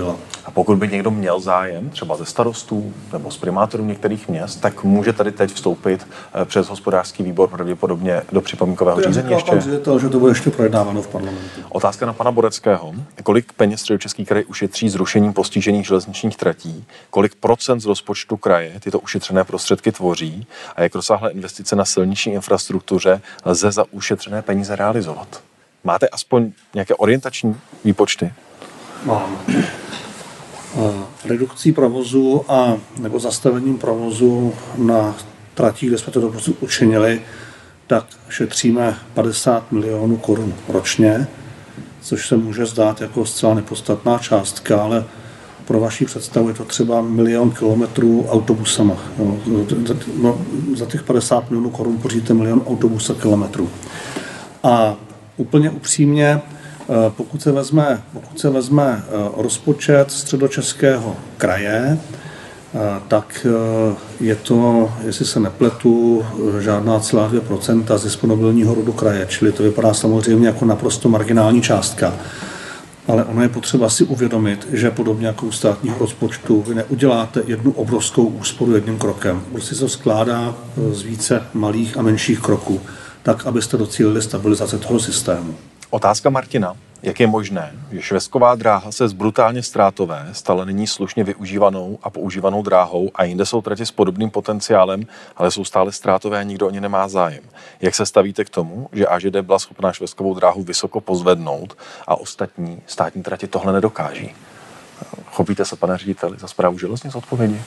[SPEAKER 1] A pokud by někdo měl zájem, třeba ze starostů nebo z primátorů některých měst, tak může tady teď vstoupit přes hospodářský výbor pravděpodobně do připomínkového řízení ještě.
[SPEAKER 2] Pan ředitel, že to bude ještě projednáváno v parlamentu.
[SPEAKER 1] Otázka na pana Boreckého. Kolik peněz Středočeský kraj ušetří zrušením postižených železničních tratí? Kolik procent z rozpočtu kraje tyto ušetřené prostředky tvoří? A jak rozsáhlé investice na silniční infrastruktuře lze za ušetřené peníze realizovat? Máte aspoň nějaké orientační výpočty?
[SPEAKER 2] Mám. Redukcí provozu a nebo zastavením provozu na tratích, kde jsme to dobře učinili, tak šetříme padesát milionů korun ročně, což se může zdát jako zcela nepodstatná částka, ale pro vaši představu je to třeba milion kilometrů autobusama. No, za těch padesát milionů korun pořídíte milion autobus a kilometrů. A úplně upřímně, pokud se vezme, pokud se vezme rozpočet Středočeského kraje, tak je to, jestli se nepletu, žádná celá dvě procenta z disponibilního rodu kraje, čili to vypadá samozřejmě jako naprosto marginální částka. Ale ono je potřeba si uvědomit, že podobně jako u státního rozpočtu vy neuděláte jednu obrovskou úsporu jedním krokem. Prostě se to skládá z více malých a menších kroků, tak abyste docílili stabilizace toho systému.
[SPEAKER 1] Otázka Martina. Jak je možné, že švestková dráha se z brutálně ztrátové stala nyní slušně využívanou a používanou dráhou a jinde jsou tratě s podobným potenciálem, ale jsou stále ztrátové a nikdo o ně nemá zájem? Jak se stavíte k tomu, že A Ž D byla schopná švestkovou dráhu vysoko pozvednout a ostatní státní tratě tohle nedokáží? Chopíte se, pane řediteli, za správu železnic odpovědi?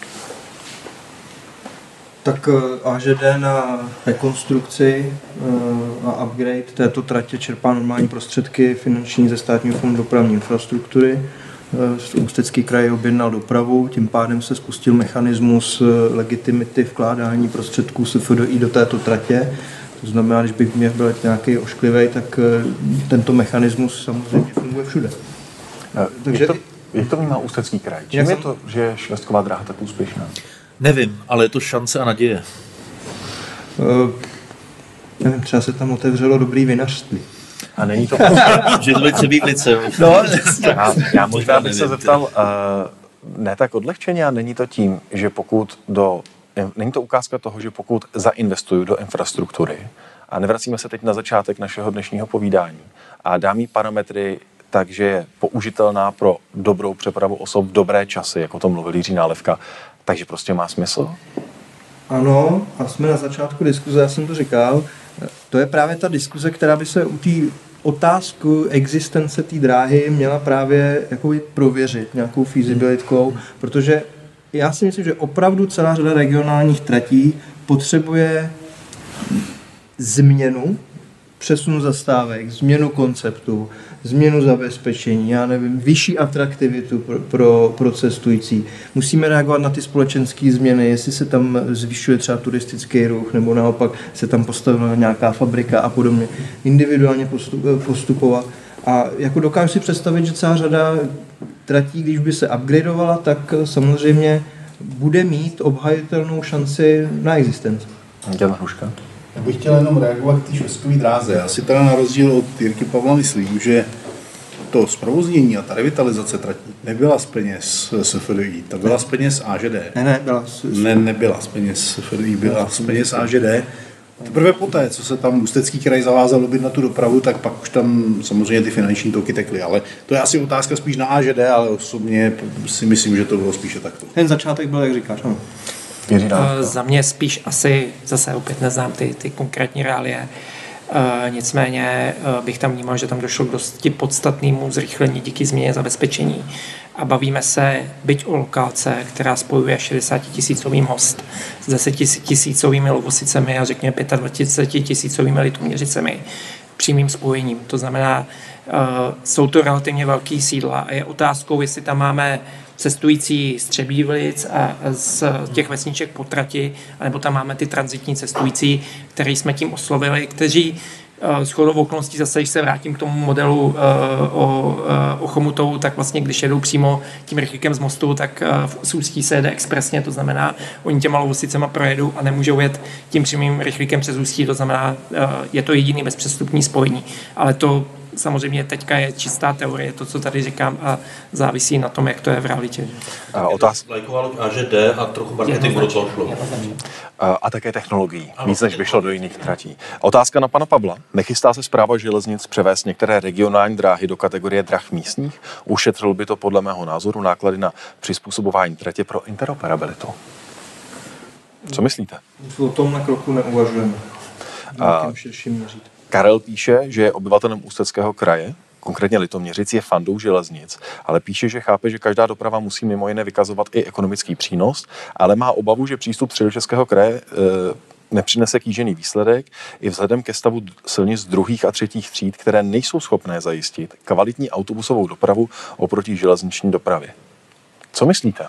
[SPEAKER 4] Tak A Ž D na rekonstrukci a upgrade této tratě čerpá normální prostředky finanční ze Státního fondu dopravní infrastruktury. Ústecký kraj objednal dopravu, tím pádem se spustil mechanismus legitimity vkládání prostředků S F D I do této tratě. To znamená, když bych měl byl nějaký ošklivý, tak tento mechanismus samozřejmě funguje všude.
[SPEAKER 1] Takže... Jak to, jak to vnímá Ústecký kraj? Čím je to, že je švestková dráha tak úspěšná?
[SPEAKER 3] Nevím, ale je to šance a naděje.
[SPEAKER 4] Uh, nevím, třeba se tam otevřelo dobrý vinařství.
[SPEAKER 1] A není to...
[SPEAKER 3] že to by Bíblice.
[SPEAKER 1] No, já, já možná bych se zeptal, uh, ne tak odlehčeně, a není to tím, že pokud do... Není to ukázka toho, že pokud zainvestuju do infrastruktury, a nevracíme se teď na začátek našeho dnešního povídání, a dám jí parametry, takže je použitelná pro dobrou přepravu osob v dobré časy, jako to mluvil Jiří Nálevka, takže prostě má smysl?
[SPEAKER 4] Ano, a jsme na začátku diskuze, já jsem to říkal, to je právě ta diskuze, která by se u té otázku existence té dráhy měla právě jakoby prověřit nějakou feasibilitkou, protože já si myslím, že opravdu celá řada regionálních tratí potřebuje změnu, přesunu zastávek, změnu konceptu, změnu zabezpečení, já nevím, vyšší atraktivitu pro, pro, pro cestující. Musíme reagovat na ty společenské změny, jestli se tam zvyšuje třeba turistický ruch, nebo naopak se tam postavila nějaká fabrika a podobně. Individuálně postup, postupovat. A jako dokážu si představit, že celá řada tratí, když by se upgradeovala, tak samozřejmě bude mít obhajitelnou šanci na existenci.
[SPEAKER 1] Jan Hruška.
[SPEAKER 6] Já bych chtěl jenom reagovat k té švestkové dráze. Já si teda na rozdíl od Jirky Pavla myslím, že to zprovoznění a ta revitalizace tratí nebyla z peněz S F D I, ta byla z peněz A Ž D.
[SPEAKER 4] Ne, ne, byla z...
[SPEAKER 6] ne, nebyla z peněz S F D I, byla z peněz A Ž D. Teprve poté, co se tam Ústecký kraj zavázal objednat na tu dopravu, tak pak už tam samozřejmě ty finanční toky tekly. Ale to je asi otázka spíš na A Ž D, ale osobně si myslím, že to bylo spíše takto.
[SPEAKER 4] Ten začátek byl, jak říkáš, ano.
[SPEAKER 5] Uh, za mě spíš asi, zase opět neznám ty, ty konkrétní reálie, uh, nicméně uh, bych tam vnímal, že tam došlo k dosti podstatnému zrychlení díky změně zabezpečení. A bavíme se byť o lokálce, která spojuje šedesátitisícový most s desetitisícovými Lovosicemi a řekněme dvacetitisícovými Litoměřicemi přímým spojením. To znamená, uh, jsou to relativně velký sídla a je otázkou, jestli tam máme cestující z Třebílic a z těch vesniček po trati, anebo tam máme ty tranzitní cestující, který jsme tím oslovili, kteří shodou okolností zase, když se vrátím k tomu modelu uh, o, uh, o Chomutovu, tak vlastně, když jedou přímo tím rychlíkem z mostu, tak uh, z Ústí se jede expresně, to znamená, oni těma Lovosicema projedou a nemůžou jet tím přímým rychlíkem přes Ústí, to znamená, uh, je to jediný bezpřestupní spojení. Ale to samozřejmě teďka je čistá teorie, to, co tady říkám, a závisí na tom, jak to je v realitě.
[SPEAKER 1] A otázka.
[SPEAKER 3] Vlajková loď A Ž D a trochu marketingu do toho šlo.
[SPEAKER 1] A, a také technologií, víc než by šlo do jiných tratí. Otázka na pana Pavla. Nechystá se Správa železnic převést některé regionální dráhy do kategorie drah místních? Ušetřil by to podle mého názoru náklady na přizpůsobování tratě pro interoperabilitu. Co myslíte?
[SPEAKER 4] O tom na kroku neuvažujeme.
[SPEAKER 1] A Karel píše, že je obyvatelem Ústeckého kraje, konkrétně Litoměřic, je fandou železnic, ale píše, že chápe, že každá doprava musí mimo jiné vykazovat i ekonomický přínos, ale má obavu, že přístup Středočeského kraje e, nepřinese kýžený výsledek i vzhledem ke stavu silnic druhých a třetích tříd, které nejsou schopné zajistit kvalitní autobusovou dopravu oproti železniční dopravě. Co myslíte?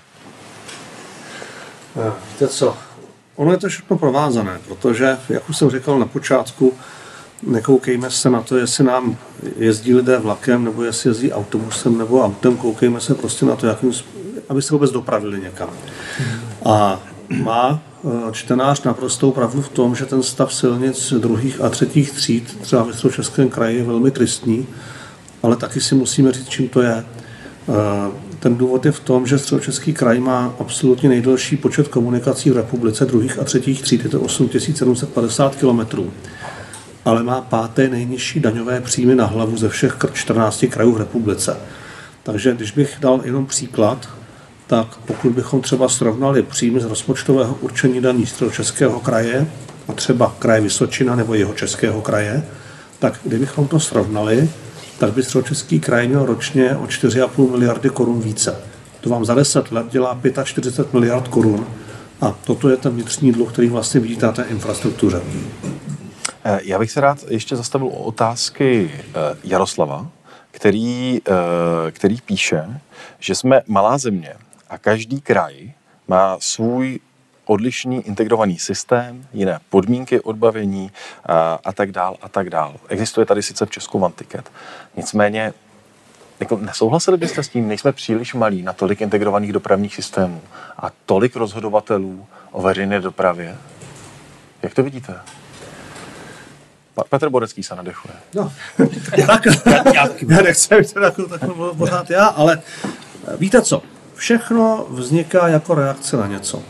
[SPEAKER 2] Víte co? Ono je to všechno provázané, protože, jak už jsem říkal na počátku, nekoukejme se na to, jestli nám jezdí lidé vlakem, nebo jestli jezdí autobusem, nebo autem, koukejme se prostě na to, jakým, aby se vůbec dopravili někam. A má čtenář naprostou pravdu v tom, že ten stav silnic druhých a třetích tříd, třeba ve Středočeském kraji, je velmi tristní, ale taky si musíme říct, čím to je. Ten důvod je v tom, že Středočeský kraj má absolutně nejdelší počet komunikací v republice druhých a třetích tříd, je to osm tisíc sedm set padesát kilometrů, ale má páté nejnižší daňové příjmy na hlavu ze všech čtrnácti krajů v republice. Takže když bych dal jenom příklad, tak pokud bychom třeba srovnali příjmy z rozpočtového určení daní Středočeského kraje a třeba kraje Vysočina nebo Jihočeského kraje, tak kdybychom to srovnali, tak by Středočeský kraj měl ročně o čtyři a půl miliardy korun více. To vám za deset let dělá čtyřicet pět miliard korun a toto je ten vnitřní dluh, který vlastně vidíte na té infrastruktuře.
[SPEAKER 1] Já bych se rád ještě zastavil o otázky Jaroslava, který, který píše, že jsme malá země a každý kraj má svůj odlišný integrovaný systém, jiné podmínky odbavení a, a tak dál a tak dál. Existuje tady sice v Česku OneTicket, nicméně jako nesouhlasili byste s tím, nejsme příliš malí na tolik integrovaných dopravních systémů a tolik rozhodovatelů o veřejné dopravě. Jak to vidíte? Petr Borecký se nadechuje.
[SPEAKER 2] No, já, já, já nechci být takovou takovou pořád já, ale víte co? Všechno vzniká jako reakce na něco.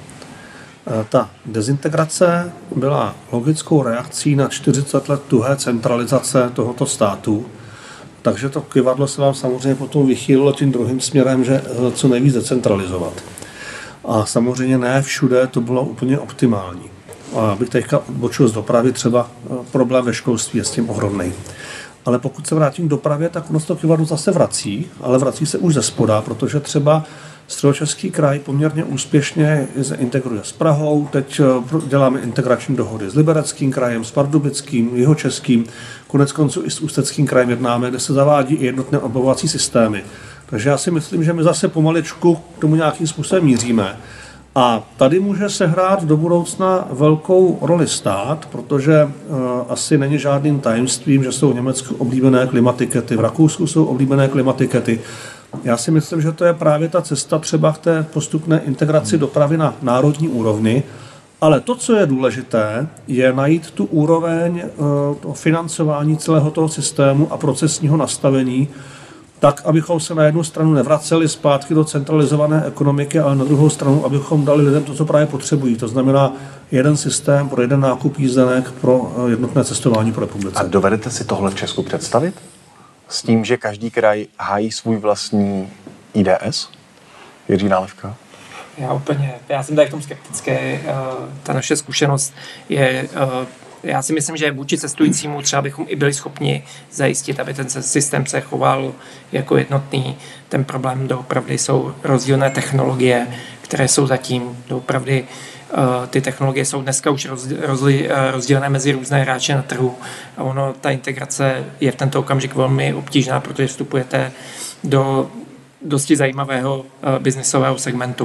[SPEAKER 2] Ta dezintegrace byla logickou reakcí na čtyřicet let tuhé centralizace tohoto státu, takže to kyvadlo se vám samozřejmě potom vychýlilo tím druhým směrem, že co nejvíc decentralizovat. A samozřejmě ne všude to bylo úplně optimální. A abych teďka odbočil z dopravy, třeba problém ve školství je s tím ohromný. Ale pokud se vrátím k dopravě, tak ono to kyvadlo zase vrací, ale vrací se už ze spoda, protože třeba Středočeský kraj poměrně úspěšně se integruje s Prahou, teď děláme integrační dohody s Libereckým krajem, s Pardubickým, Jihočeským, konec konců i s Ústeckým krajem jednáme, kde se zavádí i jednotné odbavovací systémy. Takže já si myslím, že my zase pomaličku k tomu nějakým způsobem míříme. A tady může sehrát do budoucna velkou roli stát, protože uh, asi není žádným tajemstvím, že jsou v Německu oblíbené klimatikety, v Rakousku jsou oblíbené klimatikety. Já si myslím, že to je právě ta cesta třeba k té postupné integraci dopravy na národní úrovni, ale to, co je důležité, je najít tu úroveň uh, financování celého toho systému a procesního nastavení, tak, abychom se na jednu stranu nevraceli zpátky do centralizované ekonomiky, ale na druhou stranu, abychom dali lidem to, co právě potřebují. To znamená jeden systém pro jeden nákup jízdenek pro jednotné cestování pro republice.
[SPEAKER 1] A dovedete si tohle v Česku představit? S tím, že každý kraj hájí svůj vlastní I D S? Jiří Nálevka?
[SPEAKER 5] Já úplně, já jsem tady v tom skeptický. Ta naše zkušenost je... Já si myslím, že vůči cestujícímu třeba bychom i byli schopni zajistit, aby ten systém se choval jako jednotný. Ten problém doopravdy jsou rozdílné technologie, které jsou zatím doopravdy. Ty technologie jsou dneska už rozdělené mezi různé hráče na trhu a ono, ta integrace je v tento okamžik velmi obtížná, protože vstupujete do dosti zajímavého biznisového segmentu.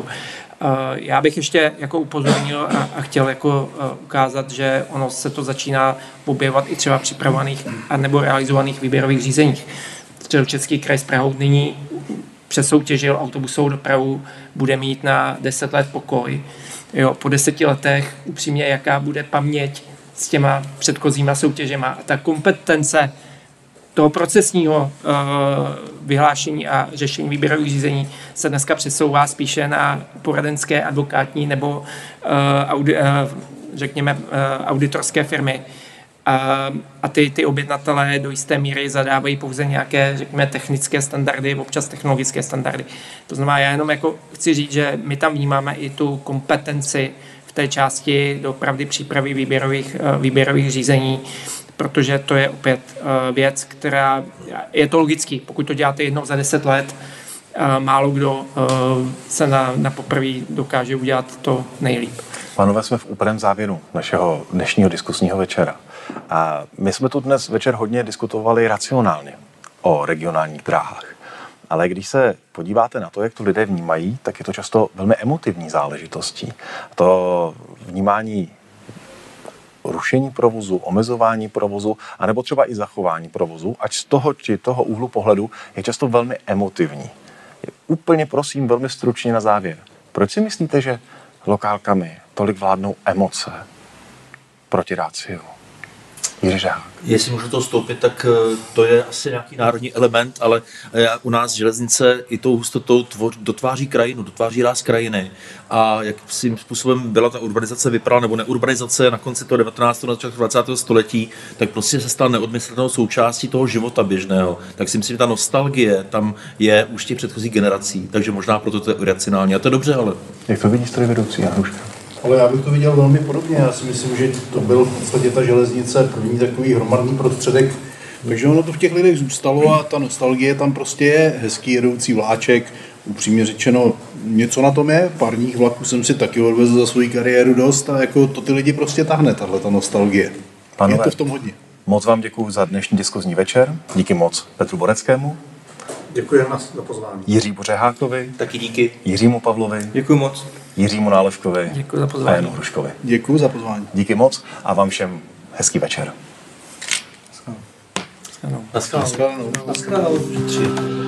[SPEAKER 5] Já bych ještě jako upozornil a, a chtěl jako ukázat, že ono se to začíná objevovat i třeba připravovaných a nebo realizovaných výběrových řízeních. Středočeský kraj s Prahou nyní přesoutěžil autobusovou dopravu, bude mít na deset let pokoj. Jo, po deseti letech upřímně, jaká bude paměť s těma předchozíma soutěžema. Ta kompetence toho procesního vyhlášení a řešení výběrových řízení se dneska přesouvá spíše na poradenské, advokátní nebo audi, řekněme auditorské firmy. A, a ty, ty objednatelé do jisté míry zadávají pouze nějaké, řekněme, technické standardy, občas technologické standardy. To znamená, já jenom jako chci říct, že my tam vnímáme i tu kompetenci v té části doopravdy přípravy výběrových, výběrových řízení, protože to je opět věc, která je to logický. Pokud to děláte jednou za deset let, málo kdo se na, na poprvé dokáže udělat to nejlíp.
[SPEAKER 1] Pánové, jsme v úplném závěru našeho dnešního diskusního večera. A my jsme tu dnes večer hodně diskutovali racionálně o regionálních dráhách. Ale když se podíváte na to, jak to lidé vnímají, tak je to často velmi emotivní záležitostí. To vnímání rušení provozu, omezování provozu, anebo třeba i zachování provozu, ať z toho či toho úhlu pohledu je často velmi emotivní. Úplně prosím, velmi stručně na závěr. Proč si myslíte, že lokálkami tolik vládnou emoce proti ráciu? Jiří Řehák.
[SPEAKER 3] Jestli můžu to vstoupit, tak to je asi nějaký národní element, ale u nás železnice i tou hustotou tvoř, dotváří krajinu, dotváří ráz krajiny. A jakým způsobem byla ta urbanizace vypadala, nebo neurbanizace na konci toho devatenáctého na začátku dvacátého století, tak prostě se stala neodmyslitelnou součástí toho života běžného. Tak si myslím, že ta nostalgie tam je už těch předchozích generací, takže možná proto to je iracionální. A to je dobře, ale...
[SPEAKER 1] Jak to vidí strojvedoucí Januška?
[SPEAKER 6] Ale já bych to viděl velmi podobně. Já si myslím, že to byl v podstatě ta železnice první takový hromadný prostředek. Takže ono to v těch lidech zůstalo a ta nostalgie tam prostě je. Hezký jedoucí vláček, upřímně řečeno, něco na tom je. Parních vlaků jsem si taky odvezl za svou kariéru dost a jako to ty lidi prostě tahne, tahle ta nostalgie. Pánové, je to v tom hodně.
[SPEAKER 1] Moc vám děkuji za dnešní diskuzní večer. Díky moc Petru Boreckému.
[SPEAKER 2] Děkuji za pozvání.
[SPEAKER 1] Jiřímu Řehákovi.
[SPEAKER 3] Taky díky.
[SPEAKER 1] Jiřímu Pavlovi.
[SPEAKER 4] Děkuji moc.
[SPEAKER 1] Jiřímu Nálevkovi.
[SPEAKER 5] Děkuji za pozvání.
[SPEAKER 1] A Janu Hruškovi.
[SPEAKER 6] Děkuji za pozvání.
[SPEAKER 1] Díky moc a vám všem hezký večer.
[SPEAKER 3] Naschledanou.
[SPEAKER 6] Naschledanou.
[SPEAKER 2] Naschledanou.